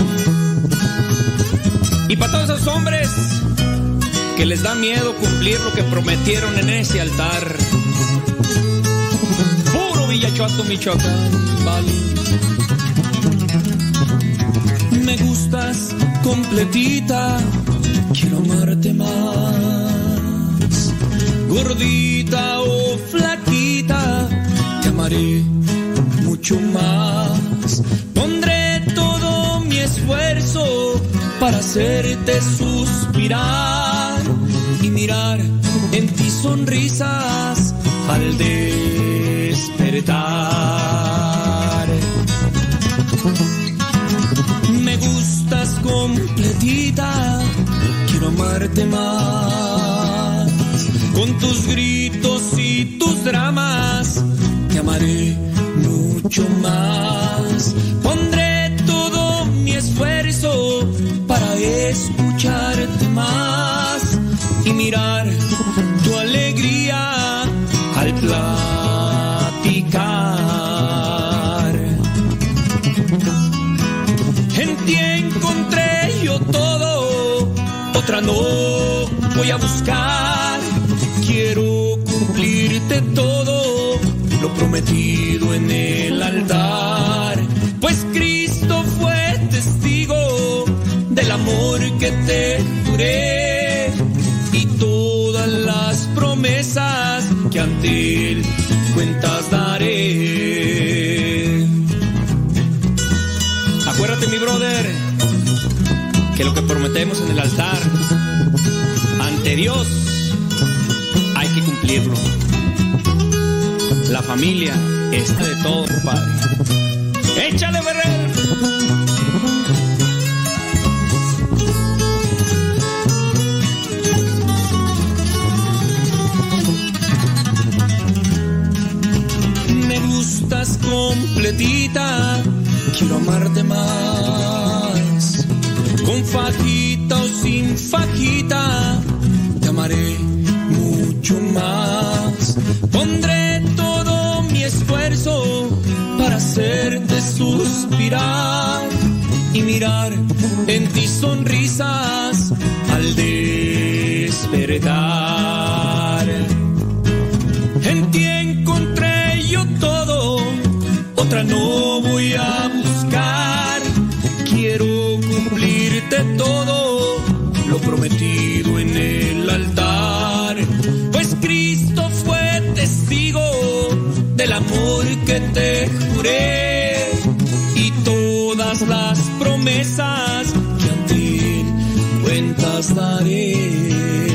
Y para todos esos hombres que les da miedo cumplir lo que prometieron en ese altar. Puro Villachuato, Michoacán, vale. Me gustas completita, quiero amarte más. Gordita o flaquita, te amaré mucho más. Pondré todo mi esfuerzo para hacerte suspirar y mirar en ti sonrisas al despertar. Me gustas completita, quiero amarte más. Con tus gritos y tus dramas, te amaré mucho más. Pondré todo mi esfuerzo para escucharte más y mirar tu alegría al platicar. En ti encontré yo todo, otra no voy a buscar. Quiero cumplirte todo, lo prometido en el altar. Pues Cristo fue testigo del amor que te juré y todas las promesas que ante Él cuentas daré. Acuérdate, mi brother, que lo que prometemos en el altar ante Dios hay que cumplirlo. La familia está de todo, compadre. ¡Échale, Ferrer! Me gustas completita, quiero amarte más. Con fajita o sin fajita, te amaré mucho más. Pondré todo mi esfuerzo para hacerte suspirar y mirar en ti sonrisas al despertar. En ti encontré yo todo, otra no voy a buscar. Quiero cumplirte todo, lo prometido en el altar. Pues Cristo fue testigo del amor que te juré y todas las promesas que ante Él cuentas daré.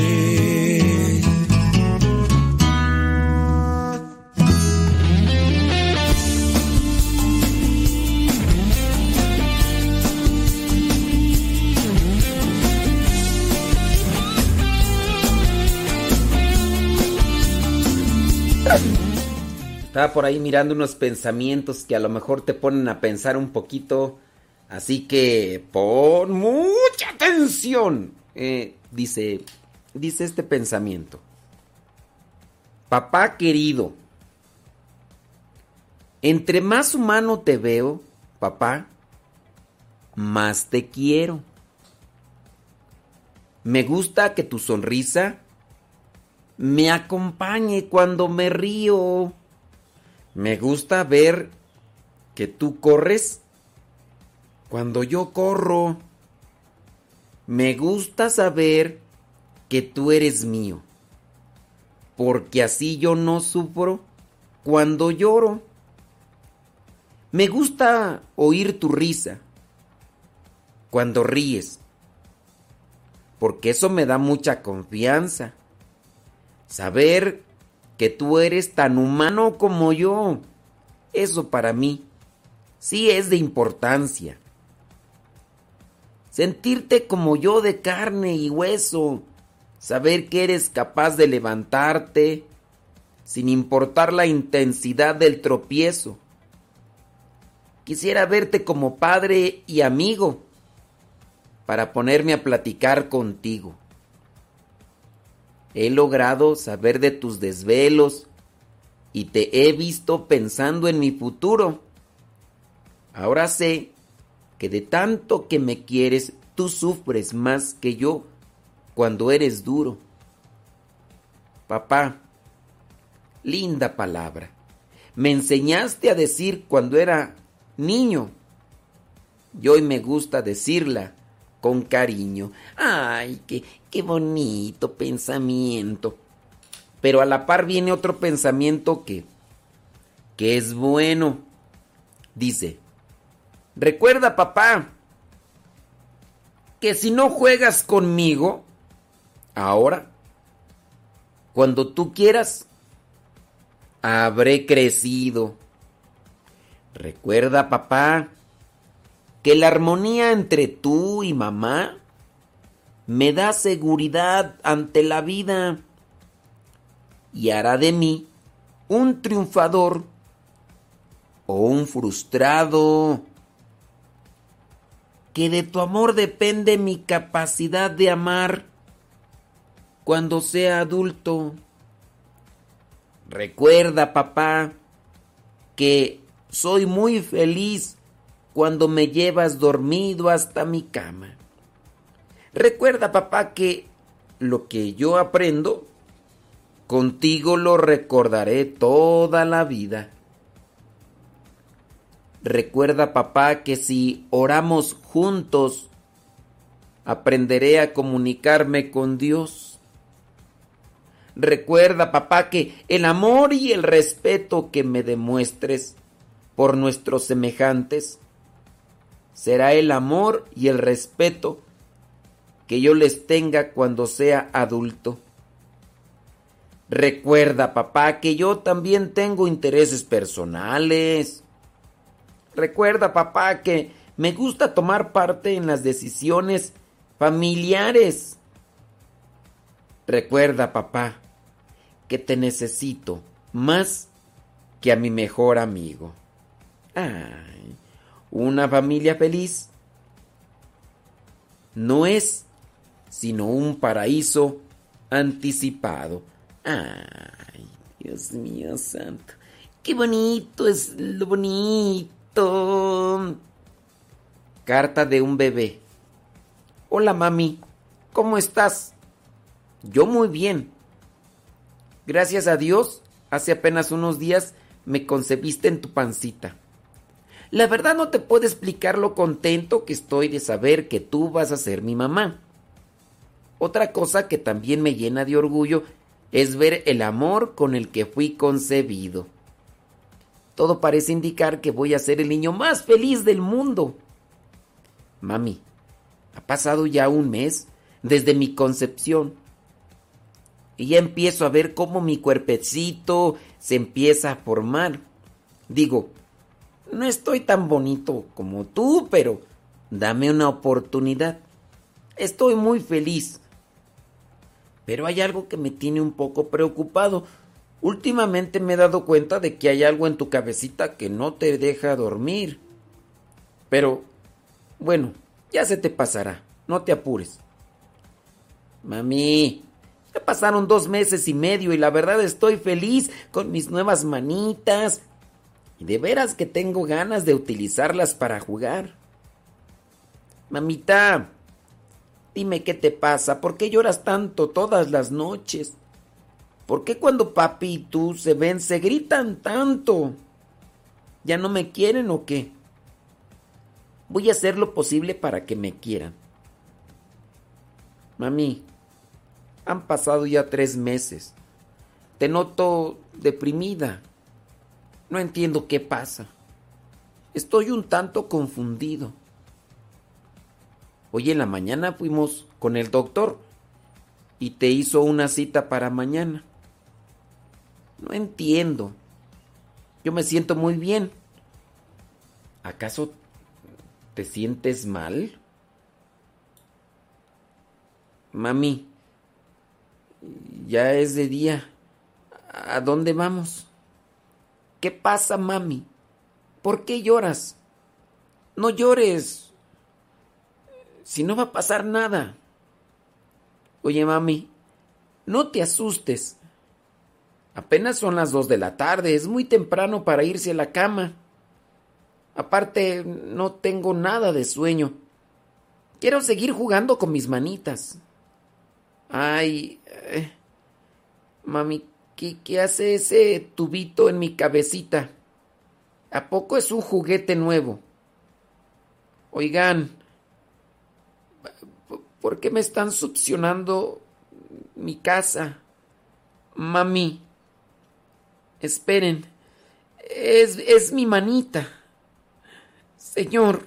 Estaba por ahí mirando unos pensamientos que a lo mejor te ponen a pensar un poquito. Así que pon mucha atención. Dice este pensamiento. Papá querido, entre más humano te veo, papá, más te quiero. Me gusta que tu sonrisa me acompañe cuando me río. Me gusta ver que tú corres cuando yo corro. Me gusta saber que tú eres mío, porque así yo no sufro cuando lloro. Me gusta oír tu risa cuando ríes, porque eso me da mucha confianza. Saber que tú eres tan humano como yo, eso para mí sí es de importancia. Sentirte como yo de carne y hueso, saber que eres capaz de levantarte sin importar la intensidad del tropiezo. Quisiera verte como padre y amigo para ponerme a platicar contigo. He logrado saber de tus desvelos y te he visto pensando en mi futuro. Ahora sé que de tanto que me quieres, tú sufres más que yo cuando eres duro. Papá, linda palabra. Me enseñaste a decir cuando era niño. Y hoy me gusta decirla con cariño. Ay, qué bonito pensamiento. Pero a la par viene otro pensamiento que es bueno. Dice, recuerda, papá, que si no juegas conmigo, ahora, cuando tú quieras, habré crecido. Recuerda, papá, que la armonía entre tú y mamá me da seguridad ante la vida y hará de mí un triunfador o un frustrado. Que de tu amor depende mi capacidad de amar cuando sea adulto. Recuerda, papá, que soy muy feliz cuando me llevas dormido hasta mi cama. Recuerda, papá, que lo que yo aprendo, contigo lo recordaré toda la vida. Recuerda, papá, que si oramos juntos, aprenderé a comunicarme con Dios. Recuerda, papá, que el amor y el respeto que me demuestres por nuestros semejantes será el amor y el respeto que yo les tenga cuando sea adulto. Recuerda, papá, que yo también tengo intereses personales. Recuerda, papá, que me gusta tomar parte en las decisiones familiares. Recuerda, papá, que te necesito más que a mi mejor amigo. Ay, una familia feliz no es sino un paraíso anticipado. Ay, Dios mío santo, qué bonito es lo bonito. Carta de un bebé. Hola, mami, ¿cómo estás? Yo muy bien. Gracias a Dios, hace apenas unos días me concebiste en tu pancita. La verdad no te puedo explicar lo contento que estoy de saber que tú vas a ser mi mamá. Otra cosa que también me llena de orgullo es ver el amor con el que fui concebido. Todo parece indicar que voy a ser el niño más feliz del mundo. Mami, ha pasado ya un mes desde mi concepción. Y ya empiezo a ver cómo mi cuerpecito se empieza a formar. Digo, no estoy tan bonito como tú, pero dame una oportunidad. Estoy muy feliz. Pero hay algo que me tiene un poco preocupado. Últimamente me he dado cuenta de que hay algo en tu cabecita que no te deja dormir. Pero, bueno, ya se te pasará. No te apures. Mami, ya pasaron 2 meses y medio y la verdad estoy feliz con mis nuevas manitas. Y de veras que tengo ganas de utilizarlas para jugar. Mamita, dime qué te pasa. ¿Por qué lloras tanto todas las noches? ¿Por qué cuando papi y tú se ven se gritan tanto? ¿Ya no me quieren o qué? Voy a hacer lo posible para que me quieran. Mami, han pasado ya 3 meses. Te noto deprimida. No entiendo qué pasa. Estoy un tanto confundido. Hoy en la mañana fuimos con el doctor y te hizo una cita para mañana. No entiendo. Yo me siento muy bien. ¿Acaso te sientes mal? Mami, ya es de día. ¿A dónde vamos? ¿Qué pasa, mami? ¿Por qué lloras? No llores. Si no va a pasar nada. Oye, mami, no te asustes. Apenas son las 2 de la tarde, es muy temprano para irse a la cama. Aparte, no tengo nada de sueño. Quiero seguir jugando con mis manitas. Ay, mami, ¿qué hace ese tubito en mi cabecita? ¿A poco es un juguete nuevo? Oigan, ¿por qué me están succionando mi casa? Mami, esperen, es mi manita. Señor,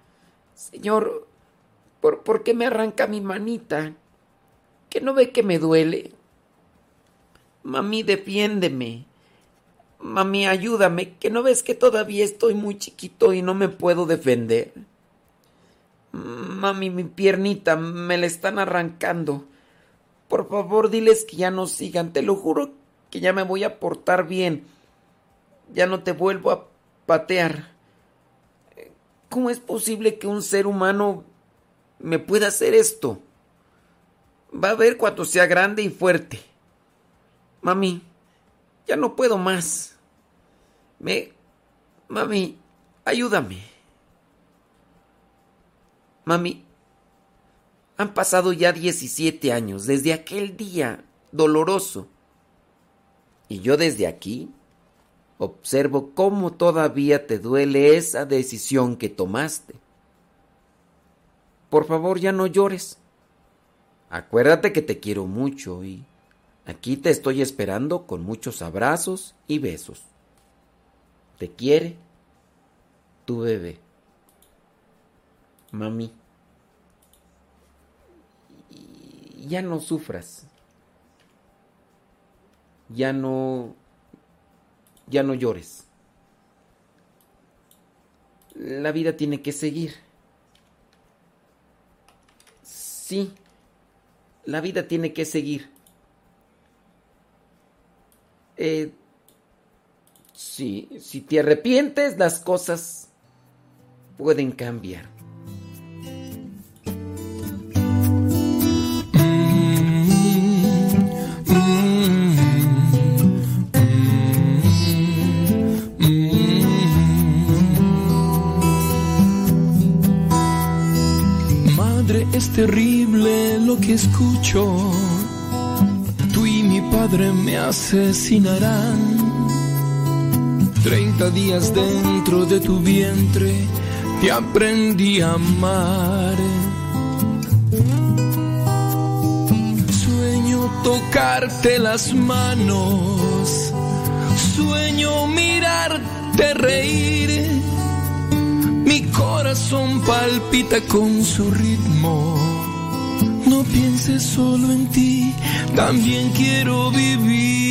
¿por qué me arranca mi manita? ¿Que no ve que me duele? Mami, defiéndeme. Mami, ayúdame, ¿que no ves que todavía estoy muy chiquito y no me puedo defender? Mami, mi piernita, me la están arrancando. Por favor, diles que ya no sigan. Te lo juro que ya me voy a portar bien. Ya no te vuelvo a patear. ¿Cómo es posible que un ser humano me pueda hacer esto? Va a ver cuando sea grande y fuerte. Mami, ya no puedo más. Mami, ayúdame. Mami, han pasado ya 17 años desde aquel día doloroso. Y yo desde aquí observo cómo todavía te duele esa decisión que tomaste. Por favor, ya no llores. Acuérdate que te quiero mucho y aquí te estoy esperando con muchos abrazos y besos. Te quiere tu bebé. Mami, ya no sufras. Ya no llores. La vida tiene que seguir. Sí, la vida tiene que seguir. Sí, si te arrepientes, las cosas pueden cambiar. Madre, es terrible lo que escucho. Tú y mi padre me asesinarán. 30 días dentro de tu vientre te aprendí a amar. Sueño tocarte las manos, sueño mirarte reír. Mi corazón palpita con su ritmo. No pienses solo en ti, también quiero vivir.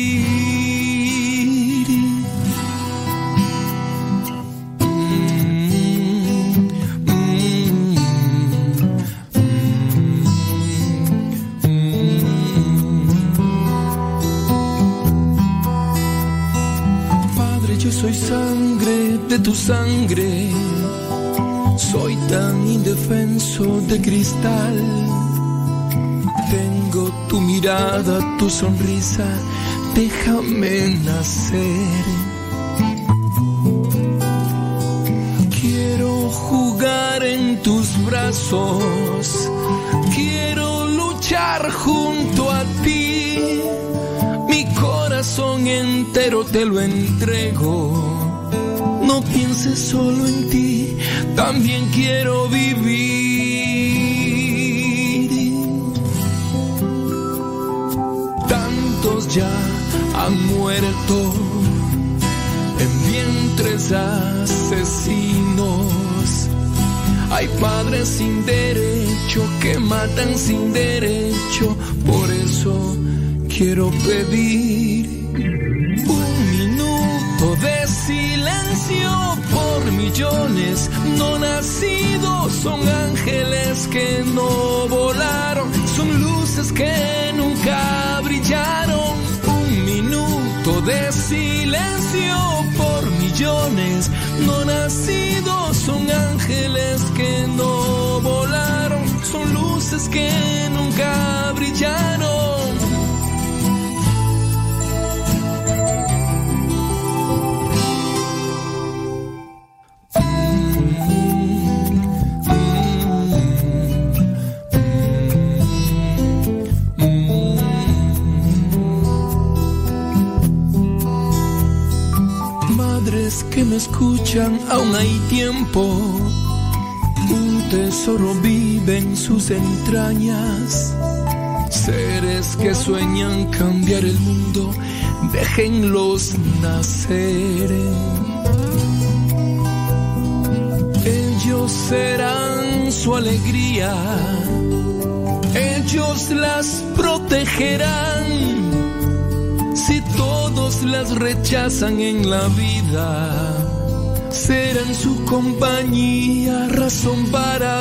Soy sangre de tu sangre, soy tan indefenso de cristal. Tengo tu mirada, tu sonrisa, déjame nacer. Quiero jugar en tus brazos, quiero luchar junto a ti. Mi corazón entero te lo entrego. No pienses solo en ti, también quiero vivir. Tantos ya han muerto en vientres asesinos. Hay padres sin derecho que matan sin derecho. Por eso quiero pedir un minuto de silencio por millones no nacidos. Son ángeles que no volaron, son luces que nunca brillaron. Un minuto de silencio por millones no nacidos. Son ángeles que no volaron, son luces que nunca brillaron. me escuchan, aún hay tiempo. Un tesoro vive en sus entrañas. Seres que sueñan cambiar el mundo, déjenlos nacer. Ellos serán su alegría, ellos las protegerán. Si todos las rechazan en la vida, serán su compañía, razón para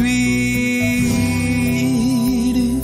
vivir.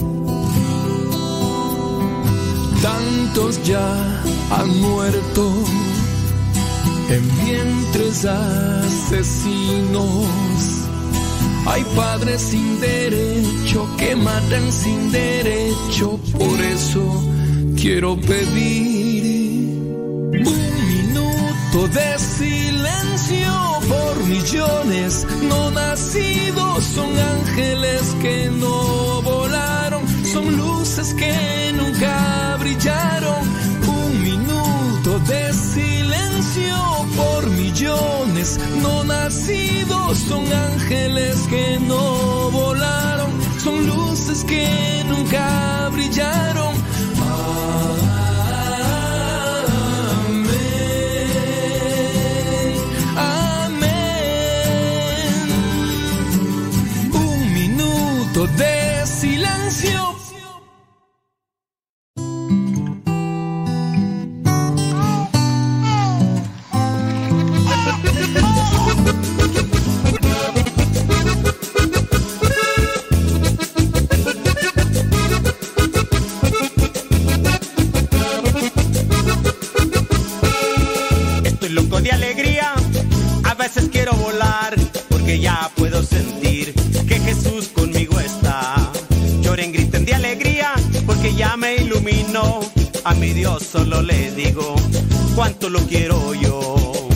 Tantos ya han muerto en vientres asesinos. Hay padres sin derecho que matan sin derecho. Por eso quiero pedir un minuto de silencio por millones no nacidos. Son ángeles que no volaron, son luces que nunca brillaron. Un minuto de silencio por millones no nacidos. Son ángeles que no volaron, son luces que nunca brillaron. De silencio. Estoy loco de alegría, a veces quiero volar, porque ya puedo sentir que Jesús conmigo está. Lloren, griten de alegría, porque ya me iluminó. A mi Dios solo le digo cuánto lo quiero yo.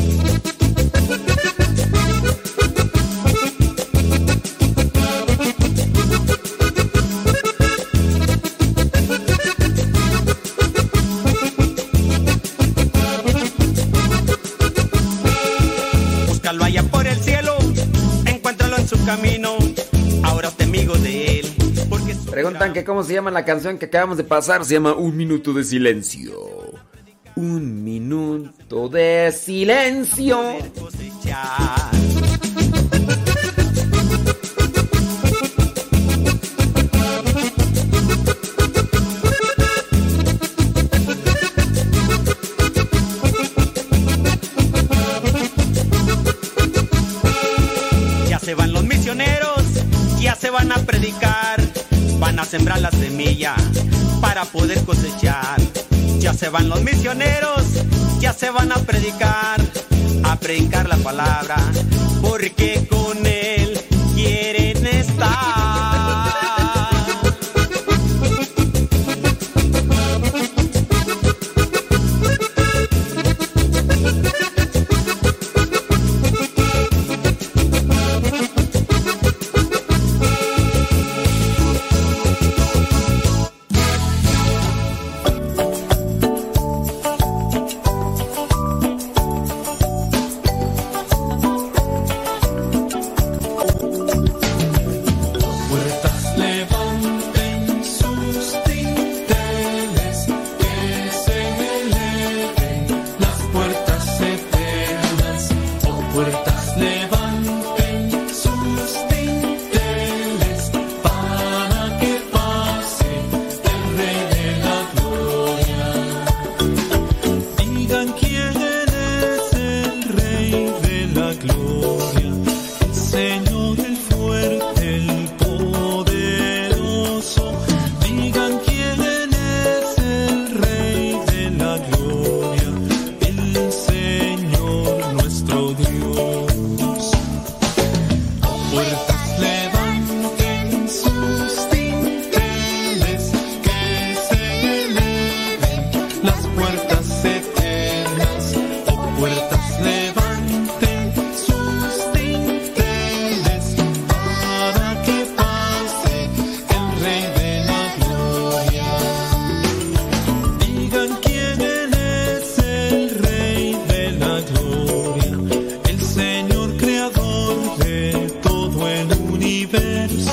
Búscalo allá por el cielo, encuéntralo en su camino. Ahora usted amigo de él. Preguntan que cómo se llama la canción que acabamos de pasar. Se llama Un Minuto de Silencio. Un minuto de silencio. Ya se van los misioneros, ya se van a predicar. Van a sembrar la semilla para poder cosechar. Ya se van los misioneros, ya se van a predicar la palabra, porque con él quieren estar.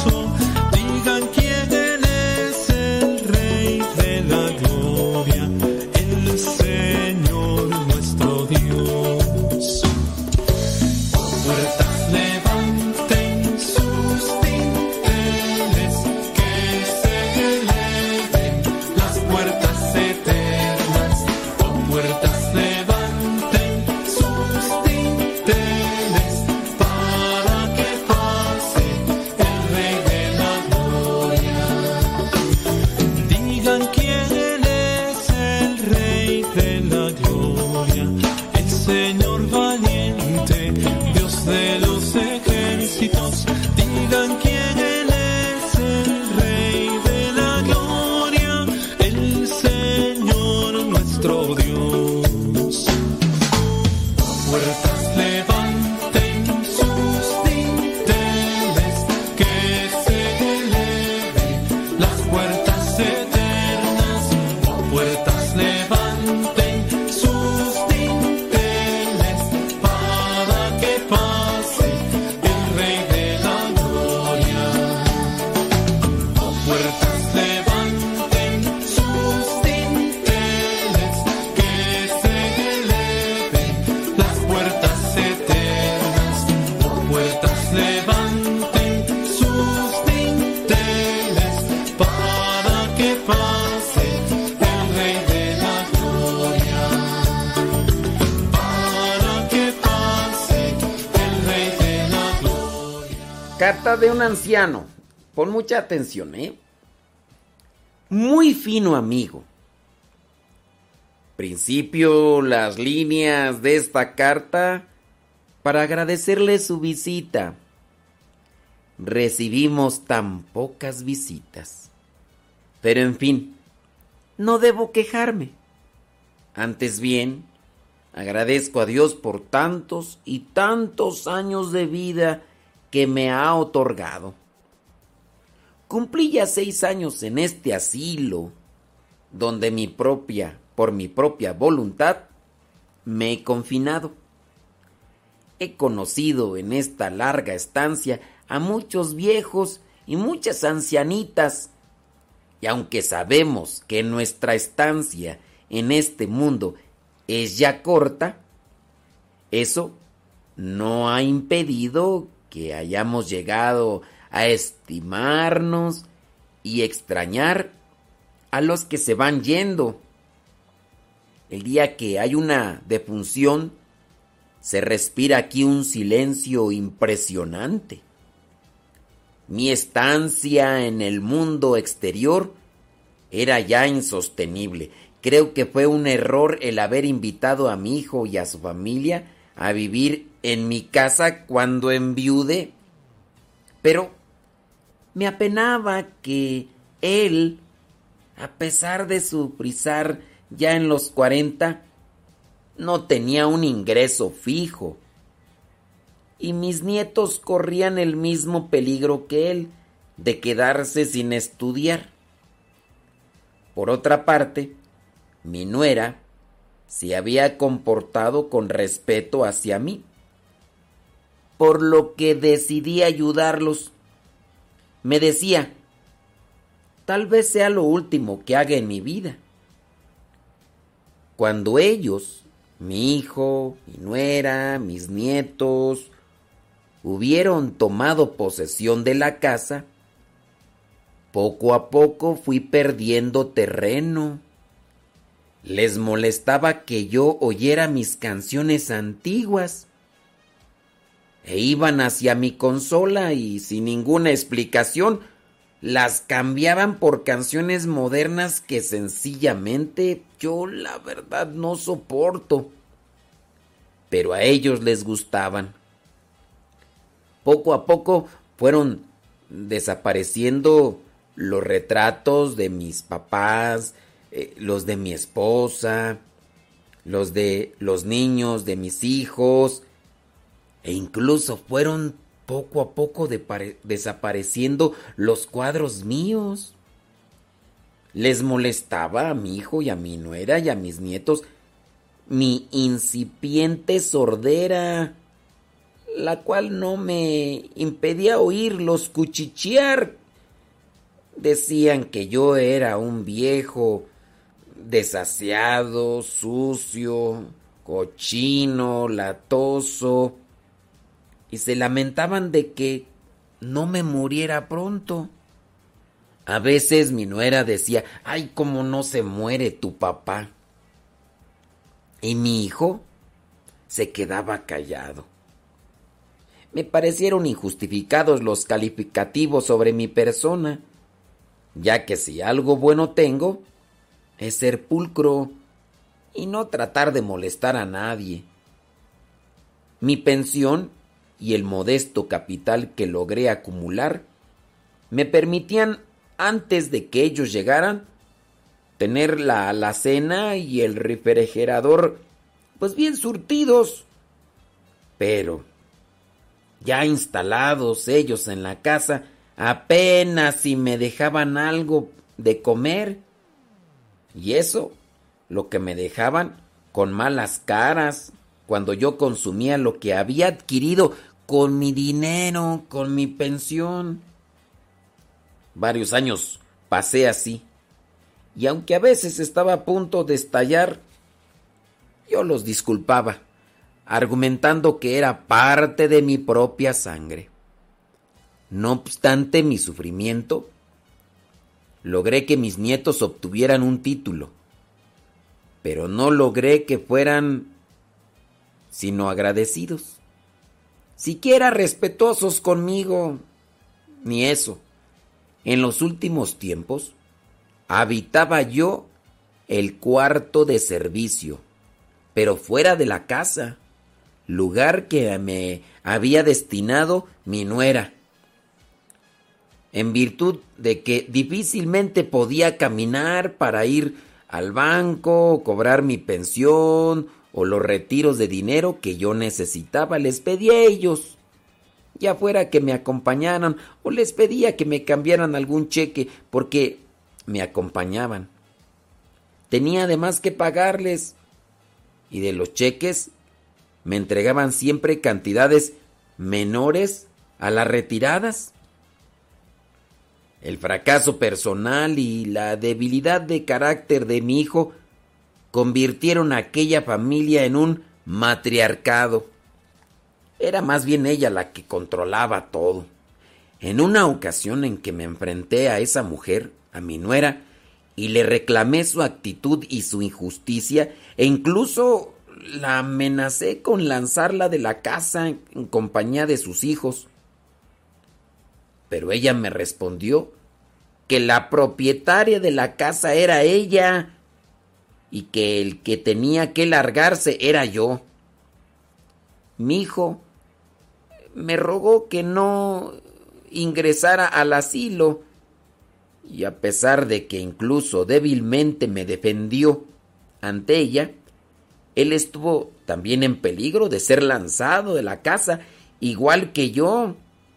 gozo, digan quién Él es el Rey de la gloria, el Señor nuestro Dios. Puertas levanten sus dinteles, que se eleven las puertas eternas. Oh, puertas levanten sus dinteles, para que pase el Rey de la gloria. Digan quién es el Rey de la gloria, el Señor valiente, Dios de los ejércitos. Digan quién es el Rey de la gloria, el Señor nuestro Dios. Puertas levanten sus dinteles, que se eleven las puertas eternas. Oh, puertas levanten sus dinteles, para que pase el Rey de la gloria. Oh, puertas levanten sus dinteles, que se eleven las puertas eternas. Oh, puertas levanten sus dinteles, para que pase el Rey de la gloria. Para que pase el Rey de la gloria. Carta de un anciano. Pon mucha atención, ¿eh? Muy fino amigo. Principio las líneas de esta carta para agradecerle su visita. Recibimos tan pocas visitas. Pero en fin, no debo quejarme. Antes bien, agradezco a Dios por tantos y tantos años de vida que me ha otorgado. Cumplí ya 6 años en este asilo, donde por mi propia voluntad, me he confinado. He conocido en esta larga estancia a muchos viejos y muchas ancianitas, y aunque sabemos que nuestra estancia en este mundo es ya corta, eso no ha impedido que hayamos llegado a estimarnos y extrañar a los que se van yendo. El día que hay una defunción, se respira aquí un silencio impresionante. Mi estancia en el mundo exterior era ya insostenible. Creo que fue un error el haber invitado a mi hijo y a su familia a vivir en mi casa cuando enviudé. Pero me apenaba que él, a pesar de su frisar ya en los 40, no tenía un ingreso fijo. Y mis nietos corrían el mismo peligro que él, de quedarse sin estudiar. Por otra parte, mi nuera se había comportado con respeto hacia mí, por lo que decidí ayudarlos. Me decía, tal vez sea lo último que haga en mi vida. Cuando ellos, mi hijo, mi nuera, mis nietos, hubieron tomado posesión de la casa, poco a poco fui perdiendo terreno. Les molestaba que yo oyera mis canciones antiguas. E iban hacia mi consola y sin ninguna explicación las cambiaban por canciones modernas que sencillamente yo la verdad no soporto. Pero a ellos les gustaban. Poco a poco fueron desapareciendo los retratos de mis papás, los de mi esposa, los de los niños de mis hijos, e incluso fueron poco a poco desapareciendo los cuadros míos. Les molestaba a mi hijo y a mi nuera y a mis nietos mi incipiente sordera. la cual no me impedía oírlos cuchichear. Decían que yo era un viejo desasiado, sucio, cochino, latoso, y se lamentaban de que no me muriera pronto. A veces mi nuera decía: ay, cómo no se muere tu papá. Y mi hijo se quedaba callado. Me parecieron injustificados los calificativos sobre mi persona, ya que si algo bueno tengo, es ser pulcro y no tratar de molestar a nadie. Mi pensión y el modesto capital que logré acumular me permitían, antes de que ellos llegaran, tener la alacena y el refrigerador pues bien surtidos. Pero ya instalados ellos en la casa, apenas si me dejaban algo de comer. Y eso, lo que me dejaban con malas caras, cuando yo consumía lo que había adquirido con mi dinero, con mi pensión. Varios años pasé así, y aunque a veces estaba a punto de estallar, yo los disculpaba, argumentando que era parte de mi propia sangre. No obstante mi sufrimiento, logré que mis nietos obtuvieran un título, pero no logré que fueran sino agradecidos, siquiera respetuosos conmigo, ni eso. En los últimos tiempos, habitaba yo el cuarto de servicio, pero fuera de la casa, lugar que me había destinado mi nuera, en virtud de que difícilmente podía caminar para ir al banco, cobrar mi pensión o los retiros de dinero que yo necesitaba. Les pedí a ellos, ya fuera que me acompañaran, o les pedía que me cambiaran algún cheque porque me acompañaban. Tenía además que pagarles, y de los cheques me entregaban siempre cantidades menores a las retiradas. El fracaso personal y la debilidad de carácter de mi hijo convirtieron a aquella familia en un matriarcado. Era más bien ella la que controlaba todo. En una ocasión en que me enfrenté a esa mujer, a mi nuera, y le reclamé su actitud y su injusticia, e incluso la amenacé con lanzarla de la casa en compañía de sus hijos. Pero ella me respondió que la propietaria de la casa era ella y que el que tenía que largarse era yo. Mi hijo me rogó que no ingresara al asilo, y a pesar de que incluso débilmente me defendió ante ella, él estuvo también en peligro de ser lanzado de la casa, igual que yo.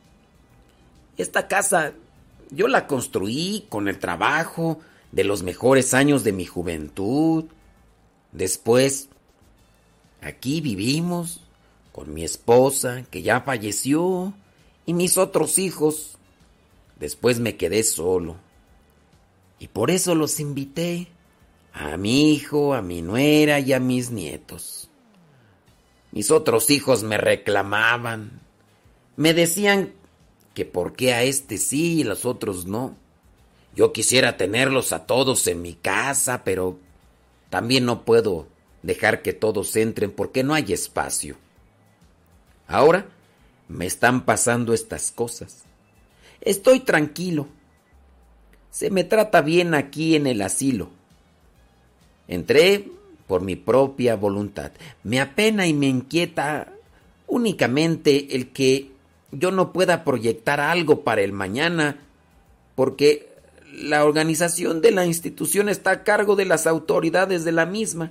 Esta casa yo la construí con el trabajo de los mejores años de mi juventud. Después, aquí vivimos con mi esposa, que ya falleció, y mis otros hijos. Después me quedé solo. Y por eso los invité, a mi hijo, a mi nuera y a mis nietos. Mis otros hijos me reclamaban. Me decían que por qué a este sí y a los otros no. Yo quisiera tenerlos a todos en mi casa, pero también no puedo dejar que todos entren porque no hay espacio. Ahora me están pasando estas cosas. Estoy tranquilo. Se me trata bien aquí en el asilo. Entré por mi propia voluntad. Me apena y me inquieta únicamente el que yo no pueda proyectar algo para el mañana, porque la organización de la institución está a cargo de las autoridades de la misma.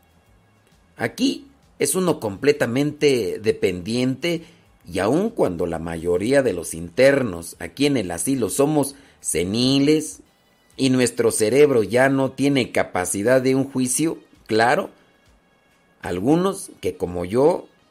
Aquí es uno completamente dependiente, y aun cuando la mayoría de los internos aquí en el asilo somos seniles y nuestro cerebro ya no tiene capacidad de un juicio claro, algunos que como yo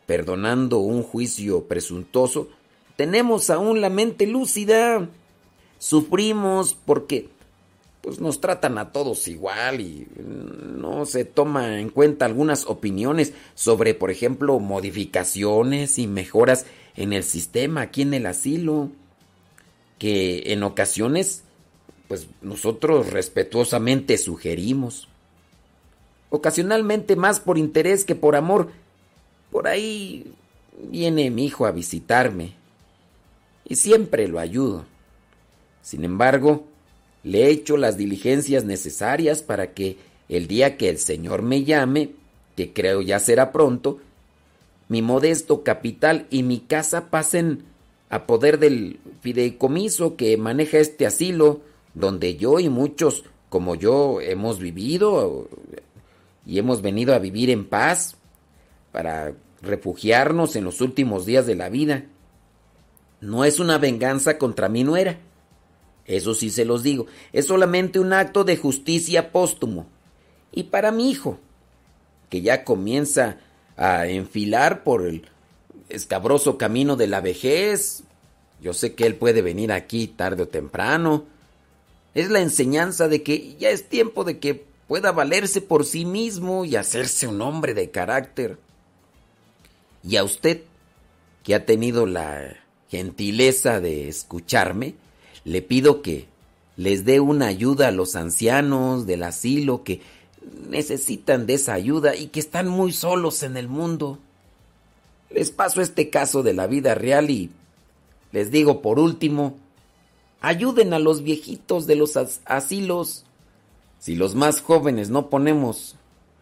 perdonando un juicio presuntuoso, tenemos aún la mente lúcida. Sufrimos porque pues nos tratan a todos igual y no se toma en cuenta algunas opiniones sobre, por ejemplo, modificaciones y mejoras en el sistema aquí en el asilo, que en ocasiones pues nosotros respetuosamente sugerimos. Ocasionalmente más por interés que por amor. Por ahí viene mi hijo a visitarme y siempre lo ayudo. Sin embargo, le he hecho las diligencias necesarias para que el día que el Señor me llame, que creo ya será pronto, mi modesto capital y mi casa pasen a poder del fideicomiso que maneja este asilo, donde yo y muchos como yo hemos vivido y hemos venido a vivir en paz para refugiarnos en los últimos días de la vida. No es una venganza contra mi nuera. Eso sí se los digo, es solamente un acto de justicia póstumo. Y para mi hijo, que ya comienza a enfilar por el escabroso camino de la vejez, yo sé que él puede venir aquí tarde o temprano. Es la enseñanza de que ya es tiempo de que pueda valerse por sí mismo y hacerse un hombre de carácter. Y a usted, que ha tenido la gentileza de escucharme, le pido que les dé una ayuda a los ancianos del asilo que necesitan de esa ayuda y que están muy solos en el mundo. Les paso este caso de la vida real y les digo por último, ayuden a los viejitos de los asilos. Si los más jóvenes nos ponemos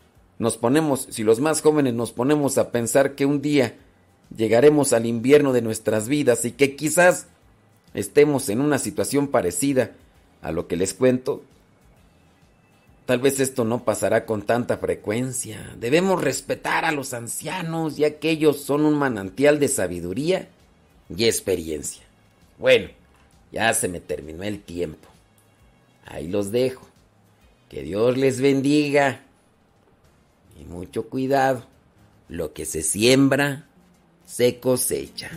a pensar que un día llegaremos al invierno de nuestras vidas y que quizás estemos en una situación parecida a lo que les cuento, tal vez esto no pasará con tanta frecuencia. Debemos respetar a los ancianos, ya que ellos son un manantial de sabiduría y experiencia. Bueno, ya se me terminó el tiempo. Ahí los dejo. Que Dios les bendiga. Y mucho cuidado. Lo que se siembra, se cosecha.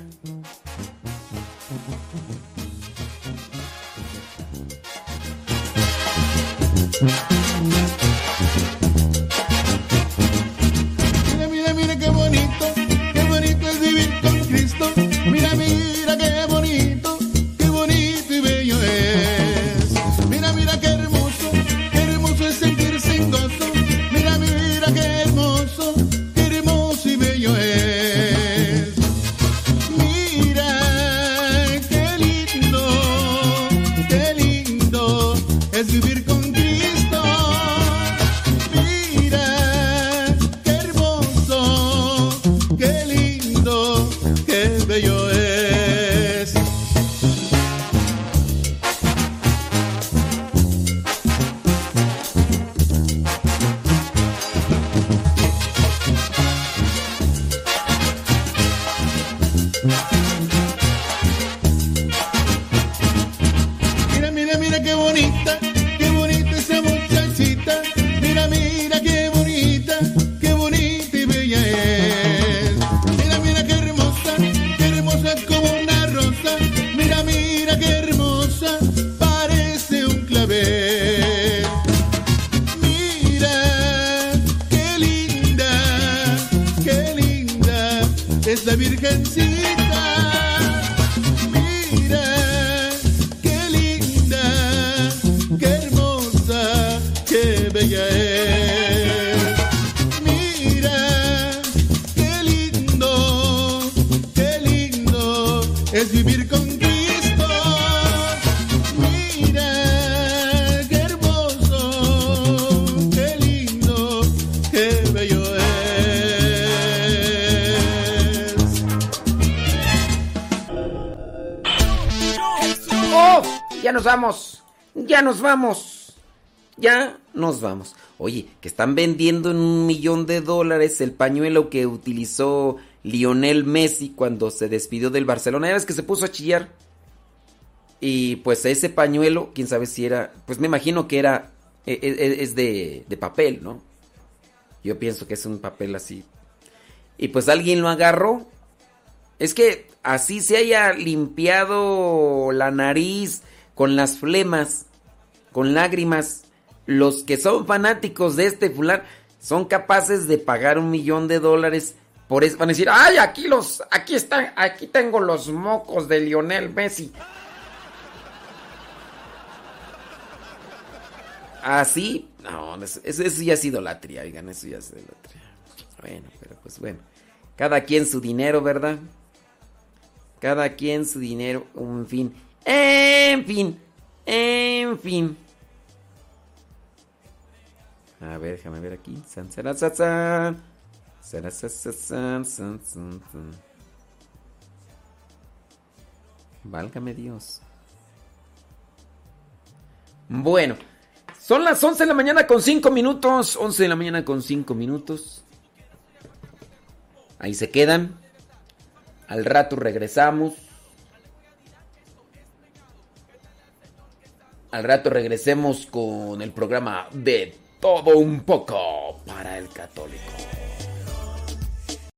Mira, mira, mira qué bonito es vivir con Cristo. Mira, mira qué bonito y bello es. Mira, mira qué hermoso es sentirse en gozo. Mira, mira qué hermoso y bello es. Mira qué lindo es vivir con Cristo. Mira qué hermoso, qué lindo, qué bello es. Mira, mira, mira qué bonita esa muchachita. Mira, mira qué bonita y bella es. Mira, mira qué hermosa como una rosa. Mira, mira qué hermosa, parece un clavel. Mira qué linda es la virgencita. Mira qué linda, qué hermosa, qué bella es. Mira qué lindo es vivir con Cristo. Mira qué hermoso, qué lindo, qué bello es. ¡Oh! Ya nos vamos. Oye, que están vendiendo en $1,000,000 el pañuelo que utilizó Lionel Messi cuando se despidió del Barcelona. Ya ves que se puso a chillar. Y pues ese pañuelo, quién sabe si era, pues me imagino que era, es de papel, ¿no? Yo pienso que es un papel así. y pues alguien lo agarró. Es que así se haya limpiado la nariz con las flemas, con lágrimas, los que son fanáticos de este fulano son capaces de pagar $1 millón por eso. Van a decir, ay, aquí tengo los mocos de Lionel Messi. Así, no, eso ya es idolatría, oigan, eso ya es idolatría. Bueno, pero pues bueno, cada quien su dinero, ¿verdad? Cada quien su dinero, en fin. A ver, déjame ver aquí. Válgame Dios. Bueno, son las 11 de la mañana con 5 minutos. 11 de la mañana con 5 minutos. Ahí se quedan. Al rato regresamos. Al rato regresemos con el programa de Todo un poco para el católico.